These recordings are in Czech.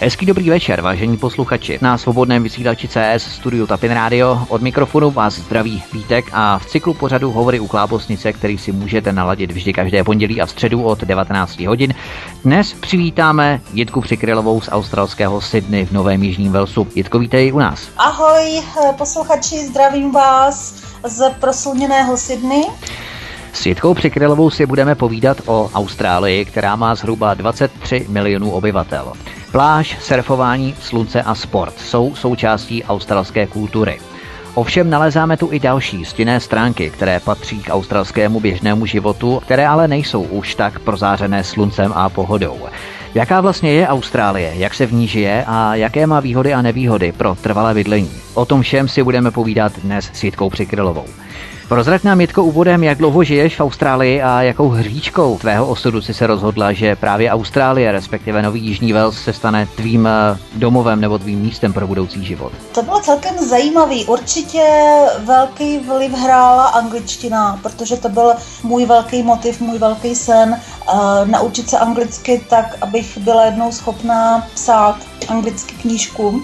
Hezký dobrý večer, vážení posluchači. Na svobodném vysílači CS studiu Tapin Radio od mikrofonu vás zdraví Vítek a v cyklu pořadu Hovory u Klábosnice, který si můžete naladit vždy každé pondělí a v středu od 19 hodin. Dnes přivítáme Jitku Přikrylovou z australského Sydney v Novém Jižním Walesu. Jitko, vítej u nás. Ahoj posluchači, zdravím vás z proslunněného Sydney. S Jitkou Přikrylovou si budeme povídat o Austrálii, která má zhruba 23 milionů obyvatel. Pláž, surfování, slunce a sport jsou součástí australské kultury. Ovšem nalezáme tu i další stinné stránky, které patří k australskému běžnému životu, které ale nejsou už tak prozářené sluncem a pohodou. Jaká vlastně je Austrálie, jak se v ní žije a jaké má výhody a nevýhody pro trvalé bydlení? O tom všem si budeme povídat dnes s Jitkou Přikrylovou. Prozrať nám, Jitko, úvodem, jak dlouho žiješ v Austrálii a jakou hříčkou tvého osudu si se rozhodla, že právě Austrálie, respektive Nový Jižní Wales, se stane tvým domovem nebo tvým místem pro budoucí život? To bylo celkem zajímavý. Určitě velký vliv hrála angličtina, protože to byl můj velký motiv, můj velký sen naučit se anglicky tak, abych byla jednou schopná psát anglicky knížku.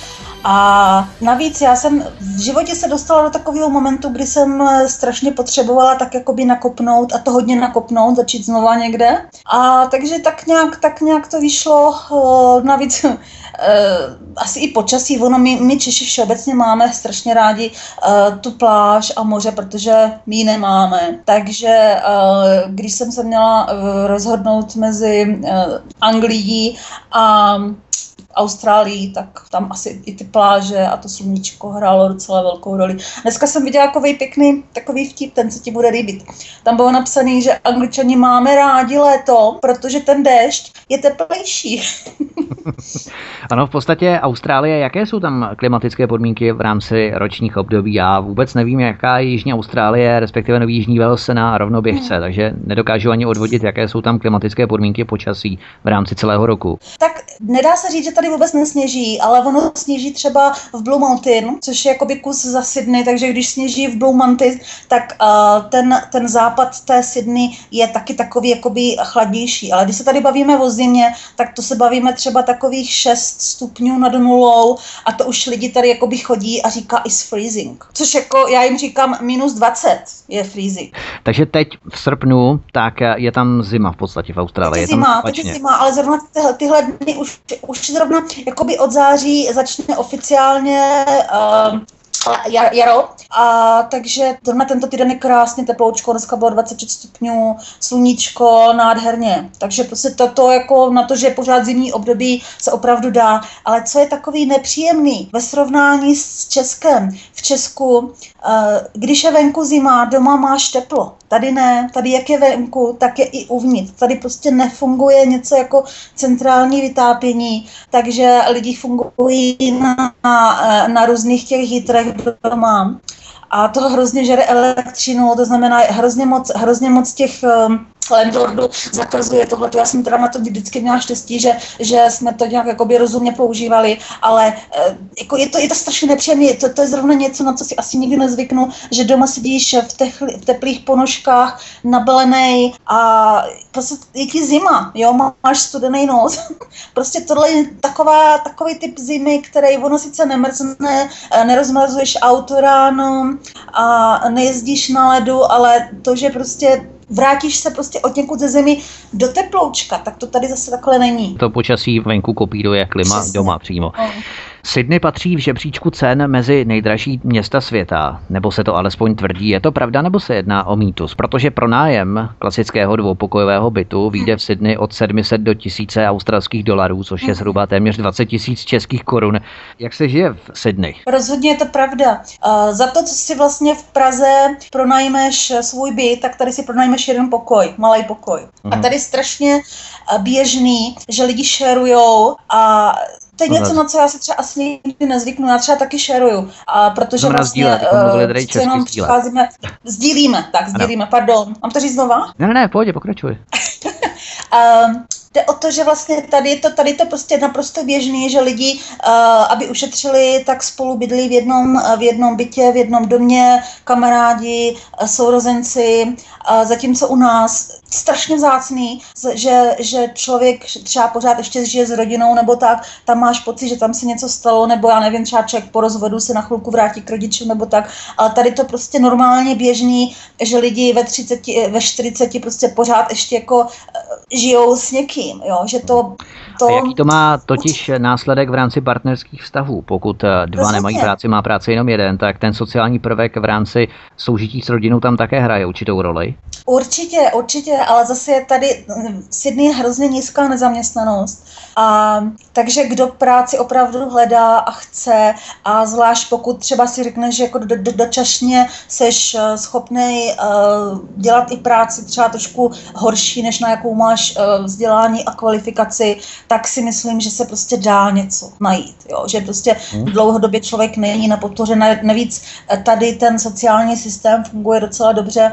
A navíc já jsem v životě se dostala do takového momentu, kdy jsem strašně potřebovala tak jakoby nakopnout a to hodně nakopnout, začít znova někde. A takže tak nějak to vyšlo, navíc asi i počasí, my Češi všeobecně máme strašně rádi tu pláž a moře, protože my ji nemáme. Takže když jsem se měla rozhodnout mezi Anglií a Austrálii, tak tam asi i ty pláže a to sluníčko hrálo docela velkou roli. Dneska jsem viděla takový vtip, ten se ti bude líbit. Tam bylo napsané, že Angličani máme rádi léto, protože ten déšť je teplejší. Ano, v podstatě Austrálie, jaké jsou tam klimatické podmínky v rámci ročních období? Já vůbec nevím, jaká je Jižní Austrálie, respektive Nový Jižní Wales na rovnoběžce, takže nedokážu ani odvodit, jaké jsou tam klimatické podmínky počasí v rámci celého roku. Tak nedá se říct, že tady vůbec nesněží, ale ono sněží třeba v Blue Mountain, což je jakoby kus za Sydney, takže když sněží v Blue Mountain, tak ten západ té Sydney je taky takový jakoby chladnější. Ale když se tady bavíme o zimě, tak to se bavíme třeba takových 6 stupňů nad nulou a to už lidi tady jakoby chodí a říká is freezing. Což jako já jim říkám -20 je freezing. Takže teď v srpnu, tak je tam zima v podstatě v Austrálii. Teď je zima, ale zrovna tyhle dny už zrovna jakoby od září začne oficiálně jaro. A takže zrovna tento týden je krásně teploučko, dneska bylo 26 stupňů, sluníčko, nádherně. Takže prostě toto jako na to, že pořád zimní období se opravdu dá. Ale co je takový nepříjemný ve srovnání s Českem? V Česku, když je venku zima, doma máš teplo. Tady ne, tady jak je venku, tak je i uvnitř. Tady prostě nefunguje něco jako centrální vytápění, takže lidi fungují na různých těch hitrech doma. A to hrozně žere elektřinu, to znamená hrozně moc těch landlordů zakazuje tohle. Já jsem teda na to vždycky měla štěstí, že jsme to nějak jakoby rozumně používali, ale jako je to strašně nepříjemné. To je zrovna něco, na co si asi nikdy nezvyknu, že doma sedíš v teplých ponožkách, nabalenej a prostě je ti zima, jo, máš studený nos. Prostě tohle je takový typ zimy, který ono sice nemrzne, nerozmrazuješ auto ráno a nejezdíš na ledu, ale to, že prostě vrátíš se prostě od někud ze zemi do teploučka, tak to tady zase takhle není. To počasí venku kopíruje klima doma přímo. Sydney patří v žebříčku cen mezi nejdražší města světa, nebo se to alespoň tvrdí. Je to pravda, nebo se jedná o mýtus? Protože pronájem klasického dvoupokojového bytu vyjde v Sydney od 700 do 1000 australských dolarů, což je zhruba téměř 20 000 českých korun. Jak se žije v Sydney? Rozhodně je to pravda. Za to, co si vlastně v Praze pronajmeš svůj byt, tak tady si pronajmeš jeden pokoj, malý pokoj. A tady strašně běžný, že lidi šerujou a to je něco, na co já si třeba asi nikdy nezvyknu, já třeba taky šeruju, protože vlastně jenom přicházíme, sdílíme, pardon. Mám to říct znova? Ne, v pohodě, pokračuj. Jde o to, že vlastně tady je to prostě naprosto běžný, že lidi, aby ušetřili, tak spolu bydlí v jednom bytě, v jednom domě, kamarádi, sourozenci, zatímco u nás strašně vzácný, že člověk třeba pořád ještě žije s rodinou nebo tak, tam máš pocit, že tam se něco stalo, nebo já nevím, třeba člověk po rozvodu se na chvilku vrátí k rodičům nebo tak, ale tady to prostě normálně běžný, že lidi ve 30, ve 40 prostě pořád ještě jako žijou s někým, jo, že to... A jaký to má totiž následek v rámci partnerských vztahů? Pokud dva nemají práci, má práci jenom jeden, tak ten sociální prvek v rámci soužití s rodinou tam také hraje určitou roli? Určitě, ale zase je tady Sydney je hrozně nízká nezaměstnanost. Takže kdo práci opravdu hledá a chce, a zvlášť pokud třeba si řekneš, že jako dočasně seš schopnej dělat i práci třeba trošku horší, než na jakou máš vzdělání a kvalifikaci, tak si myslím, že se prostě dá něco najít. Jo? Že prostě dlouhodobě člověk není na podpoře. Navíc tady ten sociální systém funguje docela dobře,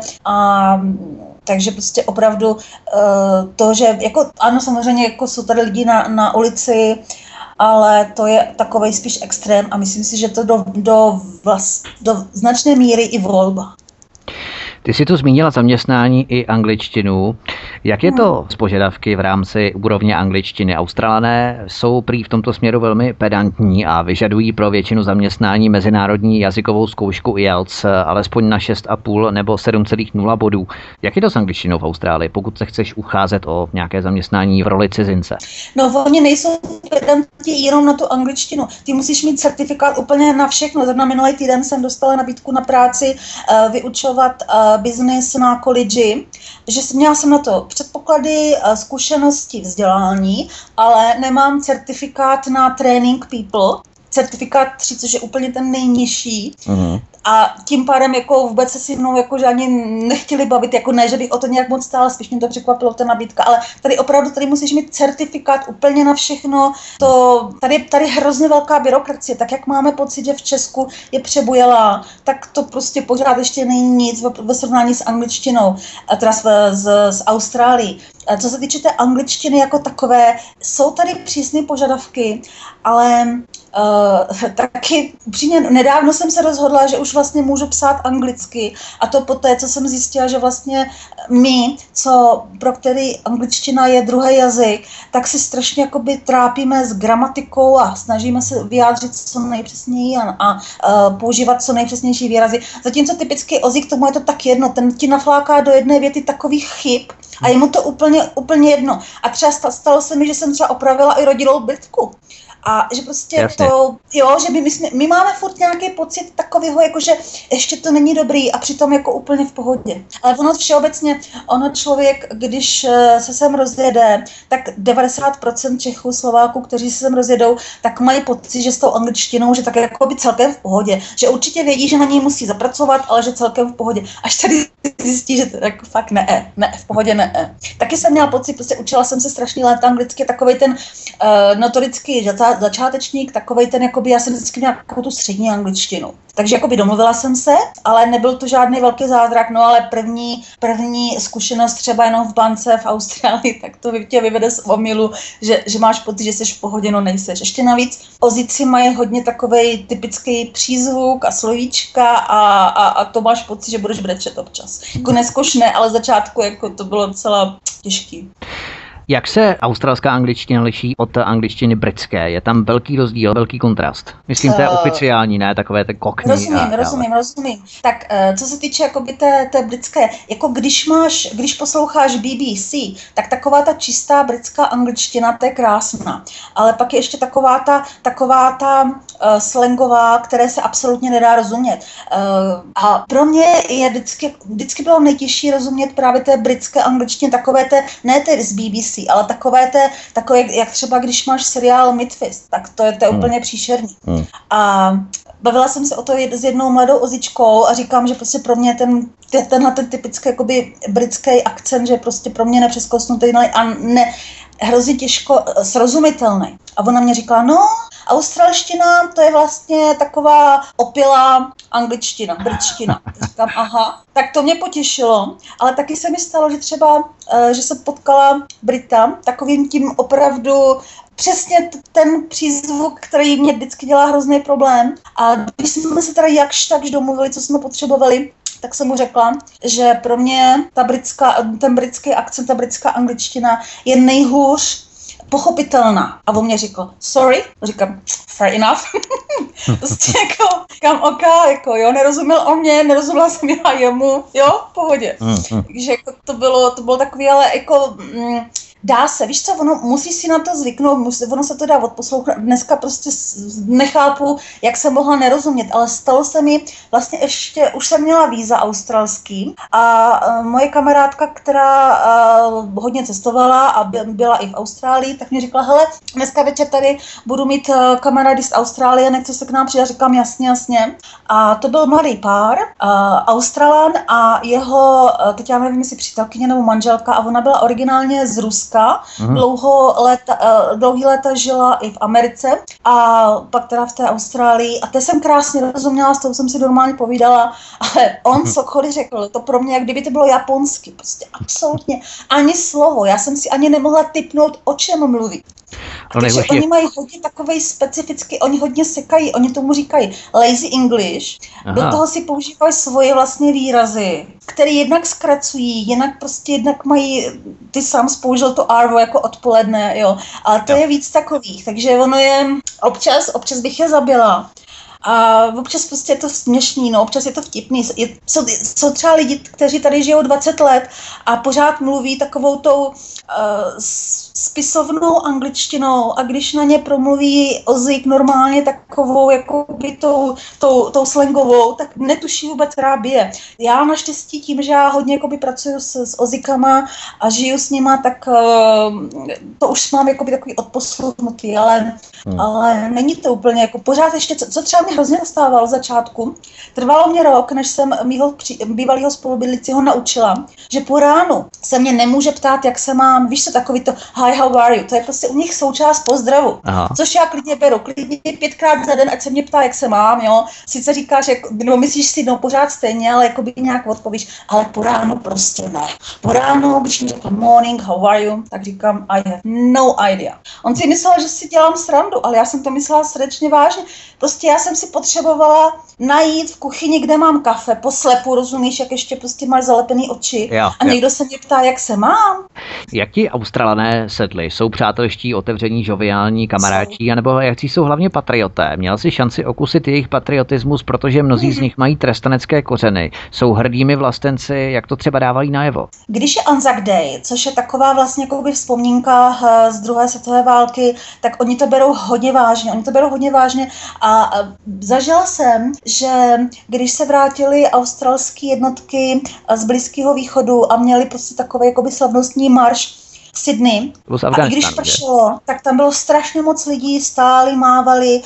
takže prostě opravdu to, že jako ano, samozřejmě jako jsou tady lidi na ulici, ale to je takovej spíš extrém a myslím si, že to do značné míry i volba. Ty jsi tu zmínila zaměstnání i angličtinu. Jak je to s požadavky v rámci úrovně angličtiny? Australané jsou prý v tomto směru velmi pedantní a vyžadují pro většinu zaměstnání mezinárodní jazykovou zkoušku IELTS alespoň na 6,5 nebo 7,0 bodů. Jak je to s angličtinou v Austrálii, pokud se chceš ucházet o nějaké zaměstnání v roli cizince? No, oni nejsou pedanti jenom na tu angličtinu. Ty musíš mít certifikát úplně na všechno. Zrovna minulý týden jsem dostala nabídku na práci vyučovat business na college, že měla jsem na to předpoklady, zkušenosti, vzdělání, ale nemám certifikát na training people, certifikát 3, což je úplně ten nejnižší. A tím pádem jako vůbec se si mnou jako, že ani nechtěli bavit, jako ne, že bych o to nějak moc stála, spíš mě to překvapilo, ta nabídka, ale tady opravdu tady musíš mít certifikát úplně na všechno, tady hrozně velká byrokracie, tak jak máme pocit, že v Česku je přebujelá, tak to prostě pořád ještě není nic ve srovnání s angličtinou, teda z Austrálií. Co se týče té angličtiny jako takové, jsou tady přísné požadavky, ale taky upřímně nedávno jsem se rozhodla, že už vlastně můžu psát anglicky, a to poté, co jsem zjistila, že vlastně my, pro který angličtina je druhý jazyk, tak si strašně jakoby trápíme s gramatikou a snažíme se vyjádřit co nejpřesněji a používat co nejpřesnější výrazy. Zatímco typický Ozík, tomu je to tak jedno, ten ti nafláká do jedné věty takových chyb a je mu to úplně jedno. A třeba stalo se mi, že jsem třeba opravila i rodilou Britku. A že prostě jasně. Že my máme furt nějaký pocit takového, jako že ještě to není dobrý a přitom jako úplně v pohodě. Ale ono člověk, když se sem rozjede, tak 90% Čechů, Slováků, kteří se sem rozjedou, tak mají pocit, že s tou angličtinou, že tak jako by celkem v pohodě. Že určitě vědí, že na něj musí zapracovat, ale že celkem v pohodě. Až tady zjistí, že to jako fakt ne, v pohodě ne. Taky jsem měla pocit, prostě učila jsem se strašně léta anglicky, takovej ten notorický začátečník, takovej ten, jakoby, já jsem vždycky měla takovou tu střední angličtinu. Takže jakoby domluvila jsem se, ale nebyl to žádný velký zázrak, no ale první zkušenost třeba jenom v bance v Austrálii, tak to tě vyvede z omylu, že máš pocit, že jsi v pohodě, no nejseš. Ještě navíc Ozíci mají hodně takovej typický přízvuk a slovíčka a to máš pocit, že budeš brečet občas. Jako neskošné, ale začátku jako to bylo docela těžký. Jak se australská angličtina liší od angličtiny britské? Je tam velký rozdíl, velký kontrast? Myslím, to je oficiální, ne? Takové ty cockney. Rozumím. Tak co se týče jakoby té britské, jako když posloucháš BBC, tak taková ta čistá britská angličtina, to je krásná. Ale pak je ještě taková ta slangová, které se absolutně nedá rozumět. A pro mě je vždycky bylo nejtěžší rozumět právě té britské angličtině, takové té, ne té z BBC, ale takové, jak třeba když máš seriál Midfist, tak to je úplně příšerný. A bavila jsem se o to s jednou mladou Ozičkou a říkám, že prostě pro mě tenhle typický jakoby britský akcent, že prostě pro mě nepřeskosnutý a hrozně těžko srozumitelný. A ona mě říkala, no, Australština to je vlastně taková opilá angličtina, britština. Říkám, aha, tak to mě potěšilo, ale taky se mi stalo, že třeba, že jsem potkala Brita takovým tím opravdu přesně ten přízvuk, který mě vždycky dělá hrozný problém. A když jsme se teda jakž takž domluvili, co jsme potřebovali, tak jsem mu řekla, že pro mě ten britský akcent, ta britská angličtina je nejhůř pochopitelná. A on mě řekl, sorry, říkám, fair enough. Prostě jako, kam oka, jako jo, nerozuměl o mě, nerozuměla jsem já jemu, jo, v pohodě. Takže jako to bylo takový, ale jako dá se, víš co, ono musí si na to zvyknout, ono se to dá odposlouchat. Dneska prostě nechápu, jak jsem mohla nerozumět, ale stalo se mi vlastně ještě, už jsem měla víza australský a moje kamarádka, která hodně cestovala a byla i v Austrálii, tak mi řekla, hele, dneska večer tady budu mít kamarády z Austrálie, nechce se k nám přijít, říkám jasně. A to byl mladý pár, Australan a jeho, teď já nevím, jestli přítelkyně nebo manželka, a ona byla originálně z Ruska. Dlouhý léta žila i v Americe a pak teda v té Austrálii a to jsem krásně rozuměla, s tou jsem si normálně povídala, ale on cokoliv řekl, to pro mě, jak kdyby to bylo japonsky, prostě absolutně ani slovo, já jsem si ani nemohla tipnout, o čem mluví. Takže oni mají hodně takovej specifický, oni hodně sekají, oni tomu říkají lazy English, do toho si používají svoje vlastní výrazy, které jednak zkracují, jednak mají, ty sám použil to arvo jako odpoledne, jo, ale to je víc takových, takže ono je, občas bych je zabila. A občas prostě je to směšný, no, občas je to vtipný. Jsou třeba lidi, kteří tady žijou 20 let a pořád mluví takovou tou spisovnou angličtinou a když na ně promluví Ozzyk normálně takovou jakoby tou slangovou, tak netuší vůbec, která bije. Já naštěstí tím, že já hodně jakoby pracuju s Ozzykama a žiju s nima, tak to už mám jakoby takový odposlechnutý, ale není to úplně jako pořád ještě, co třeba mě hrozně nastávalo v začátku. Trvalo mě rok, než jsem mýho bývalého spolubydlícího naučila, že po ránu se mě nemůže ptát, jak se mám, víš co, takový to hi, how are you, to je prostě u nich součást pozdravu. Aha. Což já klidně beru, klidně 5krát za den, ať se mě ptá, jak se mám, jo. Sice říkáš, no myslíš si, no pořád stejně, ale jakoby nějak odpovíš, ale po ránu prostě ne. Po ránu, když mi řekl morning, how are you, tak říkám, I have no idea. On si myslel, že si dělám srandu, ale já jsem to myslela srdečně vážně. Prostě já jsem si potřebovala najít v kuchyni, kde mám kafe, poslepu, rozumíš, jak ještě prostě máš zalepený oči a někdo se mě ptá, jak se mám. Jak ti Australané sedli? Jsou přátelští, otevření, žoviální, kamaráčí, anebo jakcí jsou hlavně patrioté? Měl jsi šanci okusit jejich patriotismus, protože mnozí z nich mají trestenecké kořeny. Jsou hrdými vlastenci, jak to třeba dávají najevo? Když je Anzac Day, což je taková vlastně jakoby vzpomínka z druhé světové války, tak oni to berou hodně vážně. A zažila jsem, že když se vrátily australské jednotky z Blízkého východu a měli prostě takový jakoby slavnostní marš v Sydney. A když pršelo, tak tam bylo strašně moc lidí, stáli, mávali.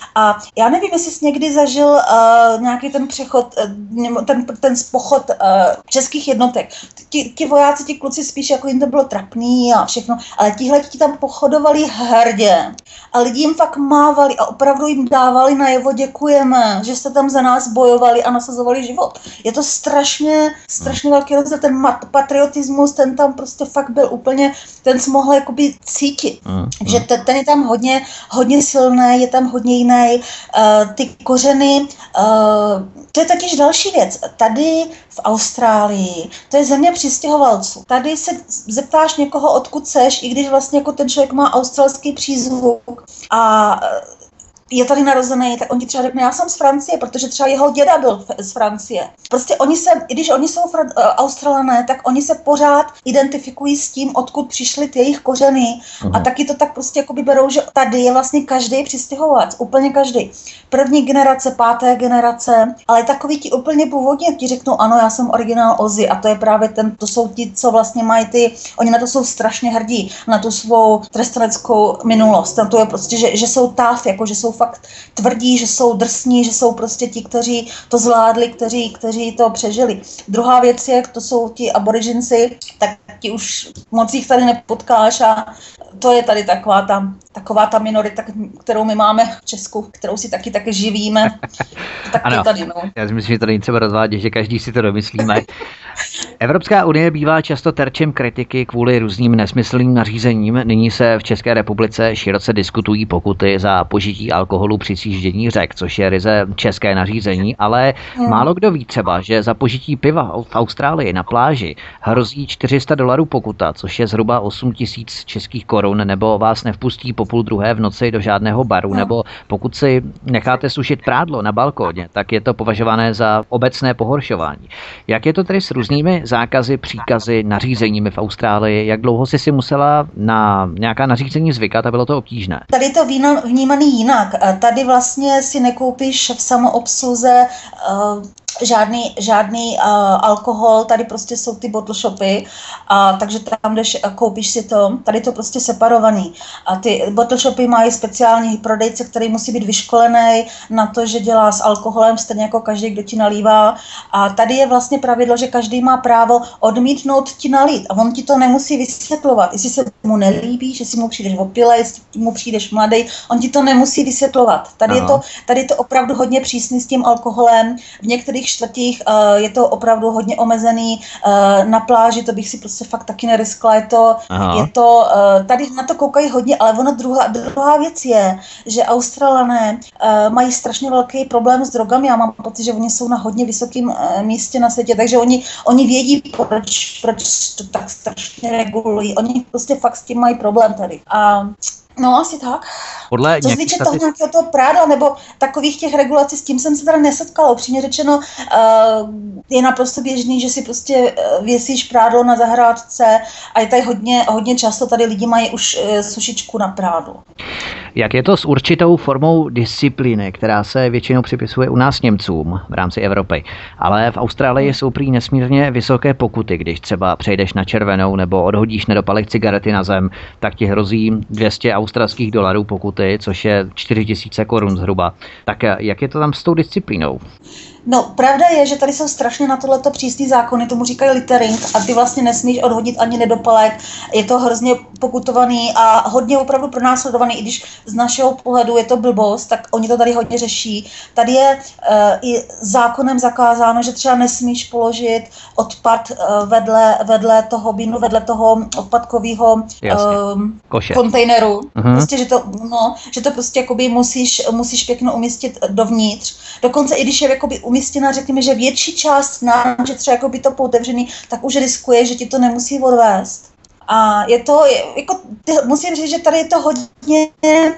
A já nevím, jestli jsi někdy zažil nějaký ten přechod, ten pochod českých jednotek. Ti vojáci, ti kluci spíš, jako jim to bylo trapný a všechno, ale tihle ti tam pochodovali hrdě. A lidi jim fakt mávali a opravdu jim dávali najevo, děkujeme, že jste tam za nás bojovali a nasazovali život. Je to strašně velký rozdíl, ten patriotismus, ten tam prostě fakt byl úplně, ten jsi mohl jakoby cítit. Že ten je tam hodně silný, je tam hodně jiný. Ty kořeny, to je totiž další věc. Tady v Austrálii, to je země přistěhovalců. Tady se zeptáš někoho, odkud seš, i když vlastně jako ten člověk má australský přízvuk a je tady narozený, tak on ti třeba řekne, já jsem z Francie, protože třeba jeho děda byl z Francie. Prostě i když oni jsou Australané, tak oni se pořád identifikují s tím, odkud přišly ty jejich kořeny. A taky to tak prostě jakoby berou, že tady je vlastně každý přistěhovalec, úplně každý. První generace, 5. generace, ale takový ti úplně původně ti řeknou, ano, já jsem originál Ozzy a to je právě to jsou ti, co vlastně mají oni na to jsou strašně hrdí, na tu svou trestaneckou minulost. Tam to je prostě, že jsou tough, jako že jsou fakt tvrdí, že jsou drsní, že jsou prostě ti, kteří to zvládli, kteří to přežili. Druhá věc je, to jsou ti aboriginci, tak ti už moc jich tady nepotkáš a to je tady taková ta minorita, kterou my máme v Česku, kterou si taky živíme. Tak ano, to tady, no. Já si myslím, že to není třeba rozvádět, že každý si to domyslíme. Evropská unie bývá často terčem kritiky kvůli různým nesmyslným nařízením. Nyní se v České republice široce diskutují pokuty za požití alkoholu při sjíždění řek, což je ryze české nařízení, ale málo kdo ví třeba, že za požití piva v Austrálii na pláži hrozí $400 pokuta, což je zhruba 8 000 českých korun, nebo vás nevpustí po 1:30 v noci do žádného baru, nebo pokud si necháte sušit prádlo na balkóně, tak je to považované za obecné pohoršování. Jak je to tedy s různými zákazy, příkazy, nařízeními v Austrálii? Jak dlouho jsi si musela na nějaká nařízení zvykat a bylo to obtížné? Tady je to vnímaný jinak. Tady vlastně si nekoupíš v samoobsluze žádný alkohol, tady prostě jsou ty bottle shopy, takže tam jdeš a koupíš si to, tady to prostě separovaný. A ty bottle shopy mají speciální prodejce, který musí být vyškolený na to, že dělá s alkoholem, stejně jako každý, kdo ti nalívá. A tady je vlastně pravidlo, že každý má právo odmítnout ti nalít a on ti to nemusí vysvětlovat. Jestli se mu nelíbí, jestli mu přijdeš opilej, jestli mu přijdeš mladý, on ti to nemusí vysvětlovat. Tady je to opravdu hodně přísný s tím alkoholem. V některých čtvrtích je to opravdu hodně omezený. Na pláži to bych si prostě fakt taky neriskla. Je to tady na to koukají hodně, ale ono druhá věc je, že Australané mají strašně velký problém s drogami. Já mám pocit, že oni jsou na hodně vysokém místě na světě, takže oni vědí, proč to tak strašně regulují. Oni prostě fakt s tím mají problém tady. No, asi tak. Co se týče toho nějakého toho prádla nebo takových těch regulací, s tím jsem se teda nesetkala. Upřímně řečeno, je naprosto běžný, že si prostě věsíš prádlo na zahrádce a je tady hodně často tady lidi mají už sušičku na prádlo. Jak je to s určitou formou disciplíny, která se většinou připisuje u nás Němcům v rámci Evropy, ale v Austrálii jsou prý nesmírně vysoké pokuty, když třeba přejdeš na červenou nebo odhodíš nedopalek cigarety na zem, tak ti hrozí $200 pokuty, což je 4 000 korun zhruba. Tak jak je to tam s tou disciplínou? No, pravda je, že tady jsou strašně na tohleto přísný zákony, tomu říkají littering a ty vlastně nesmíš odhodit ani nedopalek. Je to hrozně pokutovaný a hodně opravdu pronásledovaný, i když z našeho pohledu je to blbost, tak oni to tady hodně řeší. Tady je i zákonem zakázáno, že třeba nesmíš položit odpad vedle toho bínu, vedle toho odpadkového kontejneru. Prostě, že to prostě jakoby musíš pěkně umístit dovnitř. Dokonce i když je jakoby umístěna, řekněme, že větší část že třeba jakoby to pootevřený, tak už riskuje, že ti to nemusí odvést. A je to, musím říct, že tady je to hodně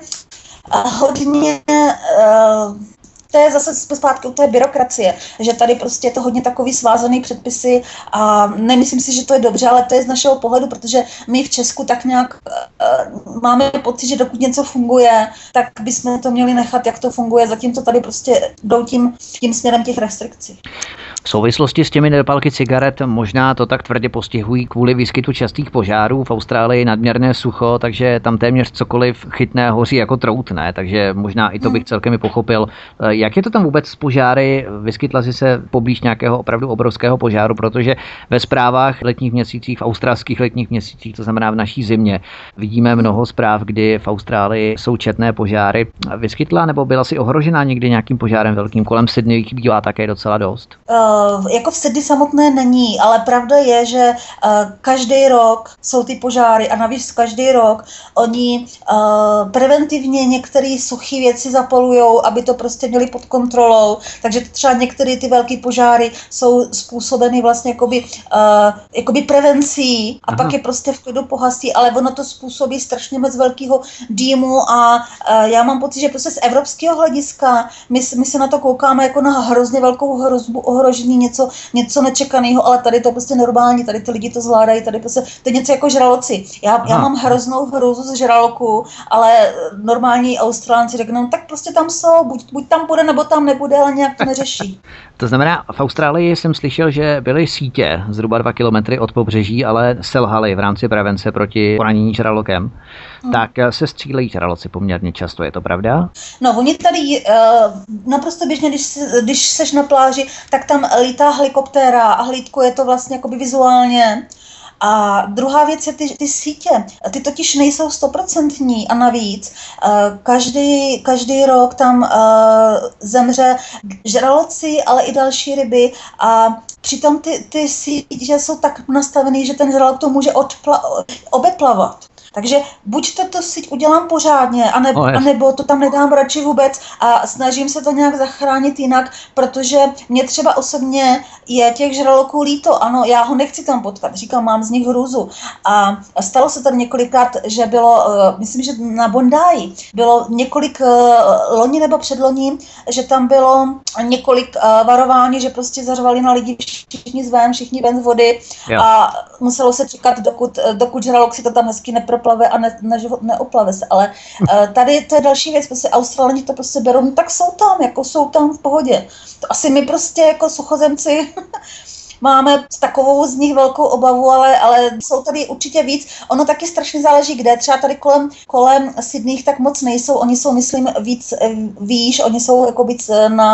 to je zase zpátky u té byrokracie, že tady prostě je to hodně takový svázaný předpisy a nemyslím si, že to je dobře, ale to je z našeho pohledu, protože my v Česku tak nějak máme pocit, že dokud něco funguje, tak bychom to měli nechat, jak to funguje, zatímco tady prostě jdou tím směrem těch restrikcí. V souvislosti s těmi nedopalky cigaret možná to tak tvrdě postihují kvůli výskytu častých požárů. V Austrálii nadměrné sucho, takže tam téměř cokoliv chytné hoří jako trout, ne? Takže možná i to bych celkem i pochopil. Jak je to tam vůbec s požáry? Vyskytla jsi se poblíž nějakého opravdu obrovského požáru, protože ve zprávách letních měsících, v australských letních měsících, to znamená v naší zimě, vidíme mnoho zpráv, kdy v Austrálii jsou četné požáry. Vyskytla nebo byla si ohrožena někdy nějakým požárem velkým? Kolem Sydney jich bývá také docela dost. Jako v Sydney samotné není, ale pravda je, že každý rok jsou ty požáry a navíc každý rok oni preventivně některé suché věci zapalujou, aby to prostě měli pod kontrolou, takže třeba některé ty velké požáry jsou způsobeny vlastně jakoby prevencí a pak je prostě v klidu pohasí, ale ono to způsobí strašně moc velkého dýmu a já mám pocit, že prostě z evropského hlediska my se na to koukáme jako na hrozně velkou hrozbu, ohrožení, něco nečekaného, ale tady to prostě normální, tady ty lidi to zvládají, tady prostě, to je něco jako žraloci. Já mám hroznou hrůzu z žraloků, ale normální Australánci řeknou, tak prostě tam jsou, buď tam bude, nebo tam nebude, ale nějak to neřeší. To znamená, v Austrálii jsem slyšel, že byly sítě zhruba 2 kilometry od pobřeží, ale selhaly v rámci prevence proti poranění žralokem. Tak se střílejí žraloci poměrně často, je to pravda? No, oni tady naprosto běžně, když seš na pláži, tak tam lítá helikoptéra a hlídkuje to vlastně jakoby vizuálně. A druhá věc je ty sítě. Ty totiž nejsou 100% a navíc každý rok tam zemře žraloci, ale i další ryby a přitom ty sítě jsou tak nastavený, že ten žralok to může obeplavat. Takže buď to síť udělám pořádně, anebo to tam nedám radši vůbec a snažím se to nějak zachránit jinak, protože mě třeba osobně je těch žraloků líto. Ano, já ho nechci tam potkat, říkám, mám z nich hrůzu. A stalo se tady několikrát, že bylo, myslím, že na Bondáji bylo několik loni nebo předloni, že tam bylo několik varování, že prostě zařvali na lidi všichni ven z vody a muselo se čekat, dokud žralok si to tam hezky neproplave a neoplave se. Ale tady to je další věc, prostě Australani to prostě berou, no tak jsou tam v pohodě. To asi my prostě jako suchozemci máme takovou z nich velkou obavu, ale jsou tady určitě víc. Ono taky strašně záleží kde. Třeba tady kolem Sydney tak moc nejsou. Oni jsou, myslím, víc výš, oni jsou jako víc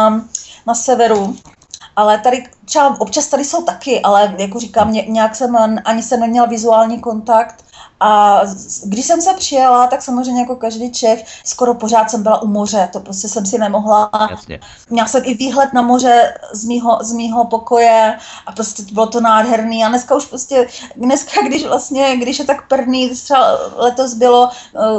na severu. Ale tady třeba občas tady jsou taky, ale jako říkám, nějak jsem neměla vizuální kontakt. A když jsem se přijela, tak samozřejmě jako každý Čech, skoro pořád jsem byla u moře, to prostě jsem si nemohla. Jasně. Měla jsem i výhled na moře z mýho pokoje a prostě bylo to nádherný. A dneska už prostě, když je tak perný, třeba letos bylo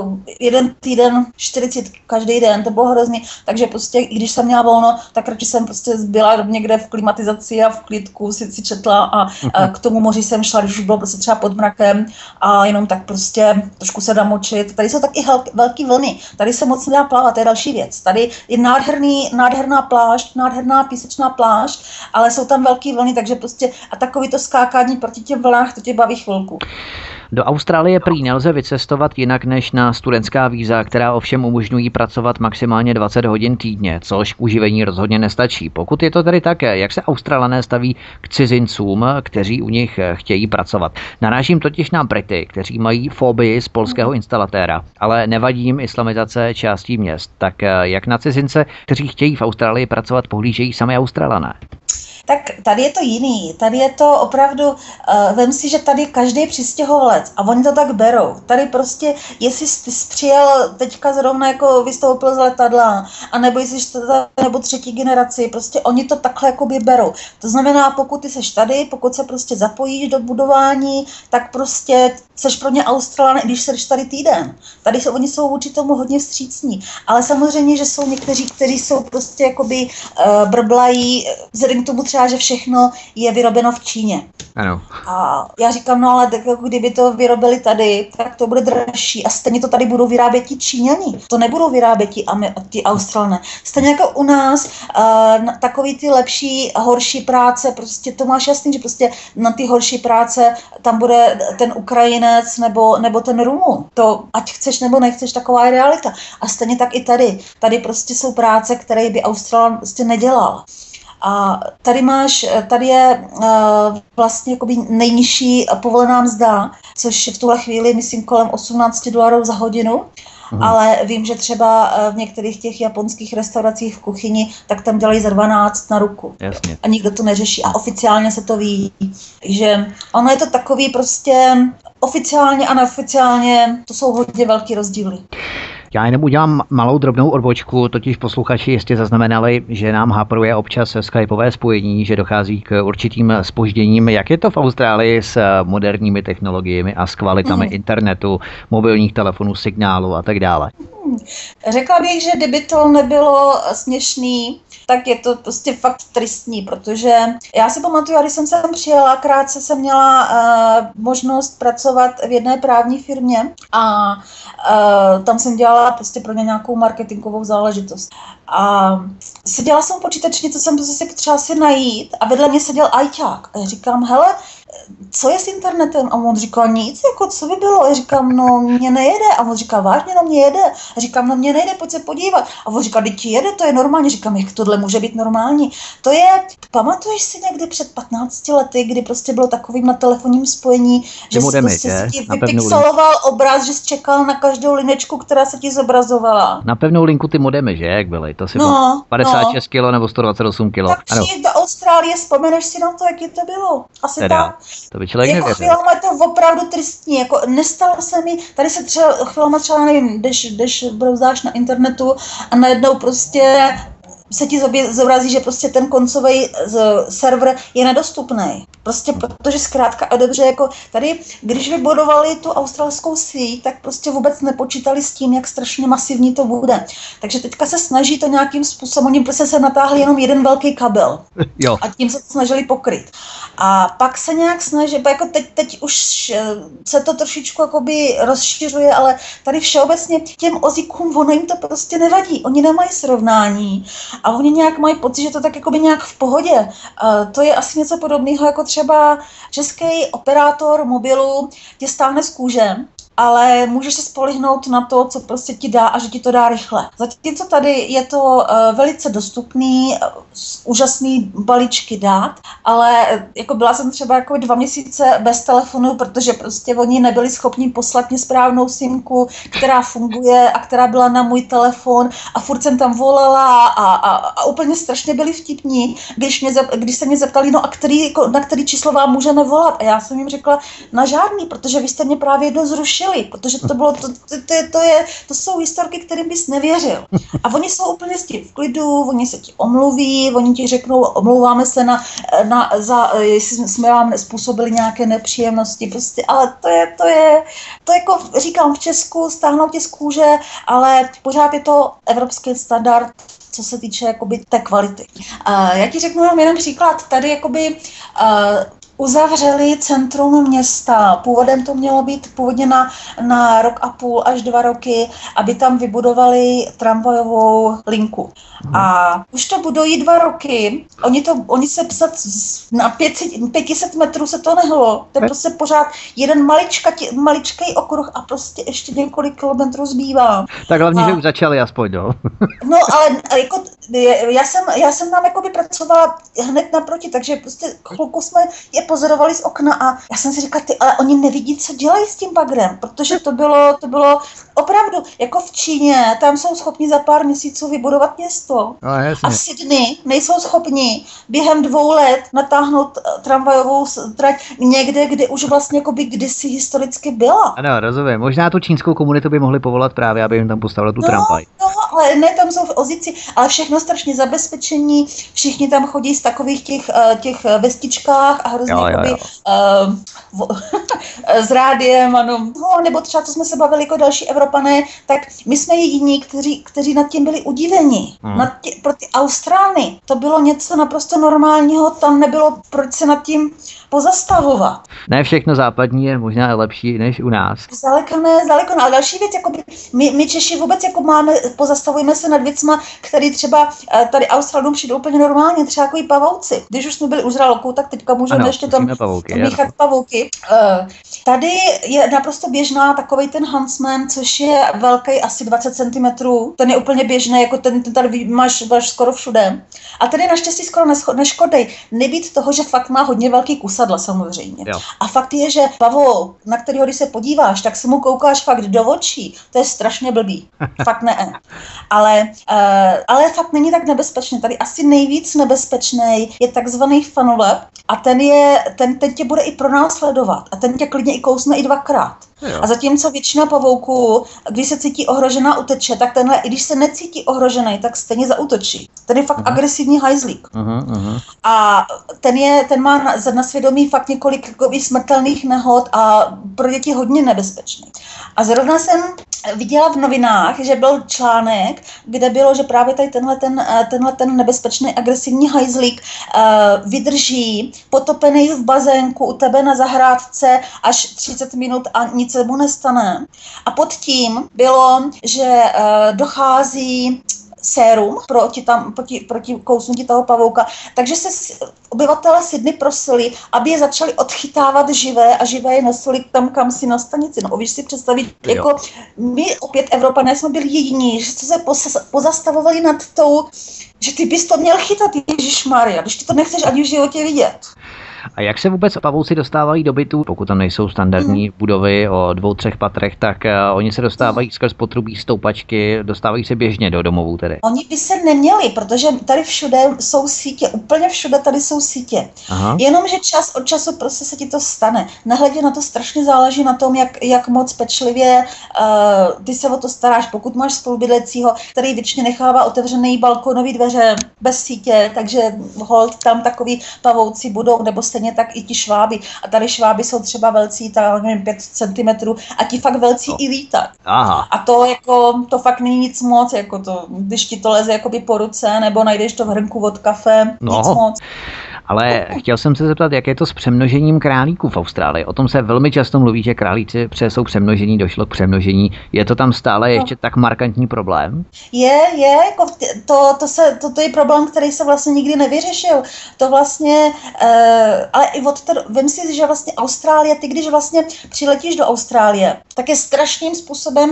jeden týden 40 každý den, to bylo hrozný. Takže prostě, i když jsem měla volno, tak radši jsem prostě byla někde v klimatizaci a v klidku si četla a k tomu moři jsem šla, když už bylo prostě třeba pod mrakem a jenom tak prostě trošku se namočit. Tady jsou taky velký vlny. Tady se moc nedá plavat, to je další věc. Tady je nádherná plášť, nádherná písečná plášť, ale jsou tam velký vlny, takže prostě a takový to skákání proti těm vlnách, to tě baví chvilku. Do Austrálie prý nelze vycestovat jinak než na studentská víza, která ovšem umožňují pracovat maximálně 20 hodin týdně, což k uživení rozhodně nestačí. Pokud je to tedy také, jak se Australané staví k cizincům, kteří u nich chtějí pracovat. Narážím totiž na Brity, kteří mají fobii z polského instalatéra, ale nevadí jim islamizace částí měst. Tak jak na cizince, kteří chtějí v Austrálii pracovat, pohlížejí sami Australané? Tak tady je to jiný, tady je to opravdu, vem si, že tady každý přistěhovalec a oni to tak berou. Tady prostě, jestli jsi přijel teďka zrovna jako vystoupil z letadla, anebo jestli jsi nebo třetí generaci, prostě oni to takhle jakoby berou. To znamená, pokud ty seš tady, pokud se prostě zapojíš do budování, tak prostě seš pro ně Australan, když seš tady týden. Oni jsou vůči tomu hodně vstřícní. Ale samozřejmě, že jsou někteří, kteří jsou prostě jakoby brblají, vzhledem k tomu třeba, že všechno je vyrobeno v Číně. Ano. A já říkám, no ale kdyby to vyrobili tady, tak to bude dražší. A stejně to tady budou vyrábět ti Číňani. To nebudou vyrábět ti Australané. Stejně jako u nás takový ty lepší, horší práce, prostě to máš jasný, že prostě na ty horší práce tam bude ten Ukrajinec nebo ten Rumun. To ať chceš nebo nechceš, taková je realita. A stejně tak i tady. Tady prostě jsou práce, které by Australan prostě nedělal. A tady je vlastně jakoby nejnižší povolená mzda, což je v tuhle chvíli, myslím, kolem $18 za hodinu. Ale vím, že třeba v některých těch japonských restauracích v kuchyni, tak tam dělají za 12 na ruku. Jasně. A nikdo to neřeší. A oficiálně se to ví. Takže ono je to takový prostě oficiálně a neoficiálně, to jsou hodně velký rozdíly. Já jenom udělám malou drobnou odbočku, totiž posluchači jistě zaznamenali, že nám hapruje občas skypové spojení, že dochází k určitým zpožděním. Jak je to v Austrálii s moderními technologiemi a s kvalitami internetu, mobilních telefonů, signálu a tak dále? Řekla bych, že kdyby to nebylo směšný, tak je to prostě fakt tristní, protože já si pamatuju, když jsem sem přijela, krátce jsem měla možnost pracovat v jedné právní firmě a tam jsem dělala prostě pro ně nějakou marketingovou záležitost. A seděla jsem počítačně, co jsem zase třeba si najít a vedle mě seděl ajťák. A já říkám, hele, co je s internetem? A on říkal, nic, jako co by bylo? Já říkám, no mě nejede. A on říkal, vážně, no mě jede. A říkám, no mě nejde, pojď se podívat. A on říkal, teď ti jede, to je normální. Říkám, jak tohle může být normální? To je, pamatuješ si někdy před 15 lety, kdy prostě bylo takovým na telefonním spojení, že si ti vypixeloval obraz, že jsi čekal na každou linečku, která se ti zobrazovala. Na pevnou linku ty modemy, že jak byly? To si 56 kg nebo 128 kg. Tak přijít do Austrálie, vzpomeneš si na to, jak to bylo. Asi tak. To by člověk jako nevěřil. chvílema je to opravdu tristní, jako nestalo se mi, tady se chvílema třeba, nevím, když brouzáš na internetu a najednou prostě se ti zobrazí, že prostě ten koncový server je nedostupný. Prostě protože zkrátka a dobře, jako tady, když vybudovali tu australskou síť, tak prostě vůbec nepočítali s tím, jak strašně masivní to bude. Takže teďka se snaží to nějakým způsobem, oni prostě se natáhli jenom jeden velký kabel. Jo. A tím se to snažili pokryt. A pak se nějak snaží, jako teď už se to trošičku jakoby rozšiřuje, ale tady všeobecně těm ozíkům, ono jim to prostě nevadí. Oni nemají srovnání a oni nějak mají pocit, že to tak jakoby nějak v pohodě. To je asi něco podobného, jako třeba český operátor mobilu tě stáhne z kůže, ale můžeš se spolehnout na to, co prostě ti dá a že ti to dá rychle. Zatímco tady je to velice dostupný, úžasný balíčky dát, ale jako byla jsem třeba jako 2 měsíce bez telefonu, protože prostě oni nebyli schopni poslat mě správnou simku, která funguje a která byla na můj telefon a furt jsem tam volala a úplně strašně byli vtipní, když se mě zeptali, no a na který číslo vám můžeme volat. A já jsem jim řekla, na žádný, protože vy jste mě právě zrušili, protože to bylo, to jsou historky, kterým bys nevěřil. A oni jsou úplně s tím v klidu, oni se ti omluví, oni ti řeknou, omlouváme se jestli jsme vám způsobili nějaké nepříjemnosti, prostě, ale to jako říkám v Česku, stáhnout tě z kůže, ale pořád je to evropský standard, co se týče jakoby té kvality. Já ti řeknu jenom jeden příklad, tady jakoby uzavřeli centrum města. Původem to mělo být původně na 1,5 až 2 roky, aby tam vybudovali tramvajovou linku. A už to budují 2 roky. Oni se psat na 500 metrů se to nehlo. To je prostě pořád jeden maličký okruh a prostě ještě několik kilometrů zbývá. Tak hlavně, že už začali aspoň, no. No, ale jako, já jsem tam jakoby pracovala hned naproti, takže prostě chvilku jsme je pozorovali z okna a já jsem si říkala, ale oni nevidí, co dělají s tím bagrem, protože to bylo opravdu, jako v Číně, tam jsou schopni za pár měsíců vybudovat město. No, a v Sydney nejsou schopni během 2 let natáhnout tramvajovou trať někde, kde už vlastně jakoby kdysi historicky byla. Ano, rozumím. Možná tu čínskou komunitu by mohli povolat právě, aby jim tam postavili tu tramvaj. No, ale ne, tam jsou ozíci, ale všechno strašně zabezpečení, všichni tam chodí z takových těch vestičkách a hrozně s rádiem, ano. No, nebo třeba, co jsme se bavili jako další Evropané, tak my jsme jediní, kteří nad tím byli udiveni. Pro ty Austrály to bylo něco naprosto normálního, tam nebylo proč se nad tím pozastavovat. Ne všechno západní je možná lepší než u nás. Zdaleka ne. Ale další věc, jakoby, my Češi vůbec jako pozastavujeme se nad věcma, které třeba tady Australanům přijde úplně normálně, třeba jako i pavouci. Když už jsme byli u Zraloku, tak teďka můžeme ještě tam míchat pavouky. Tady je naprosto běžná takovej ten huntsman, což je velký asi 20 cm. Ten je úplně běžný, jako ten tady máš skoro všude. A tady naštěstí skoro neškodej. Nebýt toho, že fakt má hodně velký kusadla samozřejmě. Jo. A fakt je, že pavouk, na kterého když se podíváš, tak se mu koukáš fakt do očí. To je strašně blbý. Fakt ne. Ale fakt není tak nebezpečný. Tady asi nejvíc nebezpečný je takzvaný funnel a ten tě bude i pronásledovat. A ten tě klidně i kousne i 2krát. Jo. A zatímco většina pavouků, když se cítí ohrožená, uteče, tak tenhle, i když se necítí ohrožený, tak stejně zaútočí. Ten je fakt agresivní hajzlík. A ten má na svědomí fakt několik smrtelných nehod a pro děti hodně nebezpečný. A zrovna jsem viděla v novinách, že byl článek, kde bylo, že právě tady tenhle nebezpečný agresivní hajzlík vydrží potopený v bazénku u tebe na zahrádce až 30 minut a nic se mu nestane. A pod tím bylo, že dochází sérum proti kousnutí toho pavouka. Takže se obyvatelé Sydney prosili, aby je začali odchytávat živé a živé je nosili tam kam si na stanici. No, víš si představit, jako my opět Evropané jsme byli jediní, že se pozastavovali nad tou, že ty bys to měl chytat, ježišmarja, když ty to nechceš ani v životě vidět. A jak se vůbec pavouci dostávají do bytů, pokud tam nejsou standardní budovy o 2-3 patrech, tak oni se dostávají skrz potrubí, stoupačky, dostávají se běžně do domovů tedy? Oni by se neměli, protože tady všude jsou sítě, úplně všude tady jsou sítě. Aha. Jenomže čas od času prostě se ti to stane. Nehledě na to strašně záleží na tom, jak moc pečlivě ty se o to staráš. Pokud máš spolubydlecího, který většině nechává otevřený balkonový dveře bez sítě, takže hold tam takový pavouci budou, nebo stejně tak i ti šváby. A tady šváby jsou třeba velcí, tak nevím, 5 cm a ti fakt velcí i lítat. Aha. A to fakt není nic moc, jako to, když ti to leze jakoby po ruce, nebo najdeš to v hrnku od kafe, nic moc. Ale chtěl jsem se zeptat, jak je to s přemnožením králíků v Austrálii. O tom se velmi často mluví, že králíci jsou přemnožení, došlo k přemnožení. Je to tam stále ještě tak markantní problém? Je, jako to je problém, který se vlastně nikdy nevyřešil. To vlastně, ale i vem si, že vlastně Austrálie, ty když vlastně přiletíš do Austrálie, tak je strašným způsobem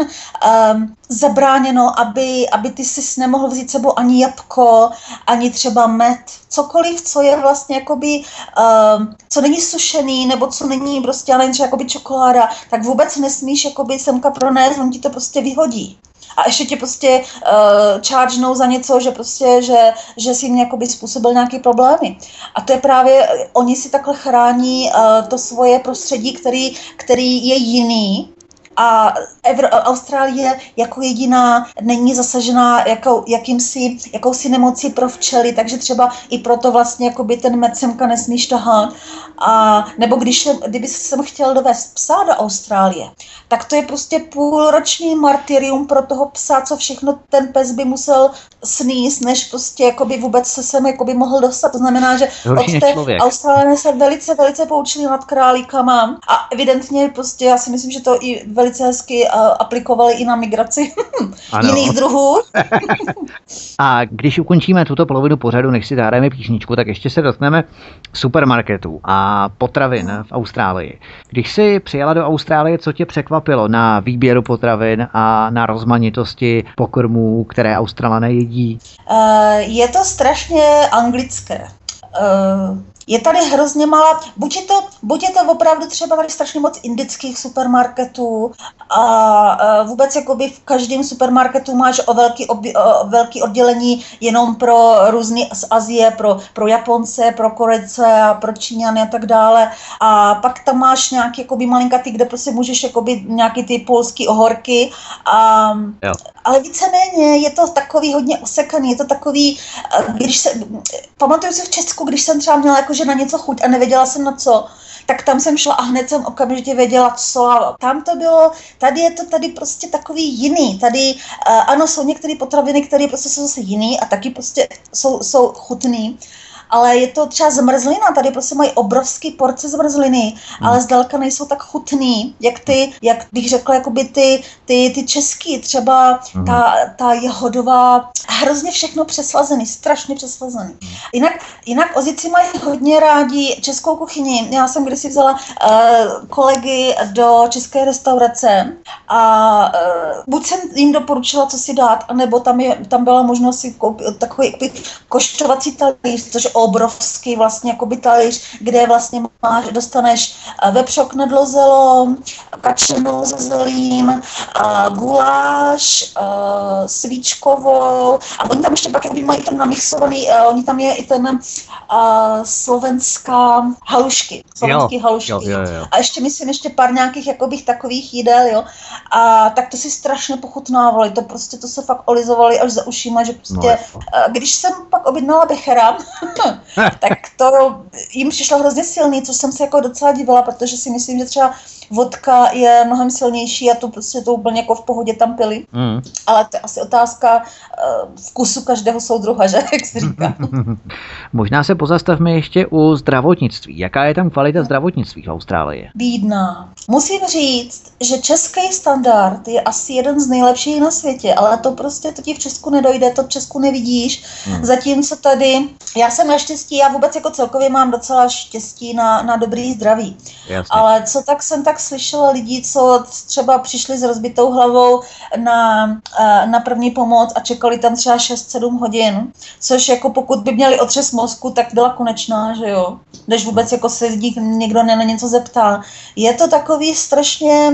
zabráněno, aby ty si nemohl vzít sebou ani jabko, ani třeba med, cokoliv, co je vlastně jakoby, co není sušený, nebo co není prostě, ale třeba jakoby čokoláda, tak vůbec nesmíš jakoby semka pronést, on ti to prostě vyhodí. A ještě tě prostě chargenou za něco, že prostě, že si jim jakoby způsobil nějaké problémy. A to je právě, oni si takhle chrání to svoje prostředí, který je jiný. A Austrálie jako jediná není zasažená jakousi nemocí pro včely, takže třeba i proto vlastně jakoby ten med semka nesmíš tahat. A nebo kdyby jsem chtěl dovést psa do Austrálie, tak to je prostě půlroční martyrium pro toho psa, co všechno ten pes by musel sníst, než prostě jakoby vůbec se sem jakoby mohl dostat. To znamená, že od té Austrálie se velice, velice poučili nad králíkama a evidentně prostě já si myslím, že to i velice hezky aplikovali i na migraci jiných druhů. A když ukončíme tuto polovinu pořadu, než si zahrajeme písničku, tak ještě se dotkneme supermarketů a potravin v Austrálii. Když jsi přijela do Austrálie, co tě překvapilo na výběru potravin a na rozmanitosti pokrmů, které Australané jedí? Je to strašně anglické. Je tady hrozně malá, buď je to opravdu třeba tady strašně moc indických supermarketů a vůbec jakoby v každém supermarketu máš velký oddělení jenom pro různý z Asie, pro Japonce, pro Korejce a pro Číňany a tak dále. A pak tam máš nějaký jakoby malinkatý, kde prostě můžeš jakoby nějaký ty polský ohorky ale víceméně je to takový hodně osekaný, je to takový, pamatuju si v Česku, když jsem třeba měla jakože na něco chuť a nevěděla jsem na co, tak tam jsem šla a hned jsem okamžitě věděla, co a tam to bylo, tady je to tady prostě takový jiný, tady ano, jsou některé potraviny, které prostě jsou zase jiný a taky prostě jsou chutný. Ale je to třeba zmrzlina, tady prostě mají obrovský porce zmrzliny, ale zdaleka nejsou tak chutný, jak bych řekla, jakoby ty český, třeba ta jahodová, hrozně všechno přeslazený, strašně přeslazený. Jinak Ozíci mají hodně rádi českou kuchyni. Já jsem kdysi vzala kolegy do české restaurace a buď jsem jim doporučila, co si dát, anebo tam byla možnost si koupit takový koštovací talíř, což obrovský vlastně jakoby talíř, kde vlastně dostaneš vepřok nadlozelo, kačenu se zelím, guláš, svíčkovou a oni tam ještě pak jakoby mají ten namixovaný, oni tam je i ten slovenská halušky, slovenský halušky. Jo. A ještě myslím pár nějakých jakoby takových jídel, jo. A tak to si strašně pochutnávali, to se fakt olizovali až za ušima, že prostě, když jsem pak objednala Bechera, tak to jim přišlo hrozně silný, což jsem se jako docela divila, protože si myslím, že třeba vodka je mnohem silnější a to prostě to úplně jako v pohodě tam pili. Ale to je asi otázka vkusu každého soudruha, že? Jak se říká. Možná se pozastavme ještě u zdravotnictví. Jaká je tam kvalita zdravotnictví v Austrálii? Bídná. Musím říct, že český standard je asi jeden z nejlepších na světě, ale to prostě to ti v Česku nedojde, to v Česku nevidíš. Zatímco tady, já jsem naštěstí, já vůbec jako celkově mám docela štěstí na dobrý zdraví. Jasně. Ale co tak jsem tak slyšela lidí, co třeba přišli s rozbitou hlavou na první pomoc a čekali tam třeba 6-7 hodin, což jako pokud by měli otřes mozku, tak byla konečná, že jo. Když vůbec jako se někdo na něco zeptá. Je to takový strašně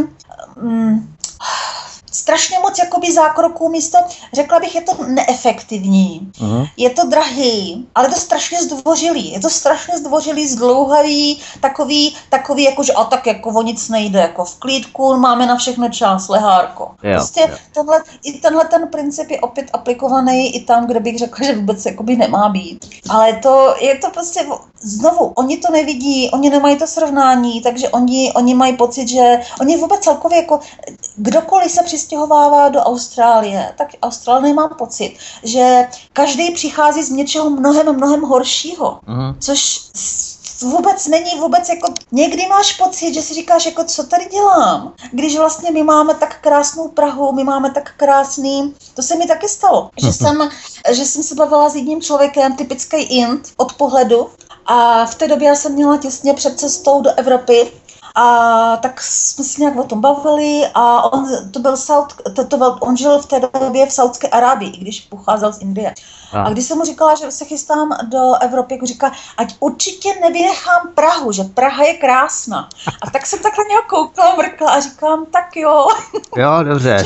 moc jakoby zákroků místo, řekla bych, je to neefektivní, je to drahý, ale je to strašně zdvořilý, zdlouhavý, takový jakože a tak jako o nic nejde, jako v klídku, máme na všechno čas, lehárko. Prostě tenhle ten princip je opět aplikovaný i tam, kde bych řekla, že vůbec jakoby nemá být. Ale je to prostě, znovu, oni to nevidí, oni nemají to srovnání, takže oni mají pocit, že oni vůbec celkově jako, kdokoliv se přistěhovává do Austrálie, tak Austrálie mám pocit, že každý přichází z něčeho mnohem horšího, což vůbec není jako, někdy máš pocit, že si říkáš, jako co tady dělám, když vlastně my máme tak krásnou Prahu, my máme tak krásný, to se mi taky stalo, že jsem se bavila s jedním člověkem, typický Ind od pohledu, a v té době já jsem měla těsně před cestou do Evropy. A tak jsme si nějak o tom bavili a on žil v té době v Saudské Arábii, i když pocházel z Indie. A když jsem mu říkala, že se chystám do Evropy, jako říká, ať určitě nevynechám Prahu, že Praha je krásná. A tak jsem takhle nějak koukala, mrkla a říkám, tak jo. Jo, dobře.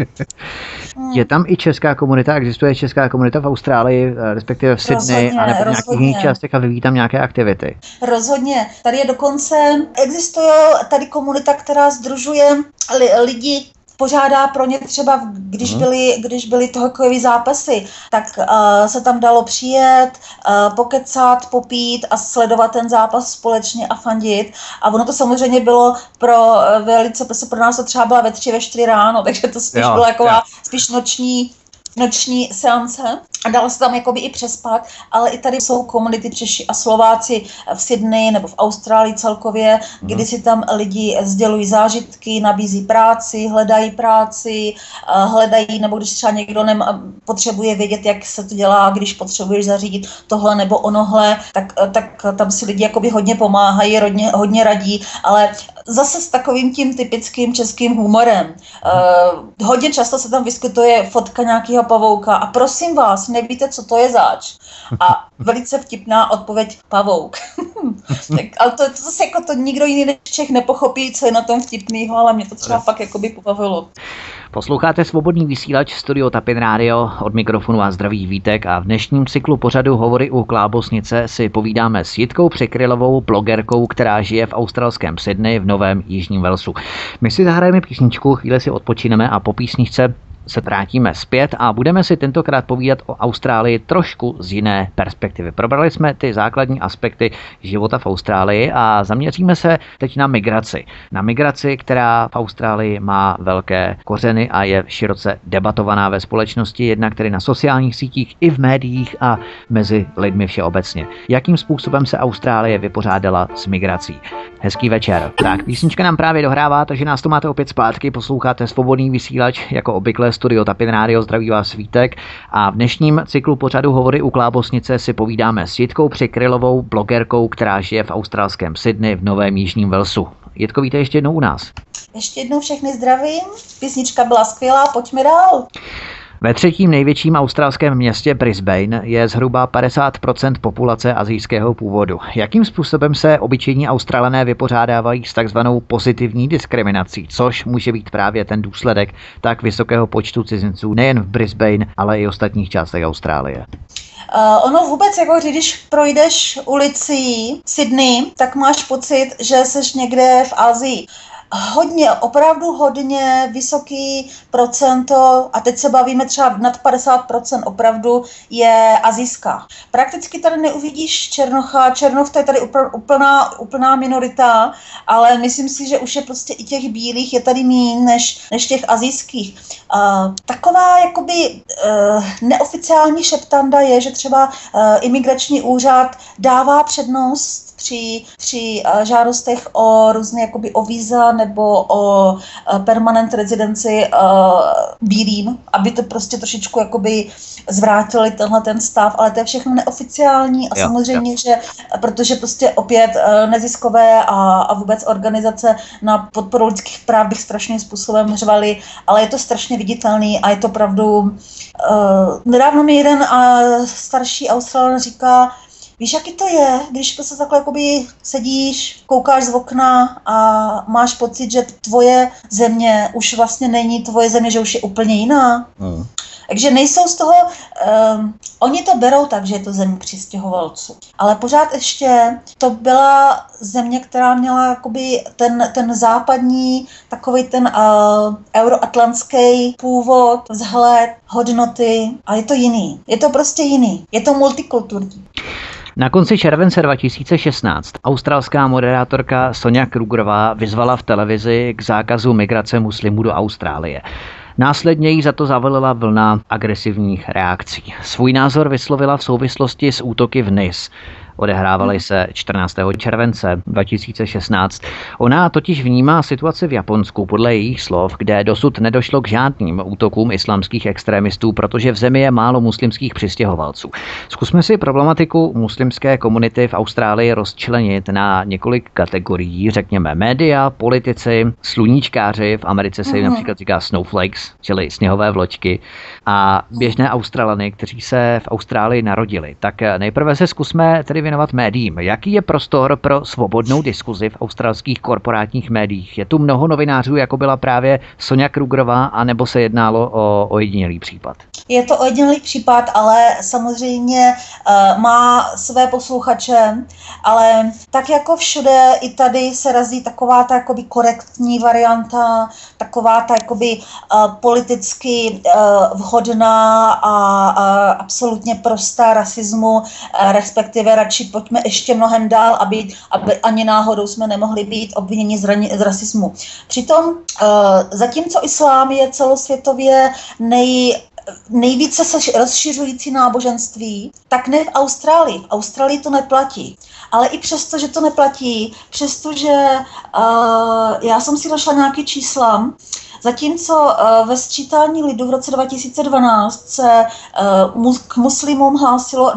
Je tam i česká komunita, existuje česká komunita v Austrálii, respektive v Sydney, a nebo v nějakých jiných částech a vyvíjí tam nějaké aktivity? Rozhodně. Tady je dokonce, existuje tady komunita, která sdružuje lidi, pořádá pro ně třeba, když byly toho hokejové zápasy, tak se tam dalo přijet, pokecat, popít a sledovat ten zápas společně a fandit. A ono to samozřejmě bylo pro nás to třeba byla ve 3, ve 4 ráno, takže to spíš byla spíš noční seance a dalo se tam jakoby i přespat, ale i tady jsou komunity Češi a Slováci v Sydney nebo v Austrálii celkově, kdy si tam lidi sdělují zážitky, nabízí práci, hledají, nebo když třeba někdo potřebuje vědět, jak se to dělá, když potřebuješ zařídit tohle nebo onohle, tak tam si lidi jakoby hodně pomáhají, hodně radí, ale zase s takovým tím typickým českým humorem. Hodně často se tam vyskytuje fotka nějakého pavouka a prosím vás, nevíte, co to je zač. A velice vtipná odpověď pavouk. Tak, ale to zase jako to nikdo jiný než Čech nepochopí, co je na tom vtipnýho, ale mě to třeba fakt jakoby pobavilo. Posloucháte Svobodný vysílač, studio Tapin Radio, od mikrofonu vás zdraví Vítek a v dnešním cyklu pořadu Hovory u Klábosnice si povídáme s Jitkou Překrylovou, blogerkou, která žije v australském Sydney v Novém Jižním Walesu. My si zahrajeme písničku, chvíli si odpočineme a po písničce se vrátíme zpět a budeme si tentokrát povídat o Austrálii trošku z jiné perspektivy. Probrali jsme ty základní aspekty života v Austrálii a zaměříme se teď na migraci. Na migraci, která v Austrálii má velké kořeny a je široce debatovaná ve společnosti, jednak tedy na sociálních sítích i v médiích a mezi lidmi všeobecně. Jakým způsobem se Austrálie vypořádala s migrací? Hezký večer. Tak, písnička nám právě dohrává, takže nás to máte opět zpátky, posloucháte Svobodný vysílač, jako obvykle studio Tapin Radio, zdraví vás Vítek a v dnešním cyklu pořadu Hovory u Klábosnice si povídáme s Jitkou Překrylovou, blogerkou, která žije v australském Sydney v Novém Jižním Walesu. Jitko, víte ještě jednou u nás. Ještě jednou všechny zdravím, písnička byla skvělá, pojďme dál. Ve třetím největším australském městě Brisbane je zhruba 50% populace asijského původu. Jakým způsobem se obyčejní Australané vypořádávají s takzvanou pozitivní diskriminací, což může být právě ten důsledek tak vysokého počtu cizinců nejen v Brisbane, ale i ostatních částech Austrálie? Ono vůbec, jako když projdeš ulicí Sydney, tak máš pocit, že seš někde v Asii. Opravdu hodně vysoký procento, a teď se bavíme třeba nad 50%, opravdu je asijská. Prakticky tady neuvidíš Černocha, Černoch to je tady úplná minorita, ale myslím si, že už je prostě i těch bílých je tady míň než těch asijských. Taková jakoby neoficiální šeptanda je, že třeba imigrační úřad dává přednost při žádostech o různé jakoby o víza nebo o permanent rezidenci bílým, aby to prostě trošičku jakoby zvrátili tenhle ten stav, ale to je všechno neoficiální a samozřejmě, že protože prostě opět neziskové a vůbec organizace na podporu lidských práv bych strašným způsobem řvali, ale je to strašně viditelný a je to opravdu. Nedávno mi jeden starší Australan říká, víš, jaký to je, když prostě takhle jakoby sedíš, koukáš z okna a máš pocit, že tvoje země už vlastně není tvoje země, že už je úplně jiná. Takže nejsou z toho, oni to berou tak, že je to země přistěhovalců. Ale pořád ještě to byla země, která měla jakoby ten západní, takový ten euroatlantský původ, vzhled, hodnoty a je to jiný. Je to prostě jiný. Je to multikulturní. Na konci července 2016 australská moderátorka Sonia Krugerová vyzvala v televizi k zákazu migrace muslimů do Austrálie. Následně jí za to zavalila vlna agresivních reakcí. Svůj názor vyslovila v souvislosti s útoky v Nice. Odehrávaly se 14. července 2016. Ona totiž vnímá situaci v Japonsku podle jejich slov, kde dosud nedošlo k žádným útokům islámských extremistů, protože v zemi je málo muslimských přistěhovalců. Zkusme si problematiku muslimské komunity v Austrálii rozčlenit na několik kategorií, řekněme média, politici, sluníčkáři, v Americe se jim například říká snowflakes, čili sněhové vločky, a běžné Australany, kteří se v Austrálii narodili. Tak nejprve se zkusme tedy věnovat médiím. Jaký je prostor pro svobodnou diskuzi v australských korporátních médiích? Je tu mnoho novinářů, jako byla právě Sonia Krugerová, anebo se jednalo o ojedinělý případ? Je to ojedinělý případ, ale samozřejmě má své posluchače, ale tak jako všude i tady se razí taková ta jakoby korektní varianta, taková ta jakoby politicky vhodná a absolutně prostá rasismu, respektive radši pojďme ještě mnohem dál, aby ani náhodou jsme nemohli být obviněni z rasismu. Přitom zatímco islám je celosvětově nejvíce se rozšiřující náboženství, tak ne v Austrálii. V Austrálii to neplatí. Ale i přesto, že to neplatí, přestože já jsem si našla nějaký čísla, zatímco ve sčítání lidu v roce 2012 se k muslimům hlásilo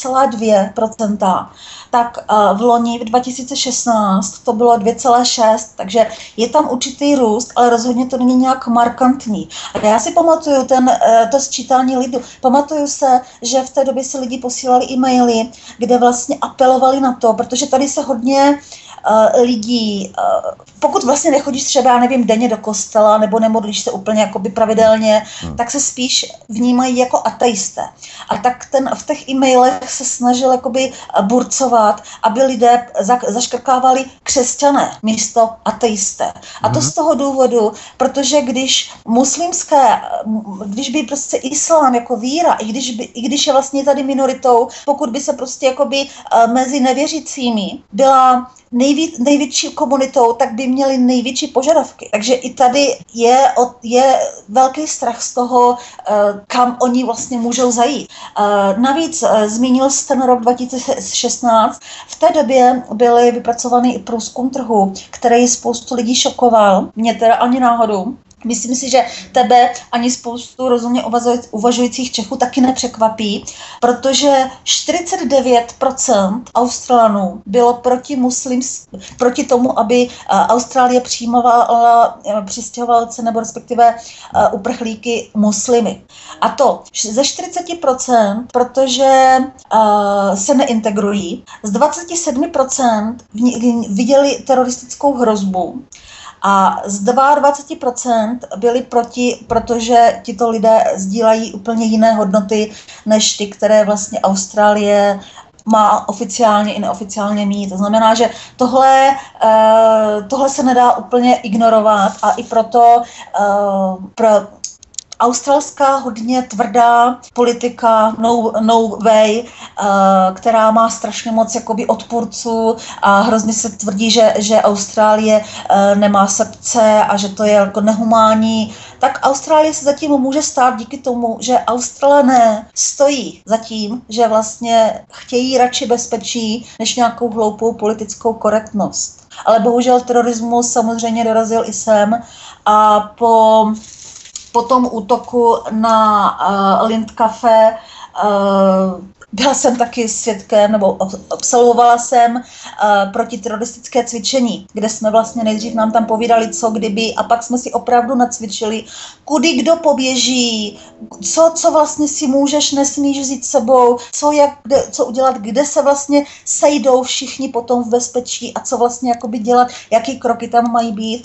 2,2%, tak v loni v 2016 to bylo 2,6%, takže je tam určitý růst, ale rozhodně to není nějak markantní. A já si pamatuju to sčítání lidu. Pamatuju se, že v té době si lidi posílali e-maily, kde vlastně apelovali na to, protože tady se hodně lidí, pokud vlastně nechodíš třeba, nevím, denně do kostela nebo nemodlíš se úplně jakoby pravidelně, tak se spíš vnímají jako ateisté. A tak v těch e-mailech se snažil jakoby burcovat, aby lidé zaškrkávali křesťané místo ateisté. A to z toho důvodu, protože když by prostě islám jako víra, i když je vlastně tady minoritou, pokud by se prostě jakoby mezi nevěřícími byla největší komunitou, tak by měli největší požadavky. Takže i tady je velký strach z toho, kam oni vlastně můžou zajít. Navíc zmínil jste ten rok 2016. V té době byly vypracovány i průzkum trhu, který spoustu lidí šokoval. Mě teda ani náhodou. Myslím si, že tebe ani spoustu rozumně uvažujících Čechů taky nepřekvapí, protože 49% Australanů bylo proti tomu, aby Austrálie přijímala přistěhovalce nebo respektive uprchlíky muslimy. A to ze 40%, protože se neintegrují, z 27% viděli teroristickou hrozbu, a z 22% byli proti, protože tito lidé sdílejí úplně jiné hodnoty, než ty, které vlastně Austrálie má oficiálně i neoficiálně mít. To znamená, že tohle se nedá úplně ignorovat a i proto australská hodně tvrdá politika no way, která má strašně moc jakoby odpůrců a hrozně se tvrdí, že Austrálie nemá srdce a že to je jako nehumánní, tak Austrálie se zatím může stát díky tomu, že Australané stojí za tím, že vlastně chtějí radši bezpečí než nějakou hloupou politickou korektnost. Ale bohužel terorismus samozřejmě dorazil i sem a po tom útoku na Lind Cafe byla jsem taky svědkem, nebo absolvovala jsem protiteroristické cvičení, kde jsme vlastně nejdřív nám tam povídali, co kdyby, a pak jsme si opravdu nacvičili, kudy kdo poběží, co vlastně si můžeš, nesmíš vzít sebou, co udělat, kde se vlastně sejdou všichni potom v bezpečí a co vlastně jakoby dělat, jaký kroky tam mají být.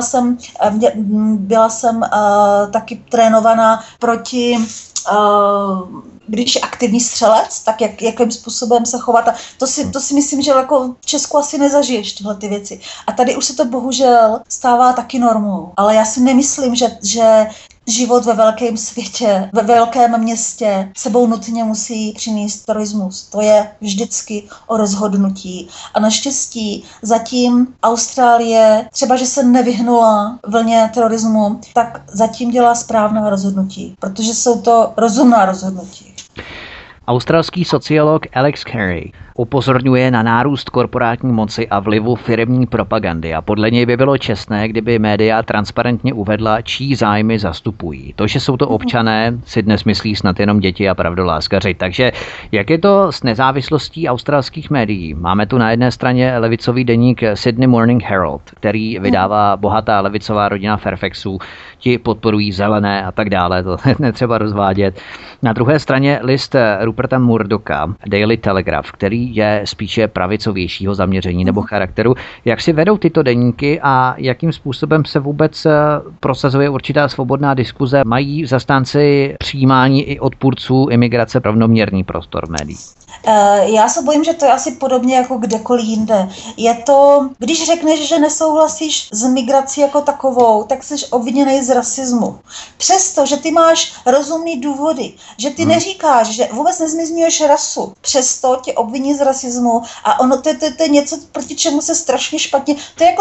Byla jsem taky trénovaná proti když je aktivní střelec, tak jakým způsobem se chovat. A to si myslím, že jako v Česku asi nezažiješ tyhle ty věci. A tady už se to bohužel stává taky normou. Ale já si nemyslím, že život ve velkém světě, ve velkém městě sebou nutně musí přinést terorismus. To je vždycky o rozhodnutí. A naštěstí zatím Austrálie, třeba že se nevyhnula vlně terorismu, tak zatím dělá správná rozhodnutí, protože jsou to rozumná rozhodnutí. Australský sociolog Alex Carey upozorňuje na nárůst korporátní moci a vlivu firemní propagandy a podle něj by bylo čestné, kdyby média transparentně uvedla, čí zájmy zastupují. To, že jsou to občané, si dnes myslí snad jenom děti a pravdoláskaři. Takže jak je to s nezávislostí australských médií? Máme tu na jedné straně levicový deník Sydney Morning Herald, který vydává bohatá levicová rodina Fairfaxů, ti podporují zelené a tak dále, to netřeba rozvádět. Na druhé straně list Ruperta Murdocha, Daily Telegraph, který je spíše pravicovějšího zaměření nebo charakteru. Jak si vedou tyto deníky a jakým způsobem se vůbec prosazuje určitá svobodná diskuze? Mají zastánci přijímání i odpůrců imigrace rovnoměrný prostor médií? Já se bojím, že to je asi podobně jako kdekoliv jinde. Je to, když řekneš, že nesouhlasíš s migrací jako takovou, tak jsi obviněný z rasismu. Přesto, že ty máš rozumný důvody, že ty neříkáš, že vůbec nezmiňuješ rasu, přesto tě obviní z rasismu a ono to je něco, proti čemu se strašně špatně, to je jako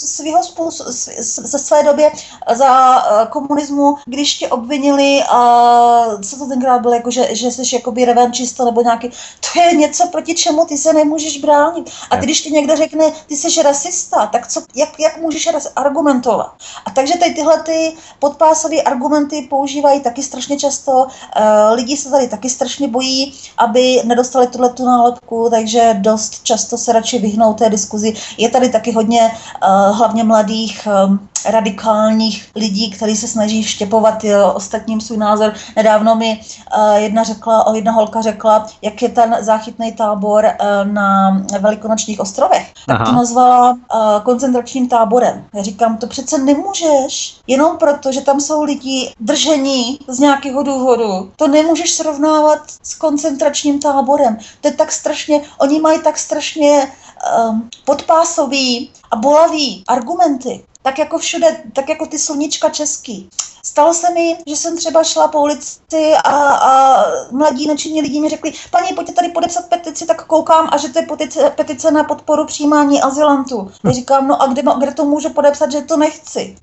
ze své době za komunismu, když tě obvinili, co to tenkrát bylo, jako, že jsi jakoby revančista nebo nějaký, to je něco, proti čemu ty se nemůžeš bránit. A když ti někdo řekne, ty jsi rasista, tak jak můžeš argumentovat? A takže tady tyhle ty podpásové argumenty používají taky strašně často. Lidi se tady taky strašně bojí, aby nedostali tu nálepku, takže dost často se radši vyhnou té diskuzi. Je tady taky hodně hlavně mladých radikálních lidí, kteří se snaží vštěpovat ostatním svůj názor. Nedávno mi jedna holka řekla, jak je ten záchytný tábor na Velikonočních ostrovech. Tak to nazvala koncentračním táborem. Já říkám, to přece nemůžeš, jenom proto, že tam jsou lidi držení z nějakého důvodu. To nemůžeš srovnávat s koncentračním táborem. To je tak strašně, oni mají tak strašně podpásový a bolavý argumenty. Tak jako všude, tak jako ty sluníčka český. Stalo se mi, že jsem třeba šla po ulici a mladí nečinní lidi mi řekli, paní, pojďte tady podepsat petici, tak koukám a že to je petice na podporu přijímání azylantů. Já říkám, no a kde to můžu podepsat, že to nechci.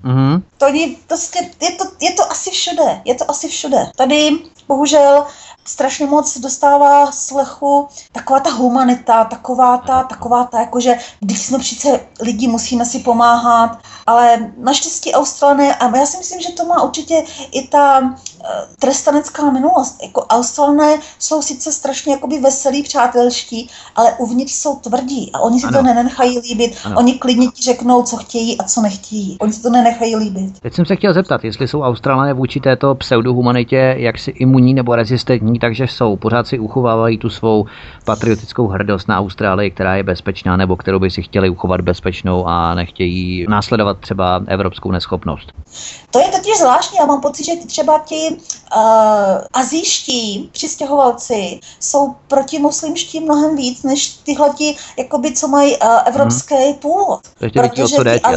Je to asi všude, Tady bohužel strašně moc dostává slechu taková ta humanita, taková ta, jakože když jsme přece lidi, musíme si pomáhat, ale naštěstí Australané, a já si myslím, že to má určitě i ta trestanecká minulost. Jako Australané jsou sice strašně jakoby veselí, přátelští, ale uvnitř jsou tvrdí a oni si to nenechají líbit. Ano. Oni klidně ti řeknou, co chtějí a co nechtějí. Oni si to nenechají líbit. Teď jsem se chtěl zeptat, jestli jsou Australané vůči této pseudohumanitě jaksi imunní nebo rezistentní, takže pořád si uchovávají tu svou patriotickou hrdost na Austrálii, která je bezpečná, nebo kterou by si chtěli uchovat bezpečnou a nechtějí následovat třeba evropskou neschopnost. To je totiž zvláštní. Já mám pocit, že třeba ti asijští přistěhovalci jsou protimuslimští mnohem víc, než tyhleti, jakoby, co mají evropský původ. Protože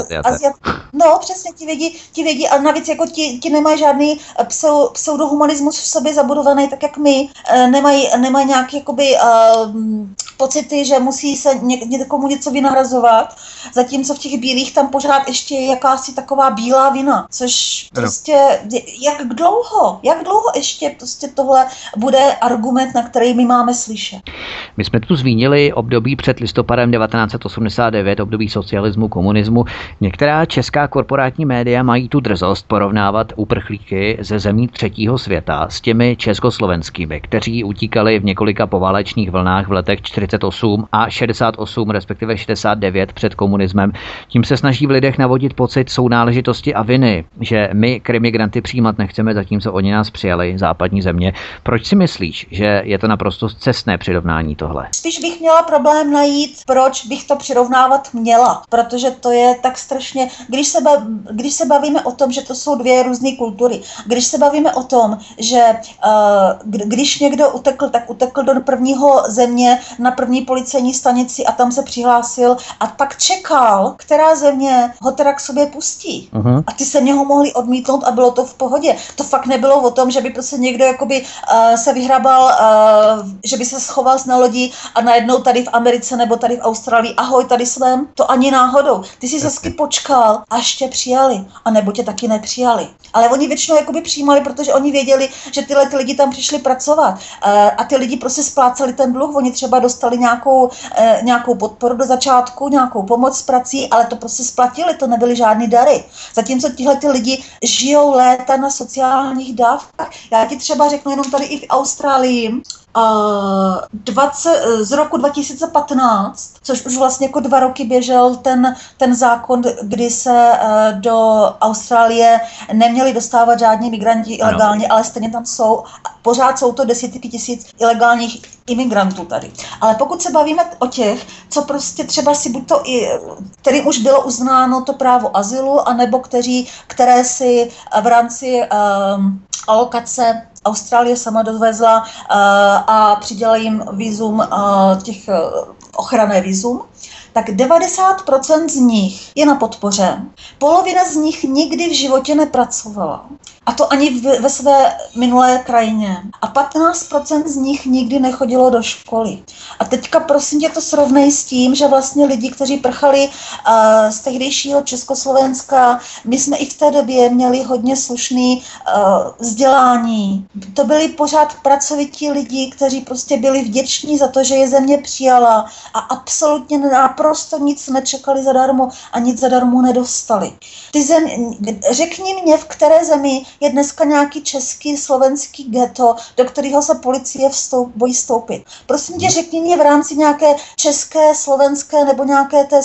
no, přesně, ti vědí a navíc jako ti nemají žádný pseudohumanismus v sobě zabudovaný, tak jak my, nemají nějaký jakoby pocity, že musí se někomu něco vynahrazovat, zatímco v těch bílých tam pořád ještě je jakási taková bílá vina, což prostě, jak dlouho ještě prostě tohle bude argument, na který my máme slyšet. My jsme tu zmínili období před listopadem 1989, období socialismu, komunismu. Některá česká korporátní média mají tu drzost porovnávat uprchlíky ze zemí třetího světa s těmi československými, kteří utíkali v několika poválečných vlnách v letech 48 a 68, respektive 69 před komunismem. Tím se snaží v lidech navodit pocit sounáležitosti a viny, že my migranty přijímat nechceme, zatímco oni nás přijali, západní země. Proč si myslíš, že je to naprosto scestné přirovnání tohle? Spíš bych měla problém najít, proč bych to přirovnávat měla, protože to je tak strašně, když se bavíme o tom, že to jsou dvě různé kultury, když se bavíme o tom, že když někdo utekl, tak utekl do prvního země na první policejní stanici a tam se přihlásil a pak čekal, která země ho teda k sobě pustí. A ty se něho mohli odmítnout a bylo to v pohodě. To fakt nebylo o tom, že by prostě někdo jakoby se vyhrabal, že by se schoval na lodi a najednou tady v Americe nebo tady v Austrálii, ahoj, tady jsem. To ani náhodou. Ty jsi hezky počkal, až tě přijali, a nebo tě taky nepřijali. Ale oni většinou jakoby přijímali, protože oni věděli, že tyhle ty lidi tam přišli pracovat a ty lidi prostě spláceli ten dluh. Oni třeba dostali nějakou podporu do začátku, nějakou pomoc s prací, ale to prostě splatili, to nebyly žádný dary. Zatímco tihle ty lidi žijou léta na sociálních dávkách. Já ti třeba řeknu jenom tady i v Austrálii, z roku 2015, což už vlastně jako 2 roky běžel ten zákon, kdy se do Austrálie neměli dostávat žádní migranti ilegálně, ale stejně tam jsou, pořád jsou to desítky tisíc ilegálních imigrantů tady. Ale pokud se bavíme o těch, co prostě třeba si buď to kterým už bylo uznáno to právo azylu, anebo které si v rámci alokace Austrálie sama dovezla a přidělila jim vízum, ochranné vízum, tak 90% z nich je na podpoře. Polovina z nich nikdy v životě nepracovala. A to ani ve své minulé krajině. A 15% z nich nikdy nechodilo do školy. A teďka prosím tě to srovnej s tím, že vlastně lidi, kteří prchali z tehdejšího Československa, my jsme i v té době měli hodně slušný vzdělání. To byli pořád pracovití lidi, kteří prostě byli vděční za to, že je země přijala a absolutně naprosto nic nečekali zadarmo a nic zadarmo nedostali. Řekni mě, v které zemi je dneska nějaký český, slovenský ghetto, do kterého se policie bojí vstoupit. Prosím tě, řekni mě v rámci nějaké české, slovenské nebo nějaké té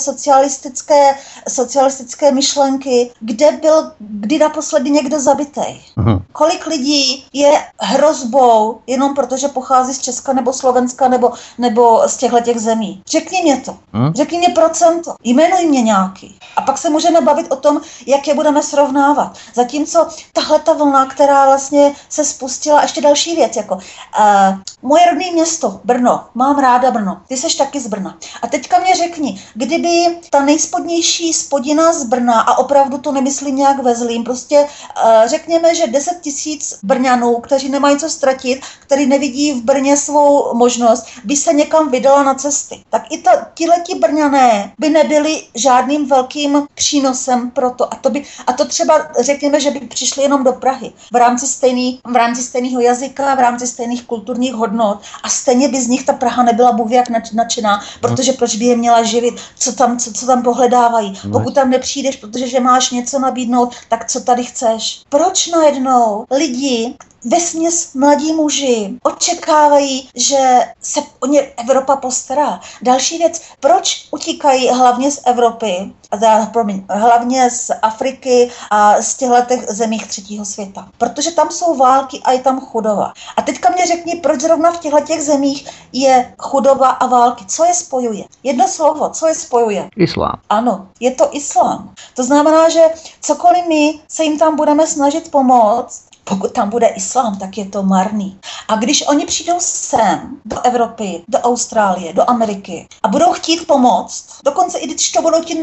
socialistické myšlenky, kdy naposledy někdo zabitej. Kolik lidí je hrozbou jenom protože pochází z Česka nebo Slovenska nebo z těchto zemí. Řekni mě to. Řekni mě procento. Jmenuj mě nějaký. A pak se můžeme bavit o tom, jak je budeme srovnávat. Zatímco tahle ta vlna, která vlastně se spustila, ještě další věc, jako moje rodné město, Brno, mám ráda Brno, ty seš taky z Brna. A teďka mě řekni, kdyby ta nejspodnější spodina z Brna, a opravdu to nemyslím nějak ve zlým, prostě řekněme, že 10 000 Brňanů, kteří nemají co ztratit, kteří nevidí v Brně svou možnost, by se někam vydala na cesty. Tak i tihleti Brňané by nebyli žádným velkým přínosem pro to. A to třeba řekněme, že by přišli jenom do Prahy v rámci stejného jazyka, v rámci stejných kulturních hodnot a stejně by z nich ta Praha nebyla bůh jak nadšená, protože proč by je měla živit, co tam pohledávají. Pokud tam nepřijdeš, protože máš něco nabídnout, tak co tady chceš? Proč najednou lidi, vesměs mladí muži očekávají, že se o ně Evropa postará. Další věc, proč utíkají hlavně z Evropy, hlavně z Afriky a z těchto zemích třetího světa? Protože tam jsou války a je tam chudoba. A teďka mě řekni, proč zrovna v těchto zemích je chudoba a války. Co je spojuje? Jedno slovo, co je spojuje? Islám. Ano, je to islám. To znamená, že cokoliv my se jim tam budeme snažit pomoct, pokud tam bude islám, tak je to marný. A když oni přijdou sem, do Evropy, do Austrálie, do Ameriky a budou chtít pomoct, dokonce i když to budou ti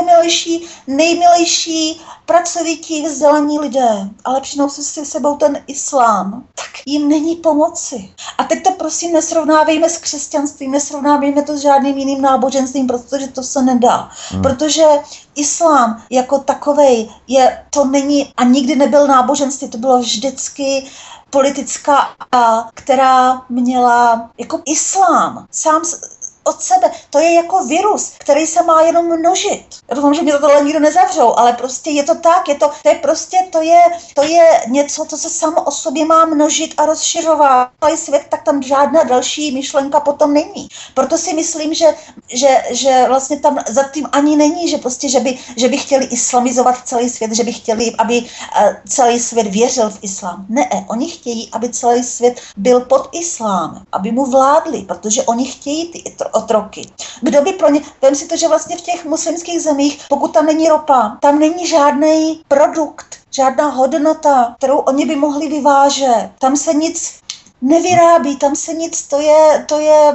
nejmilejší, pracovití, vzdělaní lidé, ale přinosí si sebou ten islám, tak jim není pomoci. A teď to prosím nesrovnávejme s křesťanstvím, nesrovnávejme to s žádným jiným náboženstvím, protože to se nedá. Protože islám jako takovej to není a nikdy nebyl náboženství, to bylo vždycky politická, která měla jako islám sám od sebe. To je jako virus, který se má jenom množit. Já doufám, že mě tohle nikdo nezavřou, ale prostě je to tak, to je něco, co se samo o sobě má množit a rozšiřovat. Ale svět, tak tam žádná další myšlenka potom není. Proto si myslím, že vlastně tam za tím ani není, že by chtěli islamizovat celý svět, že by chtěli, aby celý svět věřil v islám. Ne, oni chtějí, aby celý svět byl pod islámem, aby mu vládli, protože oni chtějí ty otroky. Kdo by pro ně, vem si to, že vlastně v těch muslimských zemích, pokud tam není ropa, tam není žádný produkt, žádná hodnota, kterou oni by mohli vyvážet. Tam se nic nevyrábí, tam se nic, to je,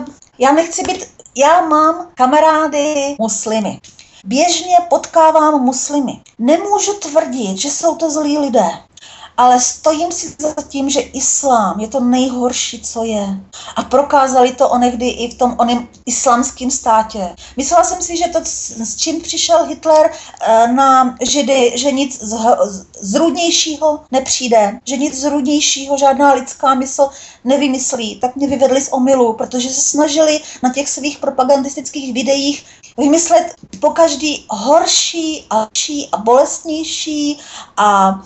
já mám kamarády muslimy. Běžně potkávám muslimy. Nemůžu tvrdit, že jsou to zlí lidé. Ale stojím si za tím, že islám je to nejhorší, co je. A prokázali to onehdy i v tom oném islámském státě. Myslela jsem si, že to, s čím přišel Hitler na Židy, že nic zrůdnějšího nepřijde, že nic zrůdnějšího žádná lidská mysl nevymyslí. Tak mě vyvedli z omylu, protože se snažili na těch svých propagandistických videích vymyslet pokaždý horší a bolestnější a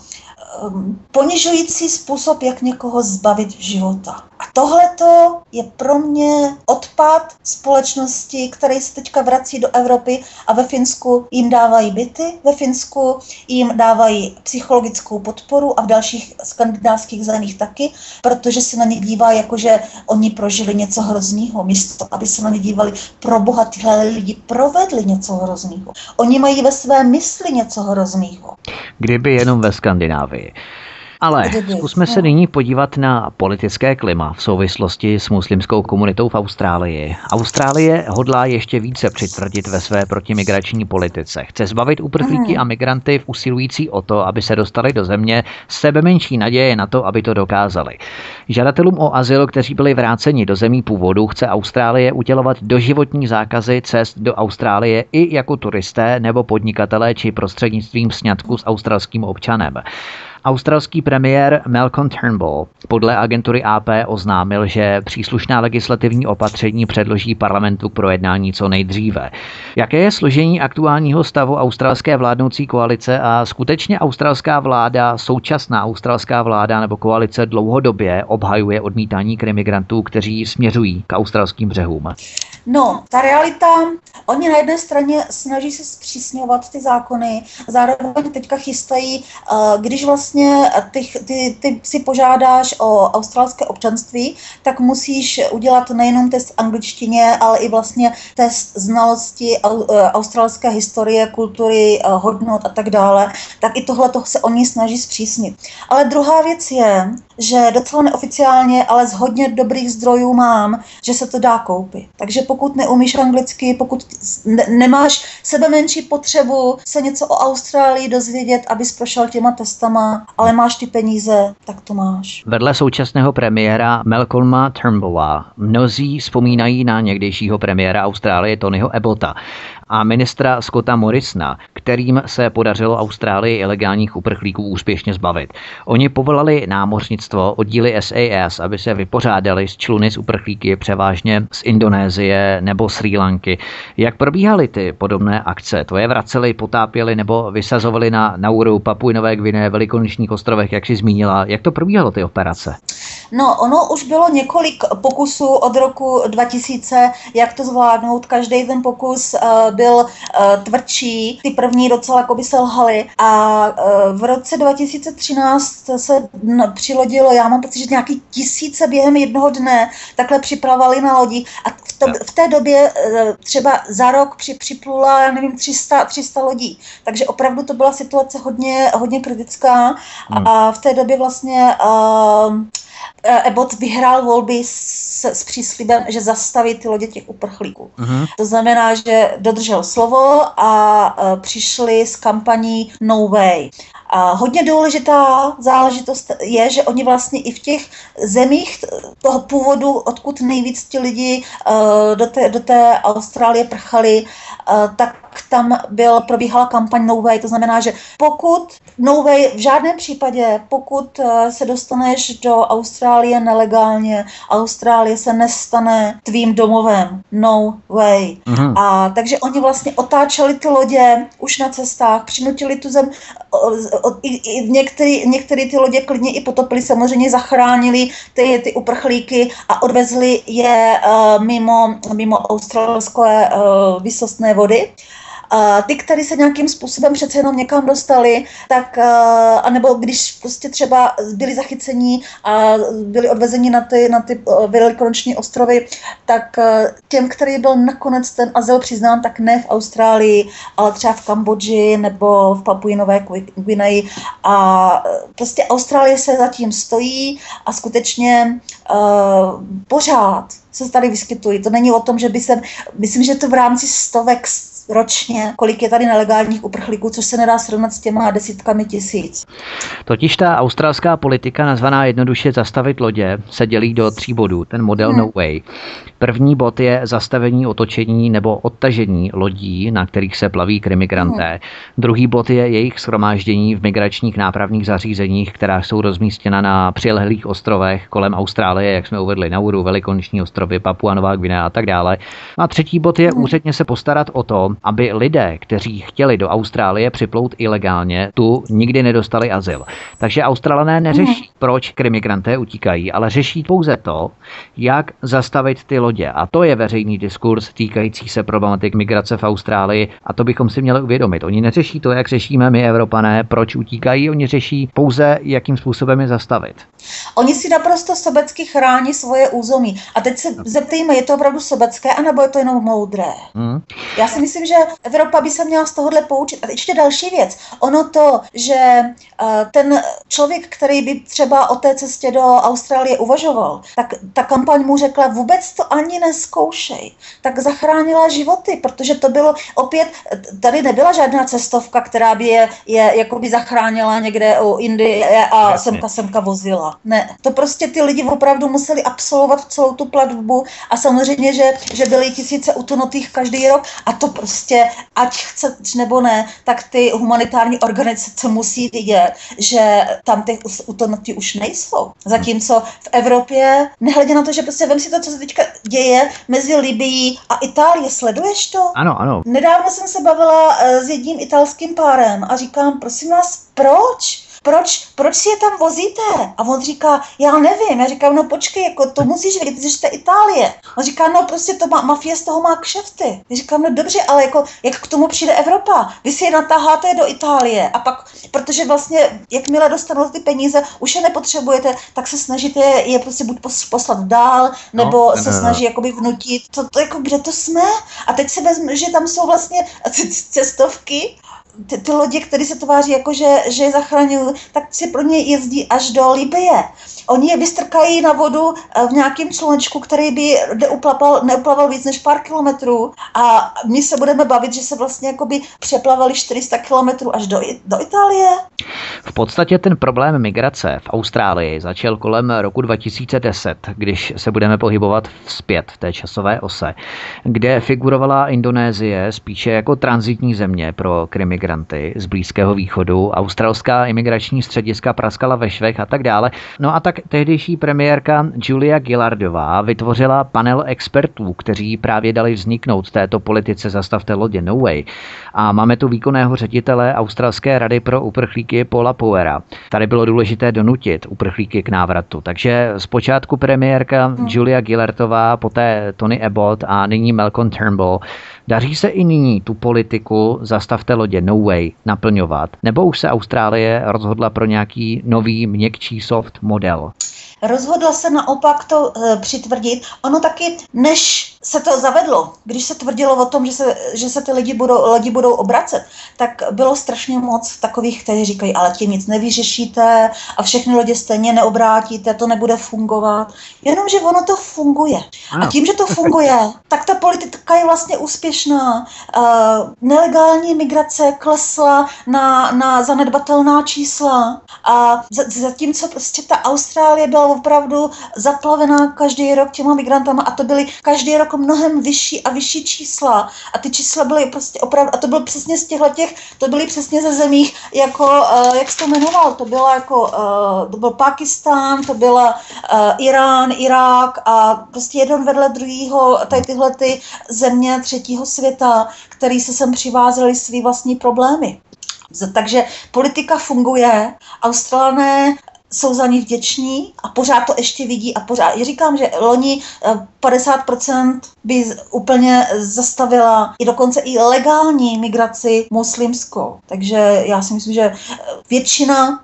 ponižující způsob, jak někoho zbavit života. A tohleto je pro mě odpad společnosti, který se teďka vrací do Evropy a ve Finsku jim dávají byty, ve Finsku jim dávají psychologickou podporu a v dalších skandinávských zemích taky, protože se na ně dívá, jakože oni prožili něco hroznýho, místo aby se na ně dívali, pro boha, tyhle lidi provedli něco hroznýho. Oni mají ve své mysli něco hroznýho. Kdyby jenom ve Skandinávii. Ale zkusme se nyní podívat na politické klima v souvislosti s muslimskou komunitou v Austrálii. Austrálie hodlá ještě více přitvrdit ve své protimigrační politice. Chce zbavit uprchlíky a migranty usilující o to, aby se dostali do země, sebemenší naděje na to, aby to dokázali. Žadatelům o azyl, kteří byli vráceni do zemí původu, chce Austrálie udělovat doživotní zákazy cest do Austrálie i jako turisté nebo podnikatelé či prostřednictvím sňatku s australským občanem. Australský premiér Malcolm Turnbull podle agentury AP oznámil, že příslušná legislativní opatření předloží parlamentu k projednání co nejdříve. Jaké je složení aktuálního stavu australské vládnoucí koalice a skutečně australská vláda, současná australská vláda nebo koalice dlouhodobě obhajuje odmítání imigrantů, kteří směřují k australským břehům? No, ta realita, oni na jedné straně snaží se zpřísňovat ty zákony, zároveň teďka chystají, když vlastně ty si požádáš o australské občanství, tak musíš udělat nejenom test v angličtině, ale i vlastně test znalosti australské historie, kultury, hodnot a tak dále. Tak i tohle se oni snaží zpřísnit. Ale druhá věc je, že docela neoficiálně, ale z hodně dobrých zdrojů mám, že se to dá koupit. Takže pokud neumíš anglicky, pokud nemáš sebemenší potřebu se něco o Austrálii dozvědět, abys prošel těma testama, ale máš ty peníze, tak to máš. Vedle současného premiéra Malcolma Turnbulla mnozí vzpomínají na někdejšího premiéra Austrálie Tonyho Abbotta a ministra Scotta Morrisona, kterým se podařilo Austrálii ilegálních uprchlíků úspěšně zbavit. Oni povolali námořnictvo, oddíly SAS, aby se vypořádali s čluny z uprchlíky převážně z Indonésie nebo Srí Lanky. Jak probíhaly ty podobné akce? To je vraceli, potápěli nebo vysazovali na Nauru, Papui Nové Gvineje, Velikonočních ostrovech, jak jsi zmínila. Jak to probíhalo ty operace? No, ono už bylo několik pokusů od roku 2000, jak to zvládnout. Každý ten pokus byl tvrdší. Ty první docela jako by selhaly. A v roce 2013 se přilodilo, já mám pocit, že nějaký tisíce během jednoho dne takhle připlavali na lodi. A v té době třeba za rok připlula, já nevím, 300 lodí. Takže opravdu to byla situace hodně kritická. A v té době vlastně Abbott vyhrál volby s příslibem, že zastaví ty lodě těch uprchlíků. To znamená, že dodržel slovo a přišli s kampaní No Way. A hodně důležitá záležitost je, že oni vlastně i v těch zemích toho původu, odkud nejvíc ti lidi do té Austrálie prchali, tak tam probíhala kampaň No Way. To znamená, že pokud No Way v žádném případě, pokud se dostaneš do Austrálie nelegálně, Austrálie se nestane tvým domovem. No way. A takže oni vlastně otáčeli ty lodě už na cestách, přinutili tu zem, některé ty lodě klidně i potopili, samozřejmě zachránili ty uprchlíky a odvezli je mimo australské výsostné vody. Ty, kteří se nějakým způsobem přece jenom někam dostali, tak, anebo když prostě třeba byli zachyceni a byli odvezeni na ty velikonoční ostrovy, tak těm, který byl nakonec ten azyl přiznán, tak ne v Austrálii, ale třeba v Kambodži nebo v Papui Nové Guineji. A prostě Austrálie se zatím stojí a skutečně pořád se tady vyskytují. To není o tom, že myslím, že to v rámci stovek ročně, kolik je tady nelegálních uprchlíků, což se nedá srovnat s těma desítkami tisíc. Totiž ta australská politika, nazvaná jednoduše zastavit lodě, se dělí do 3 bodů. Ten model No Way. První bod je zastavení, otočení nebo odtažení lodí, na kterých se plaví imigranté. Druhý bod je jejich shromáždění v migračních nápravných zařízeních, která jsou rozmístěna na přilehlých ostrovech kolem Austrálie, jak jsme uvedli, Nauru, Velikonoční ostrovy, Papua Nová Guinea a tak dále. A třetí bod je úředně se postarat o to, aby lidé, kteří chtěli do Austrálie připlout ilegálně, tu nikdy nedostali azyl. Takže Australané neřeší, proč imigranté utíkají, ale řeší pouze to, jak zastavit ty lodě. A to je veřejný diskurs týkající se problematik migrace v Austrálii a to bychom si měli uvědomit. Oni neřeší to, jak řešíme my Evropané, proč utíkají, oni řeší pouze, jakým způsobem je zastavit. Oni si naprosto sobecky chrání svoje území. A teď se zeptejme, je to opravdu sobecké, anebo je to jenom moudré? Já si myslím, že Evropa by se měla z tohohle poučit. A ještě další věc. Ono to, že ten člověk, který by třeba o té cestě do Austrálie uvažoval, tak ta kampaň mu řekla, vůbec to ani neskoušej. Tak zachránila životy, protože to bylo opět, tady nebyla žádná cestovka, která by je jakoby zachránila někde u Indie a semka vozila. Ne, to prostě ty lidi opravdu museli absolvovat celou tu platbu a samozřejmě, že byly tisíce utonutých každý rok a to prostě, ať chceš nebo ne, tak ty humanitární organizace musí vidět, že tam ty utonutí už nejsou. Zatímco v Evropě, nehledě na to, že prostě vem si to, co se teďka děje mezi Libyí a Itálií, sleduješ to? Ano. Nedávno jsem se bavila s jedním italským párem a říkám, prosím vás, proč si je tam vozíte? A on říká, já nevím. Já říkám, no počkej, jako to musíš vědět, že jste Itálie. On říká, no prostě mafie z toho má kšefty. Já říkám, no dobře, ale jako, jak k tomu přijde Evropa? Vy si je natáháte do Itálie a pak, protože vlastně, jakmile dostanou ty peníze, už je nepotřebujete, tak se snažíte je prostě buď poslat dál, nebo se snaží jakoby vnutit. To jako, kde to jsme? A teď se vezme, že tam jsou vlastně cestovky, ty lodě, které se tváří jako, že je zachraňují, tak si pro ně jezdí až do Libye. Oni je vystrkají na vodu v nějakém člunečku, který by neuplaval víc než pár kilometrů a my se budeme bavit, že se vlastně jakoby přeplavali 400 kilometrů až do Itálie. V podstatě ten problém migrace v Austrálii začal kolem roku 2010, když se budeme pohybovat vzpět v té časové ose, kde figurovala Indonésie spíše jako tranzitní země pro imigranty imigranty z Blízkého východu, australská imigrační střediska praskala ve švech a tak dále. No a tak tehdejší premiérka Julia Gillardová vytvořila panel expertů, kteří právě dali vzniknout této politice Zastavte lodě No Way. A máme tu výkonného ředitele Australské rady pro uprchlíky Paula Powera. Tady bylo důležité donutit uprchlíky k návratu. Takže zpočátku premiérka Julia Gillardová, poté Tony Abbott a nyní Malcolm Turnbull. Daří se i nyní tu politiku Zastavte lodě No Way naplňovat? Nebo už se Austrálie rozhodla pro nějaký nový měkčí soft model? Rozhodla se naopak to přitvrdit. Ono taky, než se to zavedlo, když se tvrdilo o tom, že se ty lidi budou obracet, tak bylo strašně moc takových, kteří říkají, ale tím nic nevyřešíte a všechny lidi stejně neobrátíte, to nebude fungovat. Jenomže ono to funguje. A tím, že to funguje, tak ta politika je vlastně úspěšná. Nelegální migrace klesla na zanedbatelná čísla. A zatímco prostě ta Austrálie byla opravdu zaplavená každý rok těma migrantama a to byly každý rok mnohem vyšší a vyšší čísla. A ty čísla byly prostě opravdu, a to bylo přesně z těchhletěch, to byly přesně ze zemích, jako, jak jsi to jmenoval, to byl Pákistán, to byla Irán, Irák a prostě jeden vedle druhýho, tady tyhle ty země třetího světa, který se sem přivázely svý vlastní problémy. Takže politika funguje, Australané jsou za ní vděční a pořád to ještě vidí a pořád. Já říkám, že loni 50% by úplně zastavila i dokonce i legální migraci muslimskou. Takže já si myslím, že většina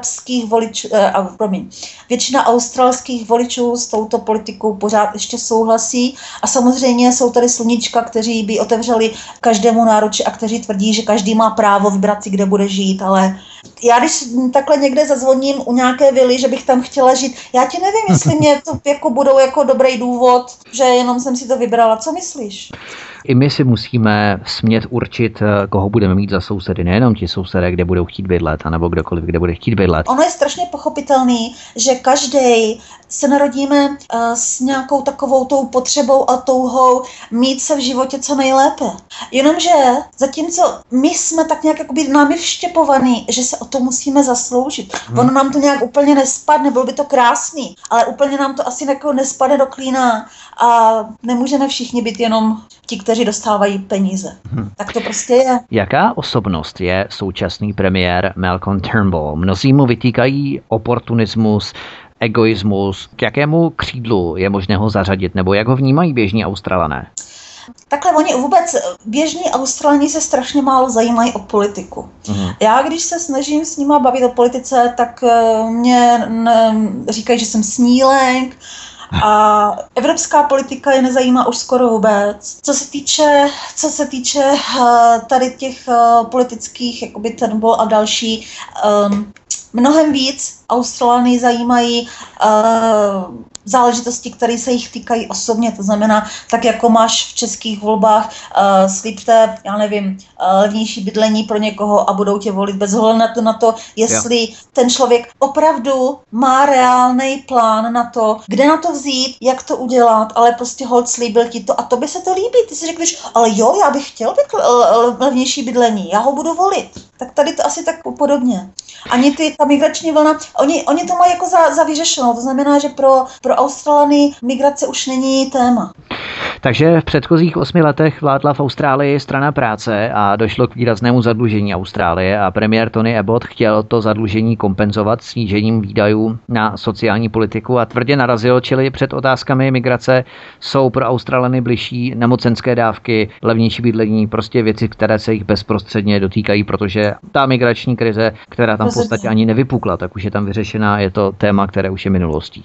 většina australských voličů s touto politikou pořád ještě souhlasí a samozřejmě jsou tady sluníčka, kteří by otevřeli každému náruči a kteří tvrdí, že každý má právo vybrat si, kde bude žít, ale já když takhle někde zazvoním u nějaké vily, že bych tam chtěla žít, já ti nevím, jestli mě to jako budou jako dobrý důvod, že jenom jsem si to vybrala. Co myslíš? I my si musíme smět určit, koho budeme mít za sousedy, nejenom ti sousedé, kde budou chtít bydlet, anebo kdokoliv, kde bude chtít bydlet. Ono je strašně pochopitelný, že každý se narodíme s nějakou takovou tou potřebou a touhou mít se v životě co nejlépe. Jenomže zatímco my jsme tak nějak jakoby námi vštěpovaný, že se o to musíme zasloužit. Ono nám to nějak úplně nespadne, bylo by to krásný, ale úplně nám to asi jako nespadne do klína a nemůžeme všichni být jenom ti, kteří dostávají peníze. Tak to prostě je. Jaká osobnost je současný premiér Malcolm Turnbull? Mnozí mu vytýkají oportunismus, egoismus. K jakému křídlu je možné ho zařadit, nebo jak ho vnímají běžní Australané? Takhle oni vůbec, běžní Australani se strašně málo zajímají o politiku. Já, když se snažím s nima bavit o politice, tak mě říkají, že jsem snílek, a evropská politika je nezajímá už skoro vůbec. Co se týče tady těch politických, jakoby Turnbull a další, mnohem víc Australany zajímají záležitosti, které se jich týkají osobně. To znamená, tak jako máš v českých volbách slibte, já nevím, levnější bydlení pro někoho a budou tě volit bez ohledu na to, jestli ten člověk opravdu má reálný plán na to, kde na to vzít, jak to udělat, ale prostě holt slíbil ti to a to by se to líbí. Ty si řekneš, ale jo, já bych chtěl levnější bydlení, já ho budu volit. Tak tady to asi tak podobně. Ani ta migrační vlna, oni to mají jako za vyřešenou, to znamená, že pro Australany migrace už není téma. Takže v předchozích 8 letech vládla v Austrálii strana práce a došlo k výraznému zadlužení Austrálie a premiér Tony Abbott chtěl to zadlužení kompenzovat snížením výdajů na sociální politiku a tvrdě narazil, čili před otázkami migrace jsou pro Australany bližší nemocenské dávky, levnější bydlení, prostě věci, které se jich bezprostředně dotýkají, protože ta migrační krize, která tam v podstatě ani nevypukla, tak už je tam vyřešená, je to téma, které už je minulostí.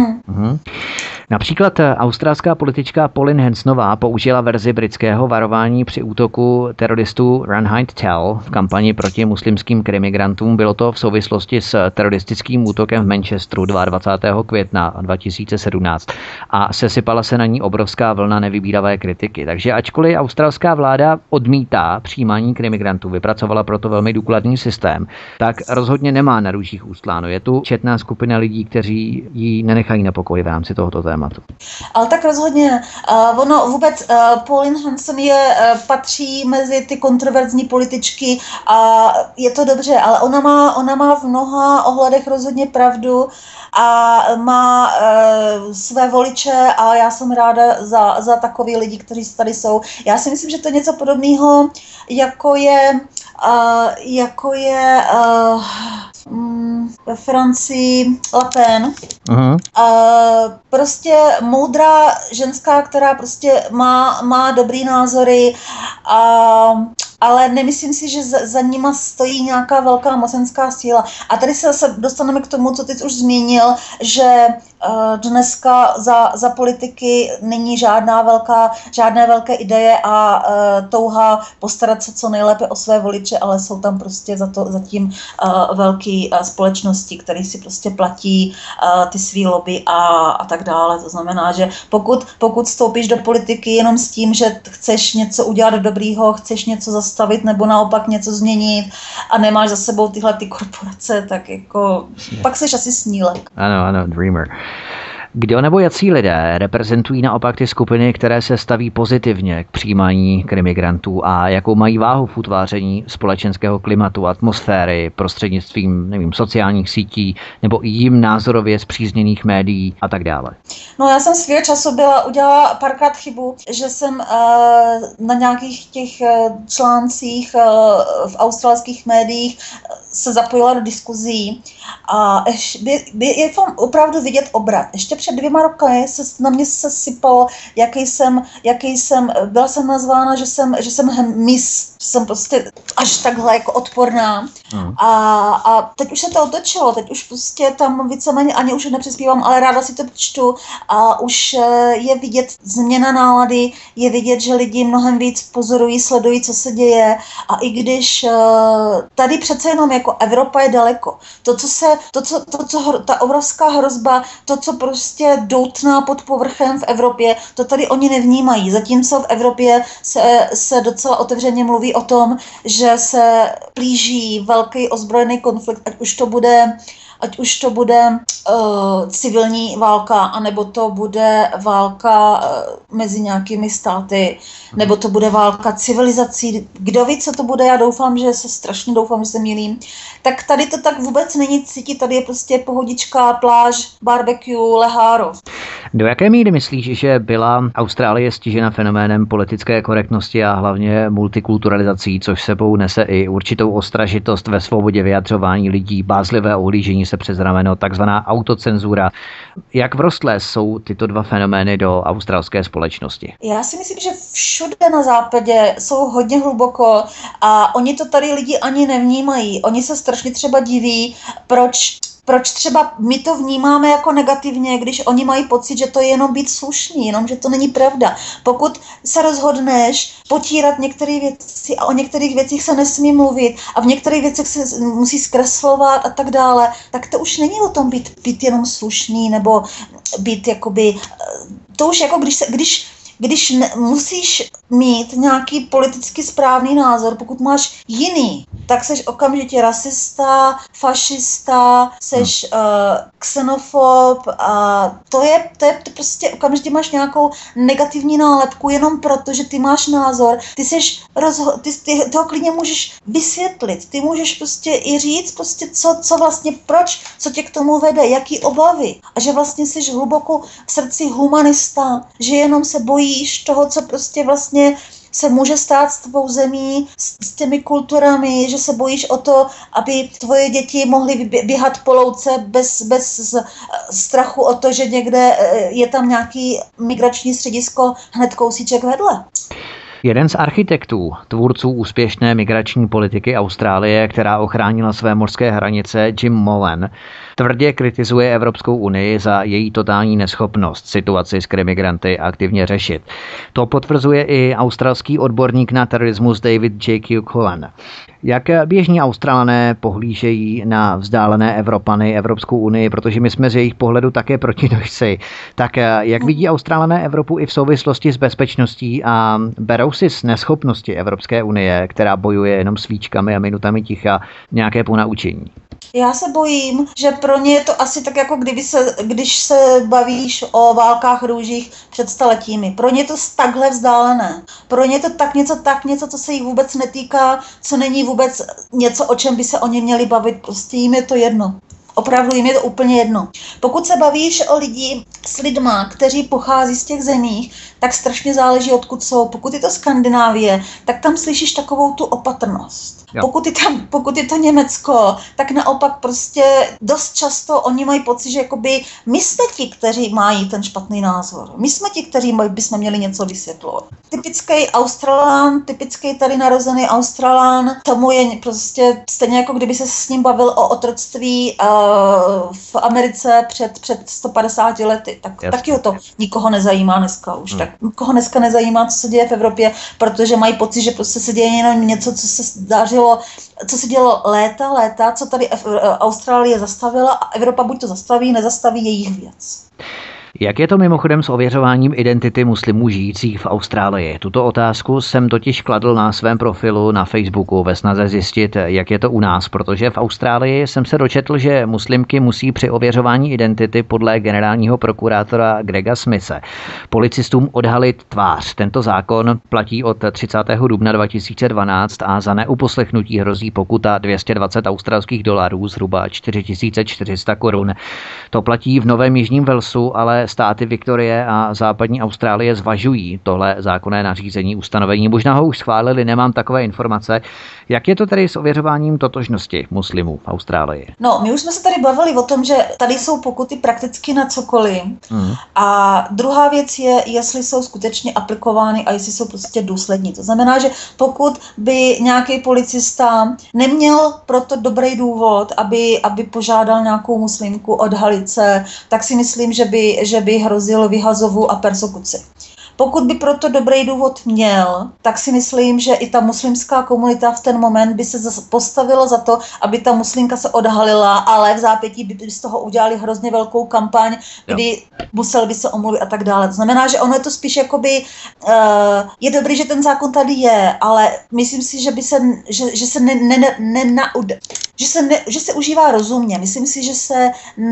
Například australská politička Pauline Hansonová použila verzi britského varování při útoku teroristů Run Hide Tell v kampani proti muslimským krimigrantům. Bylo to v souvislosti s teroristickým útokem v Manchesteru 22. května 2017 a sesypala se na ní obrovská vlna nevybíravé kritiky. Takže ačkoliv australská vláda odmítá přijímání krimigrantů, vypracovala proto velmi důkladný systém, tak rozhodně nemá na růžích ustláno. Je tu četná skupina lidí, kteří ji nenechají na pokoji v rámci tohoto tématu. Ale tak rozhodně Ono vůbec, Pauline Hanson patří mezi ty kontroverzní političky a je to dobře, ale ona má v mnoha ohledech rozhodně pravdu a má své voliče a já jsem ráda za takový lidi, kteří tady jsou. Já si myslím, že to je něco podobného, jako je ve Francii Le Pen. Prostě moudrá ženská, která prostě má dobrý názory, ale nemyslím si, že za nima stojí nějaká velká mocenská síla. A tady se zase dostaneme k tomu, co ty už zmínil, že dneska za politiky není žádné velké ideje a touha postarat se co nejlépe o své voliče, ale jsou tam prostě zatím velké společnosti, které si prostě platí ty svý lobby a tak dále. To znamená, že pokud vstoupíš do politiky jenom s tím, že chceš něco udělat dobrýho, chceš něco zastavit nebo naopak něco změnit a nemáš za sebou tyhle ty korporace, tak jako pak seš asi snílek. Ano, dreamer. Kdo nebo jací lidé reprezentují naopak ty skupiny, které se staví pozitivně k přijímání imigrantů a jakou mají váhu v utváření společenského klimatu, atmosféry, prostřednictvím, sociálních sítí nebo i jim názorově spřízněných médií a tak dále? No já jsem svého času udělala párkrát chybu, že jsem na nějakých těch článcích v australských médiích se zapojila do diskuzí a je tam opravdu vidět obrat. Ještě před 2 roky na mě se sypalo, jaký jsem, byla jsem nazvána, že jsem miss, jsem prostě až takhle jako odporná. A teď už se to otočilo, teď už prostě tam víceméně ani už nepřispívám, ale ráda si to čtu a už je vidět změna nálady, je vidět, že lidi mnohem víc pozorují, sledují, co se děje a i když tady přece jenom jako Evropa je daleko. Ta obrovská hrozba, to, co prostě doutná pod povrchem v Evropě, to tady oni nevnímají. Zatímco v Evropě se docela otevřeně mluví o tom, že se blíží velký ozbrojený konflikt, ať už to bude civilní válka, anebo to bude válka mezi nějakými státy, nebo to bude válka civilizací. Kdo ví, co to bude, já strašně doufám, že se mýlím. Tak tady to tak vůbec není cítit, tady je prostě pohodička, pláž, barbecue, leháro. Do jaké míry myslíš, že byla Austrálie stižena fenoménem politické korektnosti a hlavně multikulturalizací, což sebou nese i určitou ostražitost ve svobodě vyjadřování lidí, bázlivé ohlížení se přes rameno, takzvaná autocenzura. Jak vrostlé jsou tyto dva fenomény do australské společnosti? Já si myslím, že všude na západě jsou hodně hluboko a oni to tady lidi ani nevnímají. Oni se strašně třeba diví, proč třeba my to vnímáme jako negativně, když oni mají pocit, že to je jenom být slušný, jenom že to není pravda. Pokud se rozhodneš potírat některé věci a o některých věcích se nesmí mluvit a v některých věcech se musí zkreslovat a tak dále, tak to už není o tom být jenom slušný nebo být jakoby, to už jako když musíš mít nějaký politicky správný názor, pokud máš jiný, tak seš okamžitě rasista, fašista, seš xenofob a to je prostě okamžitě máš nějakou negativní nálepku jenom proto, že ty máš názor. Ty toho klidně můžeš vysvětlit, ty můžeš prostě i říct prostě co vlastně, proč, co tě k tomu vede, jaký obavy a že vlastně seš hluboko v srdci humanista, že jenom se bojíš toho, co prostě vlastně se může stát s tvou zemí, s těmi kulturami, že se bojíš o to, aby tvoje děti mohly běhat po louce bez strachu o to, že někde je tam nějaký migrační středisko hned kousíček vedle. Jeden z architektů, tvůrců úspěšné migrační politiky Austrálie, která ochránila své mořské hranice, Jim Mullen, tvrdě kritizuje Evropskou unii za její totální neschopnost situaci s imigranty aktivně řešit. To potvrzuje i australský odborník na terorismus David J.Q. Cullen. Jak běžní Australané pohlížejí na vzdálené Evropany, Evropskou unii, protože my jsme z jejich pohledu také protinožci. Tak jak vidí Australané Evropu i v souvislosti s bezpečností a berou si z neschopnosti Evropské unie, která bojuje jenom svíčkami a minutami ticha, nějaké ponaučení? Já se bojím, že pro ně je to asi tak, jako když se bavíš o válkách růžích před staletími. Pro ně je to takhle vzdálené. Pro ně je to tak něco, co se jich vůbec netýká, co není vůbec něco, o čem by se oni měli bavit. Prostě jim je to jedno. Opravdu jim je to úplně jedno. Pokud se bavíš s lidma, kteří pochází z těch zemí, tak strašně záleží, odkud jsou. Pokud je to Skandinávie, tak tam slyšíš takovou tu opatrnost. Pokud je to Německo, tak naopak prostě dost často oni mají pocit, že jakoby my jsme ti, kteří mají ten špatný názor. My jsme ti, kteří bychom měli něco vysvětlovat. Typický Australán, typický tady narozený Australán, tomu je prostě stejně jako kdyby se s ním bavil o otroctví v Americe před 150 lety. Taky ho to nikoho nezajímá dneska už. Tak nikoho dneska nezajímá, co se děje v Evropě, protože mají pocit, že prostě se děje jenom něco, co se dělo léta, co tady Austrálie zastavila a Evropa buď to zastaví, nezastaví, jejich věc. Jak je to mimochodem s ověřováním identity muslimů žijících v Austrálii? Tuto otázku jsem totiž kladl na svém profilu na Facebooku ve snaze zjistit, jak je to u nás, protože v Austrálii jsem se dočetl, že muslimky musí při ověřování identity podle generálního prokurátora Grega Smithe policistům odhalit tvář. Tento zákon platí od 30. dubna 2012 a za neuposlechnutí hrozí pokuta $220, zhruba 4400 korun. To platí v Novém Jižním Walesu, ale státy Viktorie a západní Austrálie zvažují tohle zákonné nařízení ustanovení. Možná ho už schválili, nemám takové informace. Jak je to tedy s ověřováním totožnosti muslimů v Austrálii? No, my už jsme se tady bavili o tom, že tady jsou pokuty prakticky na cokoliv. A druhá věc je, jestli jsou skutečně aplikovány a jestli jsou prostě důslední. To znamená, že pokud by nějaký policista neměl proto dobrý důvod, aby požádal nějakou muslimku odhalit se, tak si myslím, že by hrozilo vyhazovu a persekuci. Pokud by proto dobrý důvod měl, tak si myslím, že i ta muslimská komunita v ten moment by se postavila za to, aby ta muslimka se odhalila, ale v zápětí by z toho udělali hrozně velkou kampaň, kdy musel by se omluvit a tak dále. To znamená, že ono je to spíš jakoby, je dobrý, že ten zákon tady je, ale myslím si, že se užívá rozumně. Myslím si, že se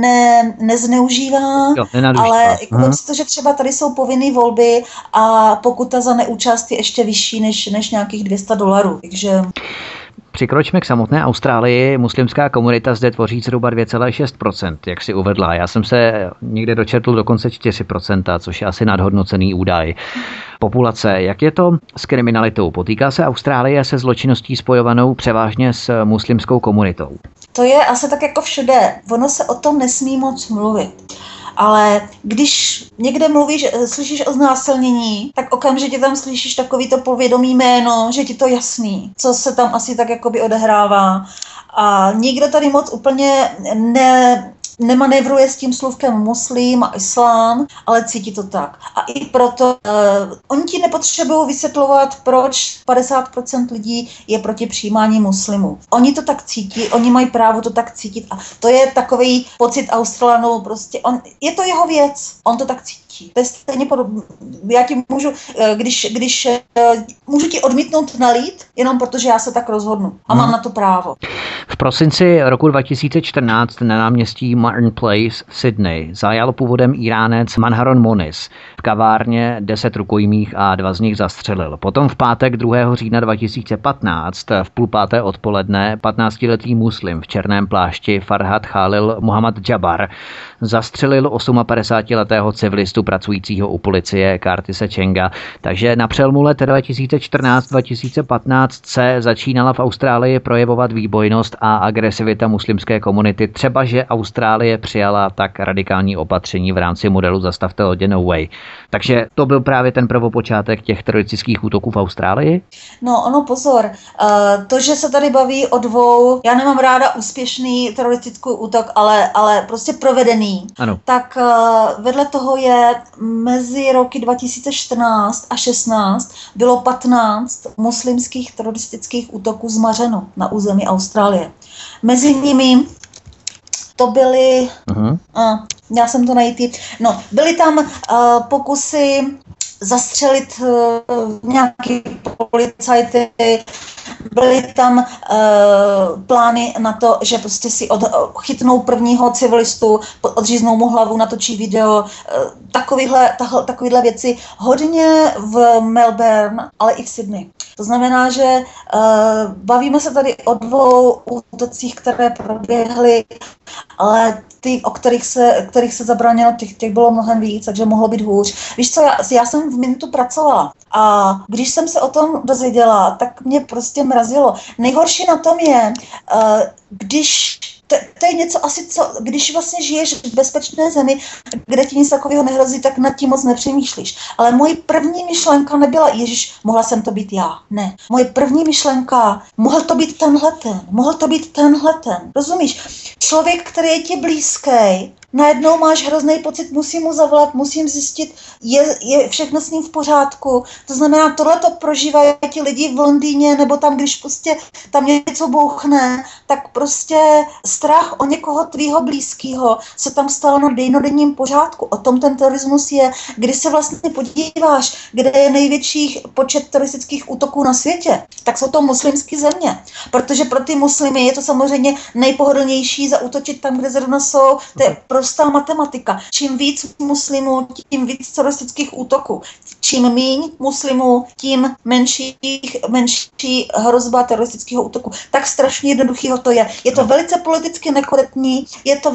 nezneužívá, ale to, že třeba tady jsou povinné volby a pokuta za neúčast je ještě vyšší než nějakých $200. Takže... Přikročme k samotné Austrálii. Muslimská komunita zde tvoří zhruba 2,6%, jak si uvedla. Já jsem se někde dočetl dokonce 4%, což je asi nadhodnocený údaj. Populace, jak je to s kriminalitou? Potýká se Austrálie se zločinností spojovanou převážně s muslimskou komunitou? To je asi tak jako všude. Ono se o tom nesmí moc mluvit. Ale když někde slyšíš o znásilnění, tak okamžitě tam slyšíš takový to povědomí jméno, že ti to jasný, co se tam asi tak jakoby odehrává. A nikdo tady moc úplně nemanévruje s tím slůvkem muslim a islám, ale cítí to tak. A i proto oni ti nepotřebují vysvětlovat, proč 50% lidí je proti přijímání muslimů. Oni to tak cítí, oni mají právo to tak cítit a to je takový pocit Australanů, prostě je to jeho věc, on to tak cítí. To je stejně podobné. Já ti můžu, když můžu ti odmítnout nalít, jenom protože já se tak rozhodnu a mám na to právo. V prosinci roku 2014 na náměstí Martin Place v Sydney zajal původem Iránec Manharon Moniz v kavárně 10 rukojmích a 2 z nich zastřelil. Potom v pátek 2. října 2015 v 5:30 odpoledne 15-letý muslim v černém plášti Farhad Khalil Muhammad Jabbar zastřelil 58letého civilistu pracujícího u policie Curtise Chenga. Takže na přelomu let 2014-2015 se začínala v Austrálii projevovat výbojnost a agresivita muslimské komunity, třeba že Austrálie přijala tak radikální opatření v rámci modelu Zastavte lodě No Way. Takže to byl právě ten prvopočátek těch teroristických útoků v Austrálii? No, ono pozor, to, že se tady baví o 2, já nemám ráda úspěšný teroristický útok, ale prostě provedený. Ano. Tak vedle toho je mezi roky 2014 a 16 bylo 15 muslimských teroristických útoků zmařeno na území Austrálie. Mezi nimi to byly, já jsem to najít, byly tam pokusy zastřelit nějaký policajty byly tam plány na to, že prostě si chytnou prvního civilistu, odříznou mu hlavu, natočí video, takovýhle věci. Hodně v Melbourne, ale i v Sydney. To znamená, že bavíme se tady o 2 útocích, které proběhly, ale ty, o kterých se zabránilo, těch bylo mnohem víc, takže mohlo být hůř. Víš co, já jsem v Mintu pracovala a když jsem se o tom dozvěděla, tak mě prostě mrazilo. Nejhorší na tom je, když to je něco asi, když vlastně žiješ v bezpečné zemi, kde ti nic takového nehrozí, tak nad tím moc nepřemýšlíš. Ale moje první myšlenka nebyla, ježiš, mohla jsem to být já. Ne. Moje první myšlenka, mohl to být tenhleten. Rozumíš? Člověk, který je ti blízký, najednou máš hrozný pocit, musím mu zavolat, musím zjistit, je všechno s ním v pořádku. To znamená, tohleto prožívají ti lidi v Londýně, nebo tam, když prostě tam něco bouchne, tak prostě strach o někoho tvýho blízkého se tam stalo na dennodenním pořádku. O tom ten terorismus je. Když se vlastně podíváš, kde je největší počet teroristických útoků na světě, tak jsou to muslimské země. Protože pro ty muslimy je to samozřejmě nejpohodlnější zaútočit tam, kde zrovna jsou. To je prostá matematika. Čím víc muslimů, tím víc teroristických útoků. Čím míň muslimů, tím menší hrozba teroristického útoku. Tak strašně jednoduchého to je. Je to velice politicky nekorektní, je to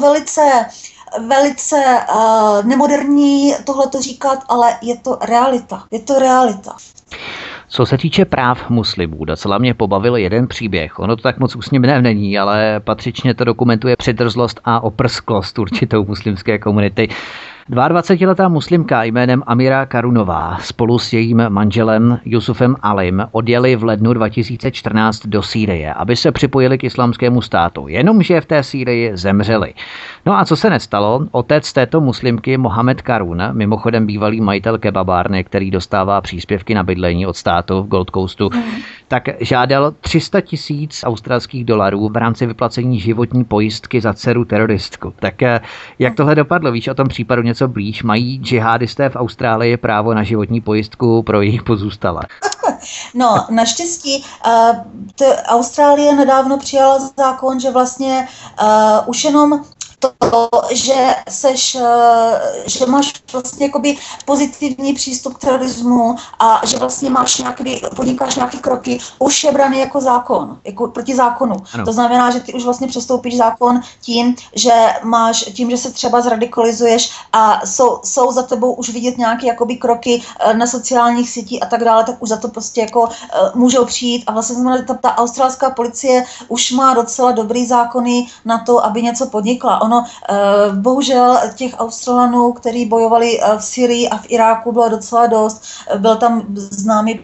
velice nemoderní tohleto říkat, ale je to realita. Co se týče práv muslimů, docela mě pobavil jeden příběh. Ono to tak moc úsměvné není, ale patřičně to dokumentuje předrzlost a oprsklost určitou muslimské komunity. 22letá muslimka jménem Amira Karunová spolu s jejím manželem Jusufem Alim odjeli v lednu 2014 do Sýrie, aby se připojili k islámskému státu, jenomže v té Sýrii zemřeli. No a co se nestalo? Otec této muslimky Mohamed Karun, mimochodem bývalý majitel kebabárny, který dostává příspěvky na bydlení od státu v Gold Coastu, tak žádal 300 000 australských dolarů v rámci vyplacení životní pojistky za dceru teroristku. Tak jak tohle dopadlo? Víš o tom případu něco blíž? Mají džihadisté v Austrálii právo na životní pojistku pro jejich pozůstalé? No, naštěstí Austrálie nedávno přijala zákon, že vlastně už jenom to, že máš vlastně jakoby pozitivní přístup k terorismu a že vlastně podnikáš nějaké kroky, už je braný jako zákon, jako proti zákonu. Ano. To znamená, že ty už vlastně přestoupíš zákon tím, že se třeba zradikalizuješ a jsou za tebou už vidět nějaké jakoby kroky na sociálních sítích a tak dále, tak už za to prostě jako můžou přijít a vlastně znamená, že ta australská policie už má docela dobrý zákony na to, aby něco podnikla. Bohužel těch Australanů, kteří bojovali v Syrii a v Iráku, bylo docela dost. Byl tam známý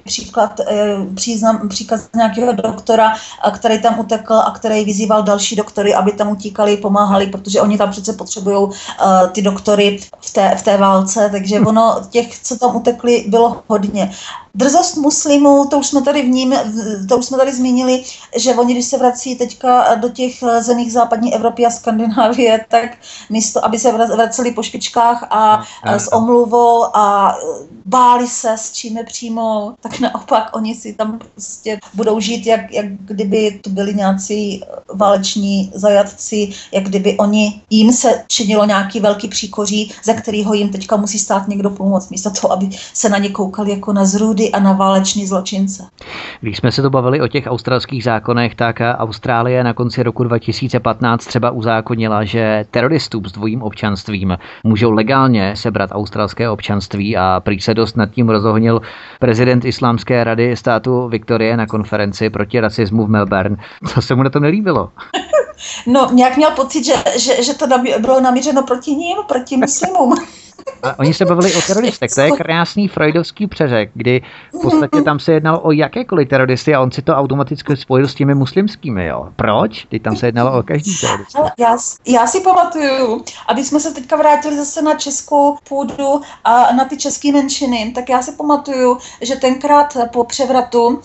příkaz nějakého doktora, který tam utekl a který vyzýval další doktory, aby tam utíkali, pomáhali, protože oni tam přece potřebují ty doktory v té válce, takže těch, co tam utekli, bylo hodně. Drzost muslimů, to už jsme tady zmínili, že oni, když se vrací teďka do těch zemí západní Evropy a Skandinávie, tak místo, aby se vraceli po špičkách a s omluvou a báli se, s čím je přijmou, tak naopak oni si tam prostě budou žít, jak kdyby to byli nějací váleční zajatci, jak kdyby jim se činilo nějaký velký příkoří, za kterýho jim teďka musí stát někdo pomoct, místo toho, aby se na ně koukali jako na zrůdy a na váleční zločince. Když jsme se to bavili o těch australských zákonech, tak Austrálie na konci roku 2015 třeba uzákonila, že teroristům s dvojím občanstvím můžou legálně sebrat australské občanství a prý se dost nad tím rozohnil prezident Islámské rady státu Viktorie na konferenci proti rasismu v Melbourne. Co se mu na to nelíbilo? No, nějak měl pocit, že to bylo namířeno proti ním, proti muslimům. A oni se bavili o teroristech. To je krásný freudovský přeřek, kdy v podstatě tam se jednalo o jakékoliv teroristy a on si to automaticky spojil s těmi muslimskými, jo. Proč? Teď tam se jednalo o každý terorist. Já si pamatuju, aby jsme se teďka vrátili zase na českou půdu a na ty české menšiny, tak já si pamatuju, že tenkrát po převratu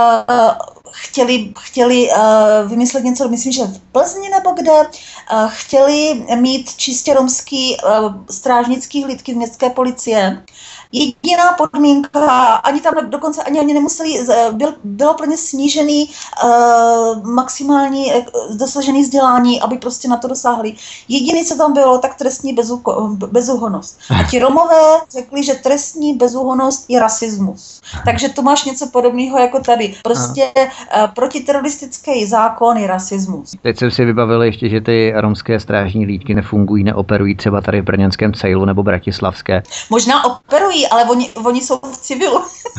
chtěli vymyslet něco, myslím, že v Plzni nebo kde, chtěli mít čistě romský strážnický hlídky v městské policie, Jediná podmínka, ani tam dokonce ani nemuseli, bylo pro ně snížený maximální dosažený vzdělání, aby prostě na to dosáhli. Jediné, co tam bylo, tak trestní bezúhonnost. A ti Romové řekli, že trestní bezúhonnost je rasismus. Takže to máš něco podobného jako tady. Prostě protiteroristický zákon je rasismus. Teď jsem si vybavil ještě, že ty romské strážní hlídky nefungují, neoperují třeba tady v brněnském Cejlu nebo bratislavské. Možná operují, ale oni jsou v civilu.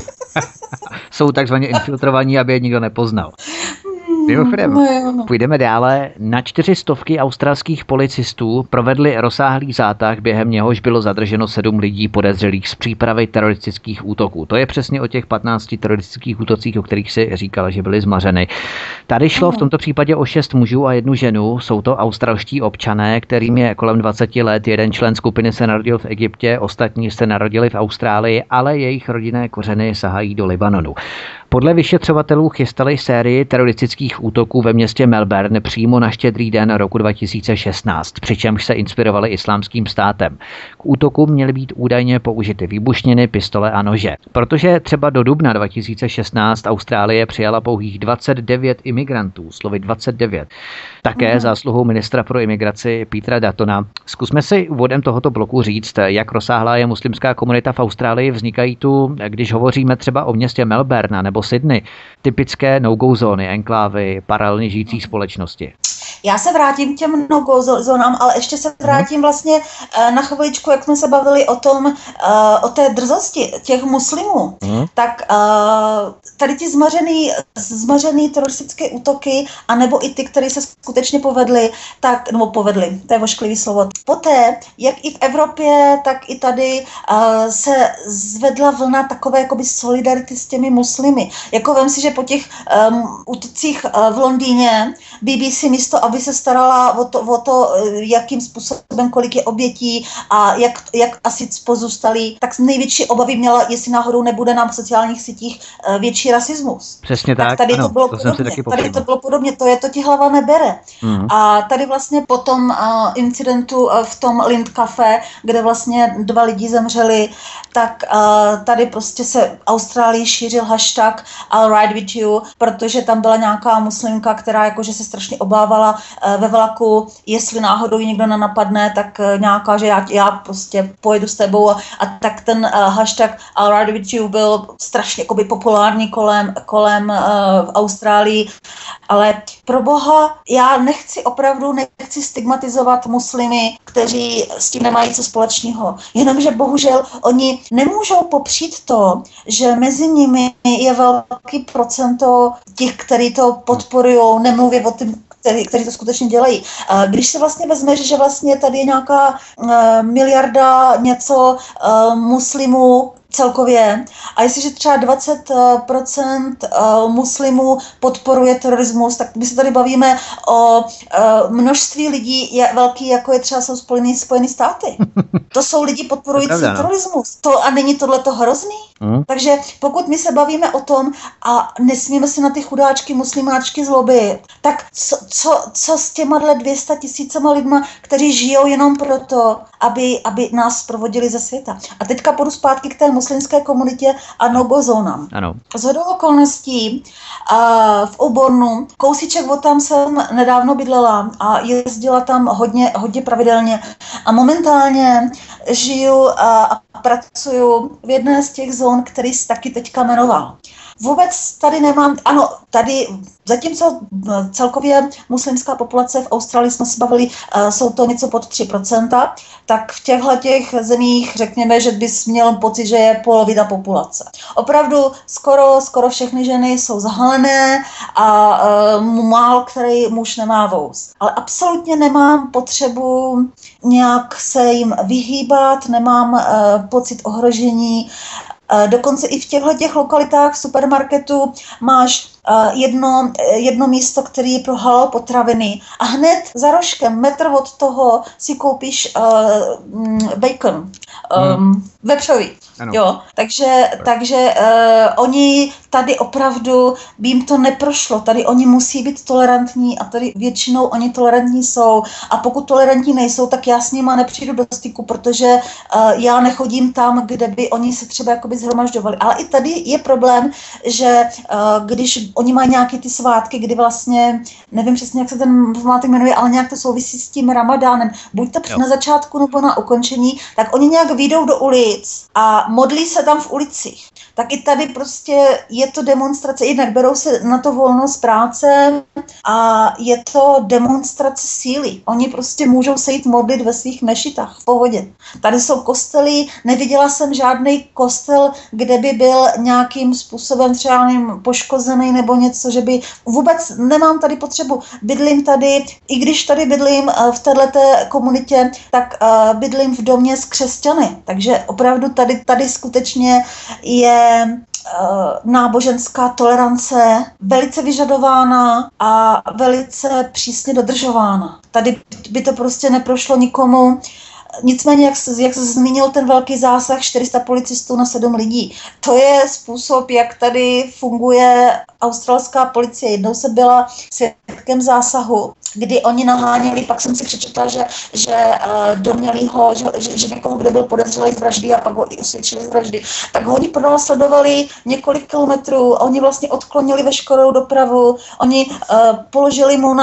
Jsou takzvaně infiltrovaní, aby je nikdo nepoznal. Mimochodem, půjdeme dále. Na 400 australských policistů provedli rozsáhlý zátah, během něhož bylo zadrženo 7 lidí podezřelých z přípravy teroristických útoků. To je přesně o těch 15 teroristických útocích, o kterých si říkala, že byly zmařeny. Tady šlo v tomto případě o 6 mužů a 1 ženu. Jsou to australští občané, kterým je kolem 20 let. Jeden člen skupiny se narodil v Egyptě, ostatní se narodili v Austrálii, ale jejich rodinné kořeny sahají do Libanonu. Podle vyšetřovatelů chystali sérii teroristických útoků ve městě Melbourne přímo na Štědrý den roku 2016, přičemž se inspirovali Islámským státem. K útokům měly být údajně použity výbušniny, pistole a nože. Protože třeba do dubna 2016 Austrálie přijala pouhých 29 imigrantů, slovy 29. Také zásluhou ministra pro imigraci Petera Duttona. Zkusme si úvodem tohoto bloku říct, jak rozsáhlá je muslimská komunita v Austrálii. Vznikají tu, když hovoříme třeba o městě Melbourne nebo Sydney, typické no-go zóny, enklávy, paralelně žijící společnosti. Já se vrátím k těm no-go zónám, ale ještě se vrátím vlastně na chviličku, jak jsme se bavili o té drzosti těch muslimů. Tak tady ti zmařený teroristické útoky, anebo i ty, které se skutečně povedly, to je vošklivý slovo. Poté, jak i v Evropě, tak i tady se zvedla vlna takové jakoby solidarity s těmi muslimy. Jako vem si, že po těch útocích v Londýně BBC místo, aby se starala o to, jakým způsobem, kolik je obětí a jak asi pozůstalí, tak největší obavy měla, jestli náhodou nebude na sociálních sítích větší rasismus. Přesně tak, tady ano, to bylo podobně, to ti hlava nebere. A tady vlastně po tom incidentu v tom Lind Cafe, kde vlastně 2 lidi zemřeli, tak tady prostě se Austrálii šířil hashtag I'll ride with you, protože tam byla nějaká muslimka, která jakože se strašně obávala ve vlaku, jestli náhodou ji někdo nenapadne, tak nějaká, že já prostě pojedu s tebou a tak ten hashtag I'll ride with you byl strašně jakoby populární kolem v Austrálii, ale pro boha, já nechci stigmatizovat muslimy, kteří s tím nemají co společného. Jenomže bohužel oni nemůžou popřít to, že mezi nimi je velký procento těch, kteří to podporují, nemluví o tím, kteří to skutečně dělají. Když se vlastně vezme, že vlastně tady je nějaká miliarda něco muslimů celkově, a jestliže třeba 20% muslimů podporuje terorismus, tak my se tady bavíme o množství lidí velký, jako je třeba jsou Spojené státy. To jsou lidi podporující terorismus. A není tohleto hrozný? Takže pokud my se bavíme o tom a nesmíme si na ty chudáčky, muslimáčky zlobit, tak co s těma 200 000 lidma, kteří žijou jenom proto, aby nás provodili ze světa. A teďka půjdu zpátky k té muslimské komunitě a no-go zónám. Ano. Shodou okolností v Auburnu, kousíček od tam jsem nedávno bydlela a jezdila tam hodně pravidelně. A momentálně žiju a pracuju v jedné z těch zón, který jsi taky teďka jmenoval. Vůbec tady nemám, tady zatímco celkově muslimská populace v Austrálii, jsme se bavili, jsou to něco pod 3%, tak v těch zemích řekněme, že bys měl pocit, že je polovina populace. Opravdu skoro všechny ženy jsou zahalené a mál, který muž nemá vous. Ale absolutně nemám potřebu nějak se jim vyhýbat, nemám pocit ohrožení. Dokonce i v těchto lokalitách supermarketu máš jedno místo, které je pro halal potraviny a hned za rožkem, metr od toho si koupíš bacon. vepřový. Jo, takže oni tady opravdu by jim to neprošlo, tady oni musí být tolerantní a tady většinou oni tolerantní jsou a pokud tolerantní nejsou, tak já s nima nepřijdu do styku, protože já nechodím tam, kde by oni se třeba jakoby zhromažďovali. Ale i tady je problém, že když oni mají nějaké ty svátky, kdy vlastně, nevím přesně, jak se ten svátek jmenuje, ale nějak to souvisí s tím Ramadánem, buď to na začátku nebo na ukončení, tak oni nějak vyjdou do ulic a modlí se tam v ulicích. Tak i tady prostě je to demonstrace, jednak berou se na to volno z práce a je to demonstrace síly. Oni prostě můžou se jít modlit ve svých mešitách v pohodě. Tady jsou kostely, neviděla jsem žádný kostel, kde by byl nějakým způsobem třeba poškozený nebo něco, že by vůbec nemám tady potřebu. Bydlím tady, i když tady bydlím v této komunitě, tak bydlím v domě s křesťany. Takže opravdu tady skutečně je náboženská tolerance velice vyžadována a velice přísně dodržována. Tady by to prostě neprošlo nikomu. Nicméně, jak se zmínil ten velký zásah 400 policistů na 7 lidí, to je způsob, jak tady funguje australská policie. Jednou se byla svědkem zásahu, kdy oni naháněli, pak jsem si přečetla, že domnělýho, že někoho, kdo byl podezřelý z vraždy a pak ho i usvědčili z vraždy, tak ho oni pronásledovali několik kilometrů a oni vlastně odklonili veškerou dopravu, oni položili mu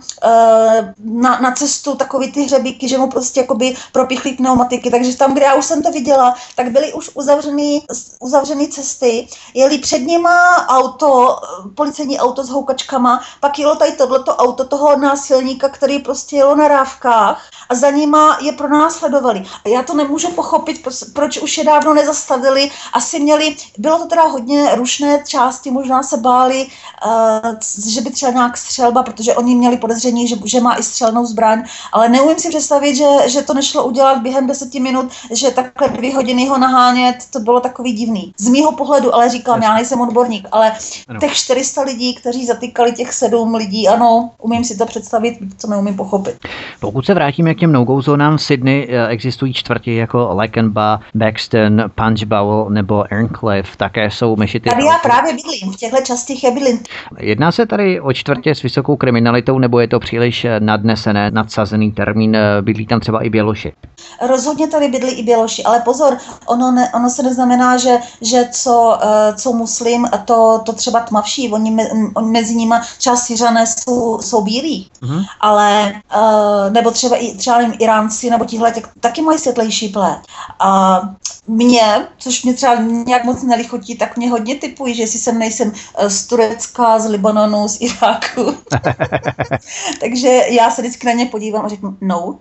na cestu takový ty hřebíky, že mu prostě jakoby propíchli pneumatiky, takže tam, kde já už jsem to viděla, tak byly už uzavřený cesty, jeli před nima auto, policejní auto s houkačkama, pak jelo tady tohleto auto toho násilníka, který prostě jelo na rávkách a za nima je pronásledovali. A já to nemůžu pochopit, proč už je dávno nezastavili, bylo to teda hodně rušné části, možná se báli, že by třeba nějak střelba, protože oni měli podezření, že má i střelnou zbraň, ale neumím si představit, že to nešlo udělat během 10 minut, že takhle 2 hodiny ho nahánět, to bylo takový divný. Z mýho pohledu, ale říkám, já nejsem odborník, ale těch 400 lidí, kteří zatýkali těch 7 lidí, ano, umím si to představit, co neumím pochopit. Pokud se vrátíme k těm no-go zónám v Sydney, existují čtvrti jako Lakemba, Baxton, Punch Bowl nebo Earncliffe, také jsou mešity. Tady já právě bydlím, v těchto častých bydlím. Jedná se tady o čtvrtě s vysokou kriminalitou, nebo je to příliš nadnesené, nadsazený termín, bydlí tam třeba i Běloši? Rozhodně tady bydlí i Běloši, ale pozor, ono se neznamená, že co muslim, to třeba tmavší, oni mezi nimi třeba Syřané jsou bílí, ale nebo třeba Iránci nebo tihle taky mají světlejší pleť. A což mě třeba nějak moc nelichotí, tak mě hodně typují, že jestli nejsem z Turecka, z Libanonu, z Iráku. Takže já se vždycky na ně podívám a řeknu no.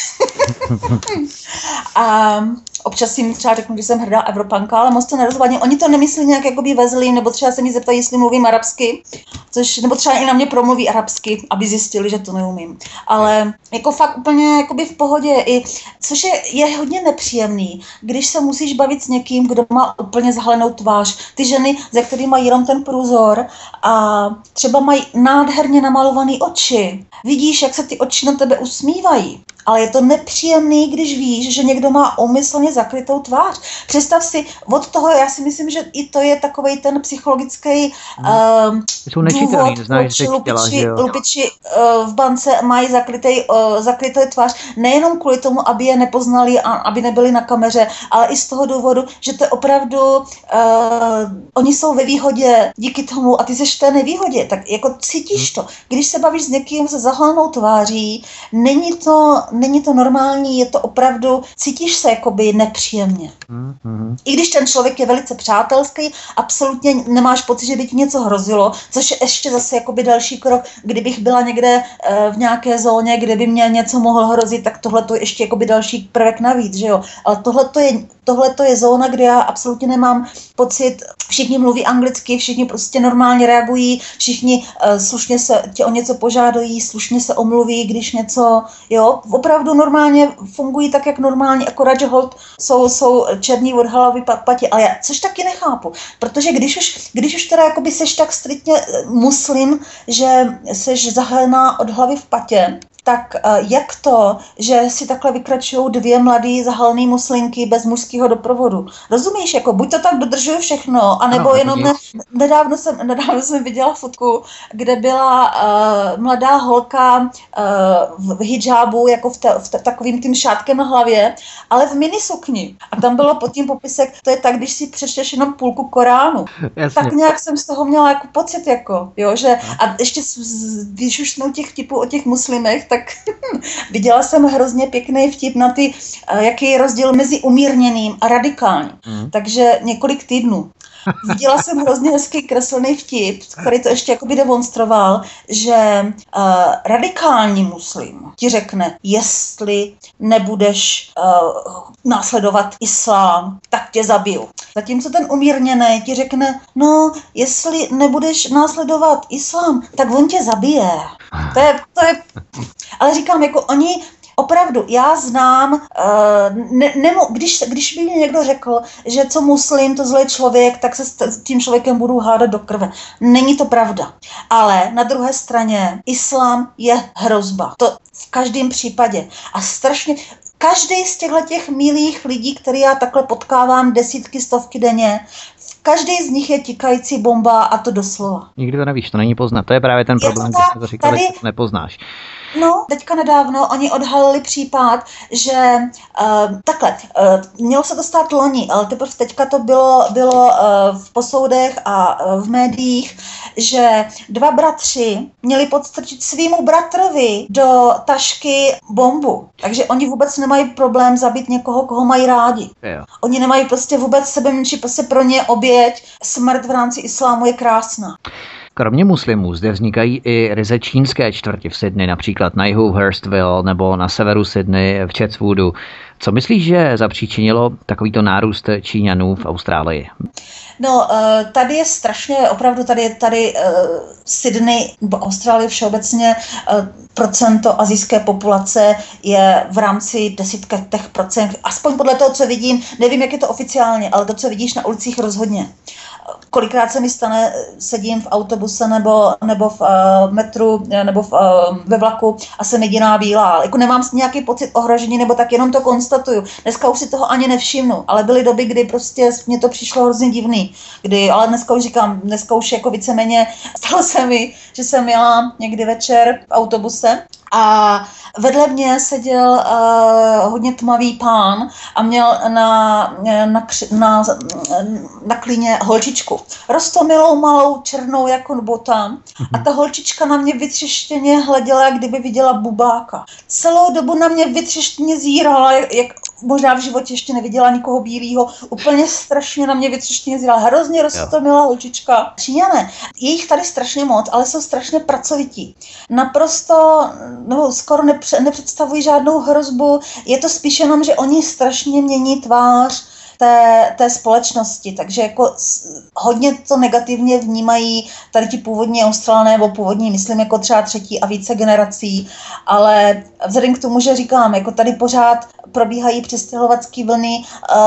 A občas jim třeba řeknu, že jsem hrdá Evropanka, ale moc to nerozvádím. Oni to nemyslí nějak jakoby vezli, nebo třeba se mi zeptají, jestli mluvím arabsky, nebo třeba i na mě promluví arabsky, aby zjistili, že to neumím. Ale jako fakt úplně jakoby v pohodě, což je hodně nepříjemný, když se musíš bavit s někým, kdo má úplně zahalenou tvář. Ty ženy, ze kterých mají jenom ten průzor a třeba mají nádherně namalované oči. Vidíš, jak se ty oči na tebe usmívají. Ale je to nepříjemný, když víš, že někdo má úmyslně zakrytou tvář. Představ si, od toho já si myslím, že i to je takovej ten psychologický důvod, proč lupiči v bance mají zakrytou tvář. Nejenom kvůli tomu, aby je nepoznali a aby nebyli na kameře, ale i z toho důvodu, že to je opravdu, oni jsou ve výhodě díky tomu a ty seš v té nevýhodě. Tak jako cítíš to. Když se bavíš s někým se zahalenou tváří, není to normální, je to opravdu, cítíš se jakoby nepříjemně. I když ten člověk je velice přátelský, absolutně nemáš pocit, že by ti něco hrozilo, což je ještě zase jakoby další krok, kdybych byla někde v nějaké zóně, kde by mě něco mohlo hrozit, tak tohle to je ještě jakoby další prvek navíc, že jo. Ale tohle je zóna, kde já absolutně nemám pocit, všichni mluví anglicky, všichni prostě normálně reagují, všichni slušně se tě o něco požádají, slušně se omluví, když něco, jo, opravdu normálně fungují tak, jak normálně, akorát, že holt jsou černý od hlavy patě, ale já, což taky nechápu, protože když už teda jakoby seš tak striktně muslim, že seš zahalená od hlavy v patě, tak jak to, že si takhle vykračují dvě mladý zahalný muslimky bez mužského doprovodu? Rozumíš, jako buď to tak dodržuju všechno, anebo jenom nedávno jsem viděla fotku, kde byla mladá holka v hidžábu, jako v takovým tím šátkem na hlavě, ale v minisukni. A tam bylo pod tím popisek, to je tak, když si přečteš jenom půlku Koránu. Jasně. Tak nějak jsem z toho měla jako pocit, jako, jo, že a ještě když už jsme u těch vtipů o těch muslimech, tak viděla jsem hrozně pěkný vtip na ty, jaký je rozdíl mezi umírněným a radikálním. Takže několik týdnů. Viděla jsem hrozně hezký kreslený vtip, který to ještě jakoby demonstroval, že radikální muslim ti řekne, jestli nebudeš následovat islám, tak tě zabiju. Zatímco ten umírněný ti řekne, no, jestli nebudeš následovat islám, tak on tě zabije. To je, ale říkám, jako oni opravdu, já znám, když by mi někdo řekl, že co muslim, to zlý člověk, tak se s tím člověkem budu hádat do krve. Není to pravda. Ale na druhé straně islám je hrozba. To v každém případě. A strašně, každý z těchto milých lidí, který já takhle potkávám desítky, stovky denně, každý z nich je tikající bomba a to doslova. Nikdy to nevíš, to není poznat. To je právě ten problém, když jsi to říkal, že to nepoznáš. No, teďka nedávno oni odhalili případ, že mělo se to stát loni, ale teprve teďka to bylo v posoudech a v médiích, že dva bratři měli podstrčit svýmu bratrovi do tašky bombu. Takže oni vůbec nemají problém zabít někoho, koho mají rádi. Jo. Oni nemají prostě vůbec sebemenší, prostě pro ně oběť. Smrt v rámci islámu je krásná. Kromě muslimů zde vznikají i ryze čínské čtvrti v Sydney, například na jihu v Hurstville nebo na severu Sydney v Chatswoodu. Co myslíš, že zapříčinilo takovýto nárůst Číňanů v Austrálii? No, tady je strašně, opravdu tady Sydney, nebo Austrálie všeobecně, procento asijské populace je v rámci desítek procent, aspoň podle toho, co vidím, nevím, jak je to oficiálně, ale to, co vidíš na ulicích, rozhodně. Kolikrát se mi stane, sedím v autobuse nebo v metru nebo ve vlaku a jsem jediná bílá. Jako nemám nějaký pocit ohrožení, nebo tak jenom to konstatuju. Dneska už si toho ani nevšimnu, ale byly doby, kdy prostě mně to přišlo hrozně divný. Ale dneska už říkám, dneska už jako víceméně stalo se mi, že jsem jela někdy večer v autobuse a vedle mě seděl hodně tmavý pán a měl na klíně holčičku. Roztomilou, malou, černou jako botám. A ta holčička na mě vytřeštěně hleděla, jak kdyby viděla bubáka. Celou dobu na mě vytřeštěně zírala, jak možná v životě ještě neviděla nikoho bílýho. Úplně strašně na mě vytřeštěně zírala. Hrozně roztomilá holčička. Číňané, je jich tady strašně moc, ale jsou strašně pracovití. Naprosto, nebo skoro nepředstavují žádnou hrozbu. Je to spíš jenom, že oni strašně mění tvář té společnosti, takže jako hodně to negativně vnímají tady ti původní Australané nebo původní, myslím, jako třeba třetí a více generací, ale vzhledem k tomu, že říkám, jako tady pořád probíhají přistěhovací vlny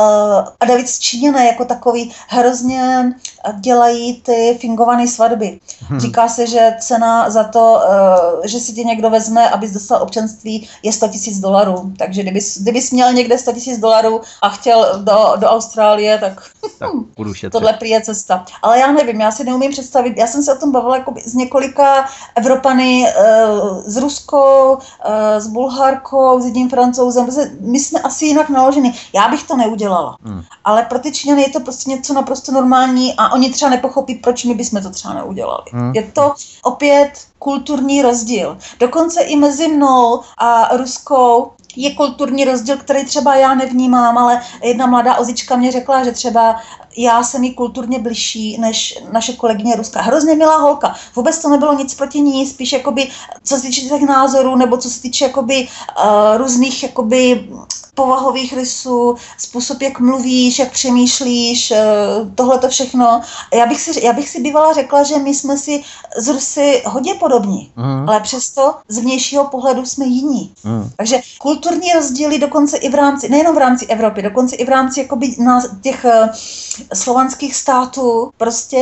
a navíc Číňané jako takový hrozně dělají ty fingované svatby. Říká se, že cena za to, že si tě někdo vezme, abys dostal občanství, je $100,000. Takže kdybys měl někde $100,000 a chtěl do Austrálie, tak tohle prý je cesta. Ale já nevím, já si neumím představit, já jsem se o tom bavila jako s několika Evropany, s Ruskou, s Bulharkou, s jedním Francouzem, my jsme asi jinak naloženi. Já bych to neudělala. Ale pro ty Číňany je to prostě něco naprosto normální a oni třeba nepochopí, proč my bychom to třeba neudělali. Je to opět kulturní rozdíl. Dokonce i mezi mnou a Ruskou je kulturní rozdíl, který třeba já nevnímám, ale jedna mladá Ozička mě řekla, že třeba já jsem jí kulturně bližší než naše kolegyně Ruska. Hrozně milá holka. Vůbec to nebylo nic proti ní, spíš jakoby, co se týče těch názorů, nebo co se týče jakoby, různých jakoby, povahových rysů, způsob, jak mluvíš, jak přemýšlíš, tohleto všechno. Já bych si bývala řekla, že my jsme si z Rusy hodně podobní, ale přesto z vnějšího pohledu jsme jiní. Takže kulturní rozdíly dokonce i v rámci, nejenom v rámci Evropy, dokonce i v rámci jakoby těch slovanských států prostě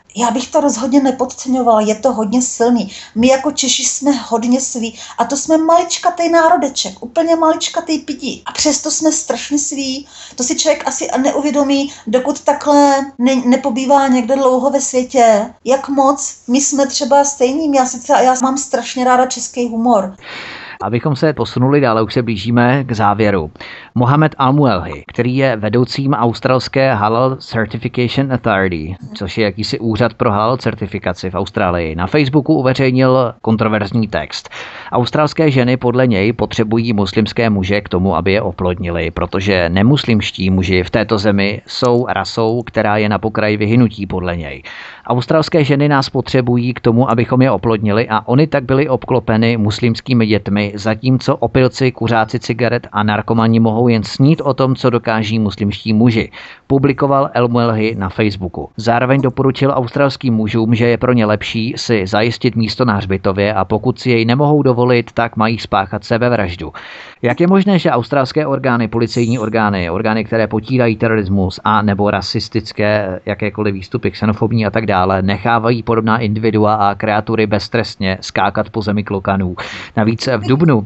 já bych to rozhodně nepodceňovala, je to hodně silný. My jako Češi jsme hodně sví a to jsme maličkatej národeček, úplně maličkatej pidi. A přesto jsme strašně sví. To si člověk asi neuvědomí, dokud takhle nepobývá někde dlouho ve světě, jak moc my jsme třeba stejní. Já mám strašně ráda český humor. Abychom se posunuli dále, už se blížíme k závěru. Mohamed Al-Muelhi, který je vedoucím australské Halal Certification Authority, což je jakýsi úřad pro halal certifikaci v Austrálii, na Facebooku uveřejnil kontroverzní text. Australské ženy podle něj potřebují muslimské muže k tomu, aby je oplodnili, protože nemuslimští muži v této zemi jsou rasou, která je na pokraji vyhynutí podle něj. Australské ženy nás potřebují k tomu, abychom je oplodnili a oni tak byly obklopeny muslimskými dětmi, zatímco opilci, kuřáci cigaret a narkomani mohou jen snít o tom, co dokáží muslimští muži. Publikoval Al-Muelhi na Facebooku. Zároveň doporučil australským mužům, že je pro ně lepší si zajistit místo na hřbitově a pokud si jej nemohou dovolit, tak mají spáchat sebevraždu. Jak je možné, že australské orgány, policejní orgány, které potírají terorismus a nebo rasistické jakékoliv výstupy, xenofobní a tak dále, nechávají podobná individua a kreatury beztrestně skákat po zemi klokanů? Navíc v dubnu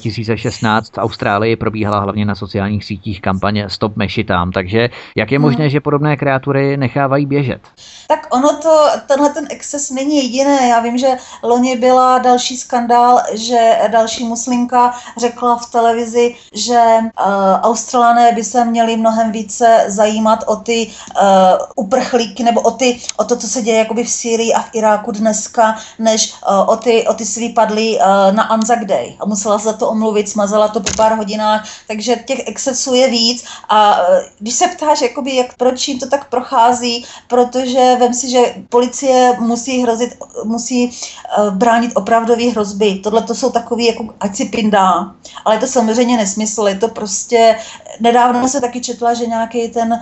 2016 v Austrálii probíhala hlavně na sociálních sítích kampaně Stop mešitám, takže jak je možné, že podobné kreatury nechávají běžet? Tak tenhle ten exces není jediné. Já vím, že loni byla další skandál, že další muslimka řekla v televizi, že Australané by se měli mnohem více zajímat o ty uprchlíky nebo o to, co se děje jakoby v Sýrii a v Iráku dneska, než o ty svý padlí na Anzac Day. A musela se za to omluvit, smazala to po pár hodinách, takže těch excesů je víc. A když se ptáš, jakoby, proč jim to tak prochází, protože vem si, že policie musí bránit opravdový hrozby. Tohle to jsou takový, jako ať si pindá. Ale je to samozřejmě nesmysl. Je to prostě... Nedávno se taky četla, že nějaký ten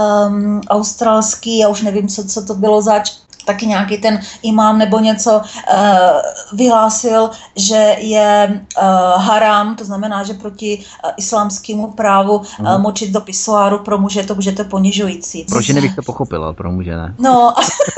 australský, já už nevím, co to bylo zač, taky nějaký ten imám nebo něco vyhlásil, že je haram, to znamená, že proti islámskému právu močit do pisoáru pro muže, to je to ponižující. Pro ženy bych to pochopila, pro muže ne. No,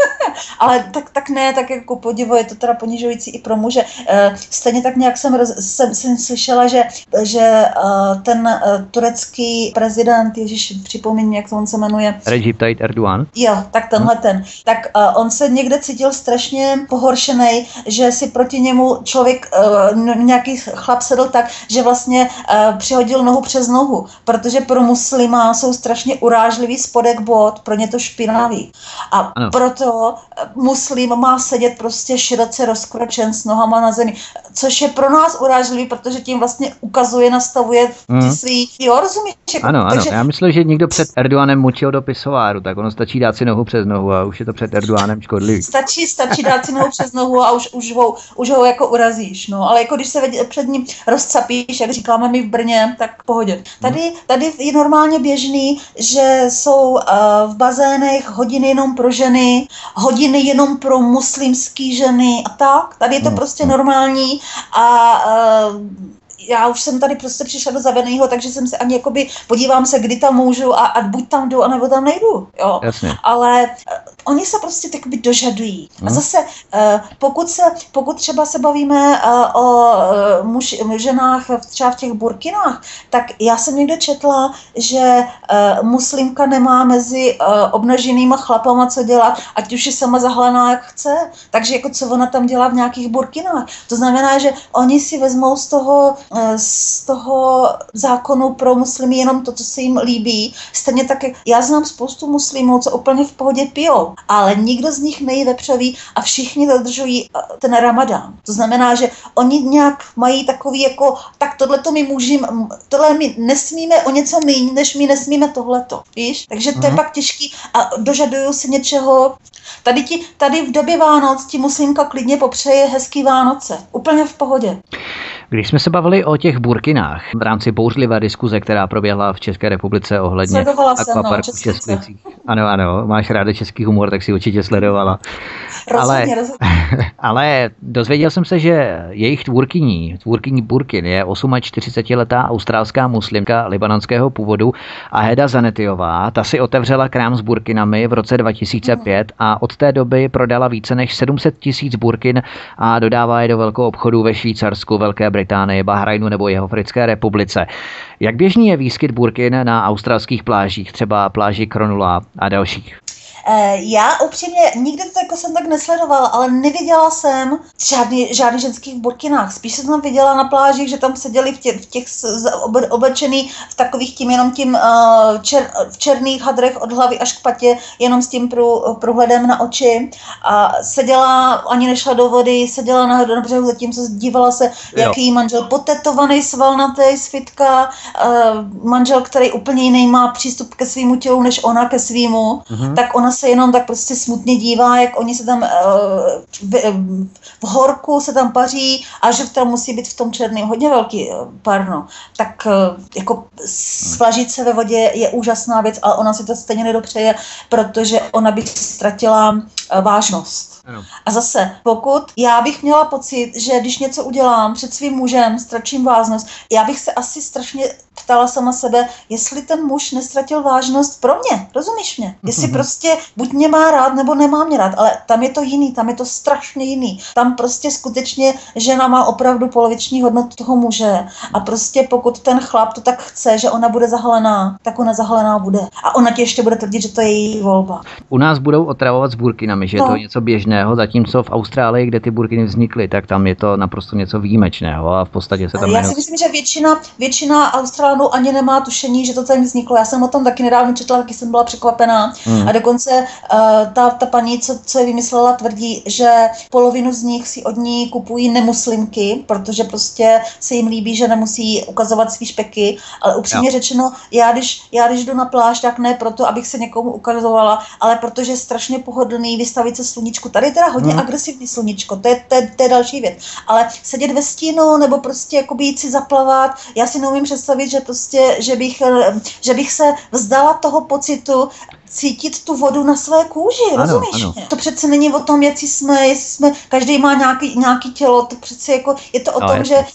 ale tak ne, tak jako podivu, je to teda ponižující i pro muže. Stejně tak nějak jsem slyšela, že ten turecký prezident, ježiš, připomeň mi, jak to on se jmenuje. Recep Tayyip Erdogan. Jo, tak tenhle ten. Tak on se někde cítil strašně pohoršenej, že si proti němu člověk, nějaký chlap sedl tak, že vlastně přihodil nohu přes nohu, protože pro muslima jsou strašně urážlivý spodek bot, pro ně to špinavý. A ano. Proto muslim má sedět prostě široce rozkročen s nohama na zemi, což je pro nás urážlivý, protože tím vlastně ukazuje, nastavuje ty svý, jo, rozumíš? Ano, takže... já myslím, že někdo před Erdoganem močil do pisoáru, tak ono stačí dát si nohu přes nohu a už je to před Erdoganem škodlivý. Stačí dát si nohu přes nohu a už ho jako urazíš, no, ale jako když se před ním rozcapíš, jak říkáme my v Brně, tak v pohodě. Tady je normálně běžný, že jsou v bazénech hodiny jenom pro ženy, hodiny jenom pro muslimský ženy a tak. Tady je to prostě normální a já už jsem tady prostě přišla do zavedeného, takže jsem se ani jakoby podívám se, kdy tam můžu a buď tam jdu, anebo tam nejdu. Jo. Jasně. Ale oni se prostě takoby dožadují. A zase, pokud třeba se bavíme o ženách třeba v těch burkinách, tak já jsem někde četla, že muslimka nemá mezi obnaženýma chlapama co dělat, ať už je sama zahlaná, jak chce. Takže jako co ona tam dělá v nějakých burkinách. To znamená, že oni si vezmou z toho zákonu pro muslimy jenom to, co se jim líbí. Stejně tak, já znám spoustu muslimů, co úplně v pohodě pijou, ale nikdo z nich nejí vepřový a všichni dodržují ten ramadán. To znamená, že oni nějak mají takový jako, tak tohleto tohle my nesmíme o něco méně, než my nesmíme tohleto, víš? Takže to je pak těžký a dožadují si něčeho. Tady v době Vánoc ti muslimka klidně popřeje hezký Vánoce. Úplně v pohodě. Když jsme se bavili o těch burkinách v rámci bouřlivé diskuze, která proběhla v České republice ohledně akvaparku v Česklicích. Ano, máš ráda český humor, tak si určitě sledovala. Rozhodně. Ale dozvěděl jsem se, že jejich tvůrkyní Burkin je 48letá australská muslimka libanonského původu Aheda Zanetiová. Ta si otevřela krám s burkinami v roce 2005 a od té doby prodala více než 700 000 burkin a dodává je do velkého obchodu ve Švýcarsku, Velké Británii, Bahrajnu nebo Jihoafrické republice. Jak běžný je výskyt burkin na australských plážích, třeba pláži Cronulla a dalších? Já upřímně nikdy to jako jsem tak nesledovala, ale neviděla jsem žádný ženských v burkinách. Spíš jsem tam viděla na plážích, že tam seděli v těch oblečený v takových v černých hadrech od hlavy až k patě, jenom s tím průhledem na oči. A seděla, ani nešla do vody, seděla na břehu, zatímco dívala se, jaký manžel potetovaný, svalnatý, svitka, manžel, který úplně jiný má přístup ke svýmu tělu, než ona ke svýmu, tak ona se jenom tak prostě smutně dívá, jak oni se tam v horku se tam paří a že tam musí být v tom černém hodně velký parno. Tak jako splažit se ve vodě je úžasná věc, ale ona si to stejně nedopřeje, protože ona by ztratila vážnost. A zase, pokud já bych měla pocit, že když něco udělám před svým mužem, ztratím vážnost, já bych se asi strašně ptala sama sebe, jestli ten muž nestratil vážnost pro mě, rozumíš mě? Jestli prostě buď mě má rád, nebo nemá mě rád, ale tam je to jiný, tam je to strašně jiný. Tam prostě skutečně žena má opravdu poloviční hodnotu toho muže a prostě pokud ten chlap to tak chce, že ona bude zahalená, tak ona zahalená bude. A ona ti ještě bude tvrdit, že to je její volba. U nás budou otravovat s burkinami, že je to něco běžného, zatímco v Austrálii, kde ty burkiny vznikly, tak tam je to naprosto něco výjimečného a v podstatě se tam... Já si myslím, že většina Australanů ani nemá tušení, že to tam vzniklo. Já jsem o tom taky nedávno četla, taky jsem byla překvapená. A dokonce ta paní, co je vymyslela, tvrdí, že polovinu z nich si od ní kupují nemuslimky, protože prostě se jim líbí, že nemusí ukazovat svý špeky, ale upřímně řečeno, já když jdu na pláž, tak ne proto, abych se někomu ukazovala, ale protože je strašně pohodlný vystavit se sluníčku. Tady je teda hodně agresivní sluníčko, to je další věc. Ale sedět ve stínu nebo prostě jakoby jít si zaplavat, já si neumím představit, že prostě, že bych se vzdala toho pocitu cítit tu vodu na své kůži, rozumíš? Ano. To přece není o tom, jestli jsme každý má nějaký tělo, to přece jako je to o tom, že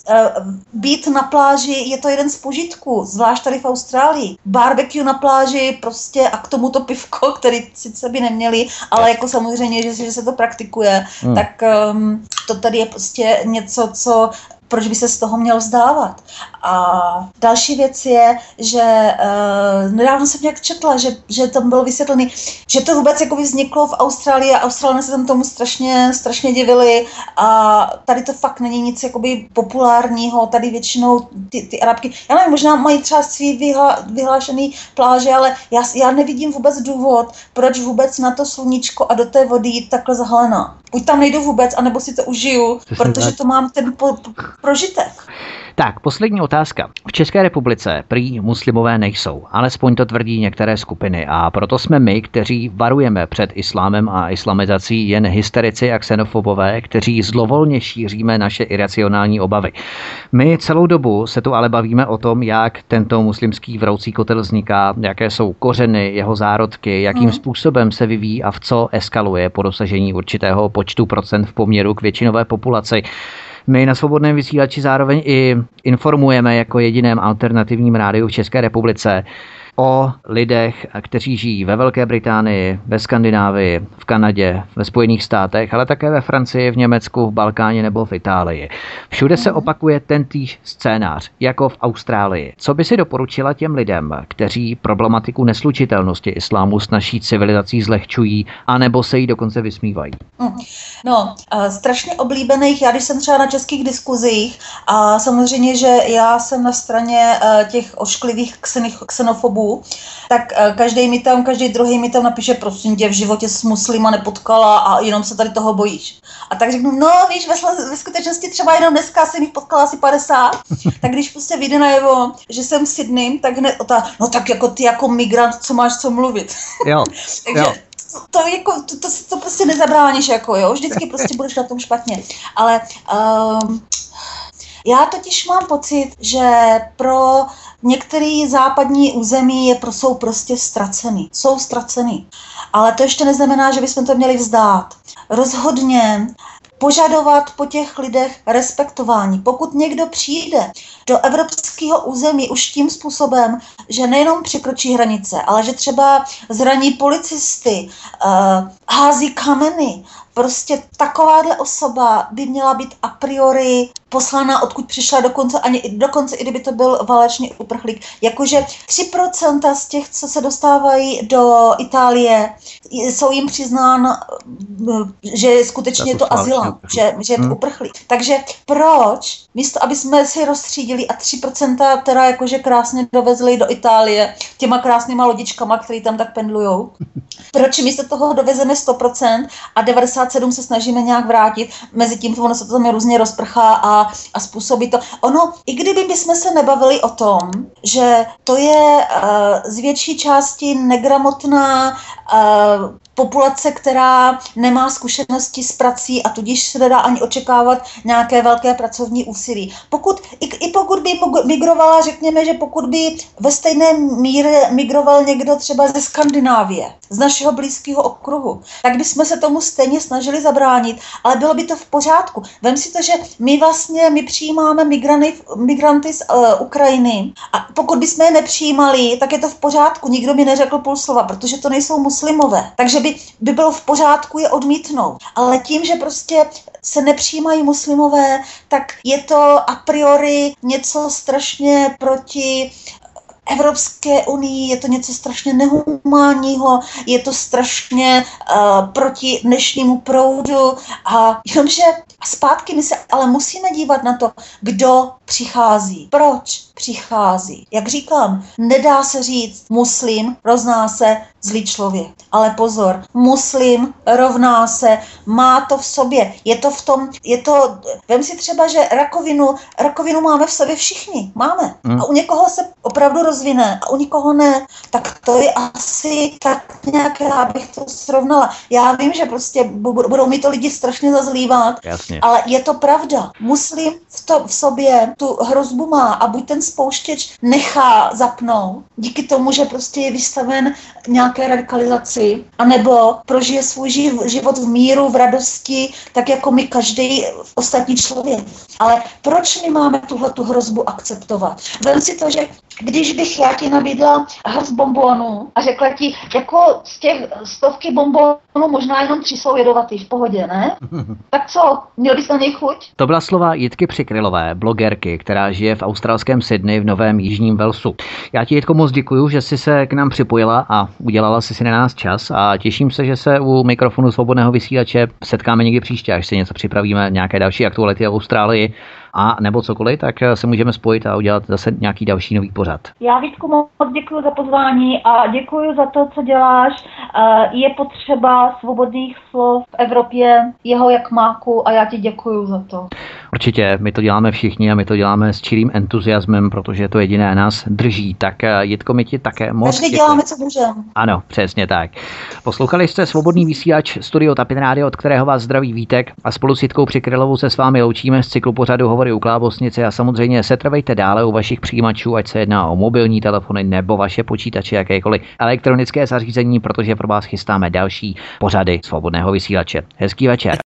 být na pláži je to jeden z požitků, zvlášť tady v Austrálii. Barbecue na pláži prostě a k tomu to pivko, který sice by neměli, ale jako samozřejmě, že se to praktikuje, tak to tady je prostě něco, proč by se z toho měl vzdávat. A další věc je, že nedávno jsem nějak četla, že tam bylo vysvětlené, že to vůbec jako vzniklo v Austrálii a Australané se tam tomu strašně divili a tady to fakt není nic jakoby populárního, tady většinou ty Arabky, já nevím, možná mají třeba svý vyhlášený pláže, ale já nevidím vůbec důvod, proč vůbec na to sluníčko a do té vody jít takhle zahalená. Buď tam nejdu vůbec, anebo si to užiju, protože to mám ten prožitek. Tak, poslední otázka. V České republice prý muslimové nejsou, alespoň to tvrdí některé skupiny a proto jsme my, kteří varujeme před islámem a islamizací, jen hysterici a xenofobové, kteří zlovolně šíříme naše iracionální obavy. My celou dobu se tu ale bavíme o tom, jak tento muslimský vroucí kotel vzniká, jaké jsou kořeny, jeho zárodky, jakým způsobem se vyvíjí a v co eskaluje po dosažení určitého počtu procent v poměru k většinové populaci. My na Svobodném vysílači zároveň i informujeme jako jediném alternativním rádiu v České republice o lidech, kteří žijí ve Velké Británii, ve Skandinávii, v Kanadě, ve Spojených státech, ale také ve Francii, v Německu, v Balkáně nebo v Itálii. Všude se opakuje tentýž scénář, jako v Austrálii. Co by si doporučila těm lidem, kteří problematiku neslučitelnosti islámu s naší civilizací zlehčují, anebo se jí dokonce vysmívají? No, strašně oblíbených, já když jsem třeba na českých diskuzích a samozřejmě, že já jsem na straně těch ošklivých xenofobů, tak každý druhý mi tam napíše, prosím tě, v životě s muslima nepotkala a jenom se tady toho bojíš. A tak řeknu, no víš, ve skutečnosti třeba jenom dneska jsem jich potkala asi 50, tak když prostě vyjde najevo, že jsem v Sydney, tak hned no tak jako ty jako migrant, co máš co mluvit. Jo. Takže jo. To prostě nezabráníš, jako jo, vždycky prostě budeš na tom špatně. Ale Já totiž mám pocit, že pro některé západní území jsou prostě ztracený. Jsou ztracený. Ale to ještě neznamená, že bychom to měli vzdát. Rozhodně požadovat po těch lidech respektování. Pokud někdo přijde do evropského území už tím způsobem, že nejenom překročí hranice, ale že třeba zraní policisty, hází kameny, prostě takováhle osoba by měla být a priori poslána, odkud přišla, dokonce i kdyby to byl válečný uprchlík. Jakože 3% z těch, co se dostávají do Itálie, jsou jim přiznán, že skutečně je to azylant, že je to uprchlík. Takže proč, místo aby jsme si rozstřídili a 3% teda jakože krásně dovezli do Itálie těma krásnýma lodičkama, který tam tak pendlujou, proč místo toho dovezeme 100% a 97% se snažíme nějak vrátit, mezi tím ono se to tam různě rozprchá a způsobí to. Ono, i kdyby bychom se nebavili o tom, že to je z větší části negramotná populace, která nemá zkušenosti s prací a tudíž se nedá ani očekávat nějaké velké pracovní úsilí. Pokud by migrovala, řekněme, že pokud by ve stejné míře migroval někdo třeba ze Skandinávie, z našeho blízkého okruhu, tak bychom se tomu stejně snažili zabránit, ale bylo by to v pořádku. Vem si to, že my přijímáme migranty z Ukrajiny a pokud bychom je nepřijímali, tak je to v pořádku. Nikdo mi neřekl půl slova, protože to nejsou muslimové. Takže by bylo v pořádku je odmítnout. Ale tím, že prostě se nepřijímají muslimové, tak je to a priori něco strašně proti Evropské unii, je to něco strašně nehumánního, je to strašně proti dnešnímu proudu a jenomže zpátky my se ale musíme dívat na to, kdo přichází, proč přichází. Jak říkám, nedá se říct muslim rovná se zlý člověk. Ale pozor, muslim rovná se, má to v sobě, vem si třeba, že rakovinu máme v sobě všichni, máme. A u někoho se opravdu rozvine a u někoho ne, tak to je asi tak nějak, já bych to srovnala. Já vím, že prostě budou mi to lidi strašně zazlívat, jasně, ale je to pravda. Muslim v sobě tu hrozbu má a buď ten spouštěč nechá zapnout, díky tomu, že prostě je vystaven nějaké radikalizaci, anebo prožije svůj život v míru, v radosti, tak jako my každý ostatní člověk. Ale proč my máme tuhletu hrozbu akceptovat? Vem si to, že když bych já ti nabídla hrst bonbonů a řekla ti, jako z těch 100 bonbonů možná jenom 3 jsou jedovatý, v pohodě, ne? Tak co, měl bys na něj chuť? To byla slova Jitky Přikrylové, blogerky, která žije v australském Sydney v Novém Jižním Walesu. Já ti, Jitko, moc děkuju, že jsi se k nám připojila a udělala si na nás čas a těším se, že se u mikrofonu Svobodného vysílače setkáme někdy příště, až si něco připravíme, nějaké další aktuality o Austrálii a nebo cokoliv, tak se můžeme spojit a udělat zase nějaký další nový pořad. Já, Vítku, moc děkuji za pozvání a děkuji za to, co děláš. Je potřeba svobodných slov v Evropě, jeho jak máku a já ti děkuji za to. Určitě, my to děláme všichni a my to děláme s čirým entuziasmem, protože to jediné nás drží. Tak Jitko, my ti také moc děkuji. Děláme, co můžeme. Ano, přesně tak. Poslouchali jste Svobodný vysílač Studio Tapin Radio, od kterého vás zdraví Vítek a spolu s Jitkou Přikrylovou se s vámi loučíme z cyklu pořadu Hovory u Klábosnice a samozřejmě setrvejte dále u vašich přijímačů, ať se jedná o mobilní telefony nebo vaše počítače, jakékoliv elektronické zařízení, protože pro vás chystáme další pořady Svobodného vysílače. Hezký večer.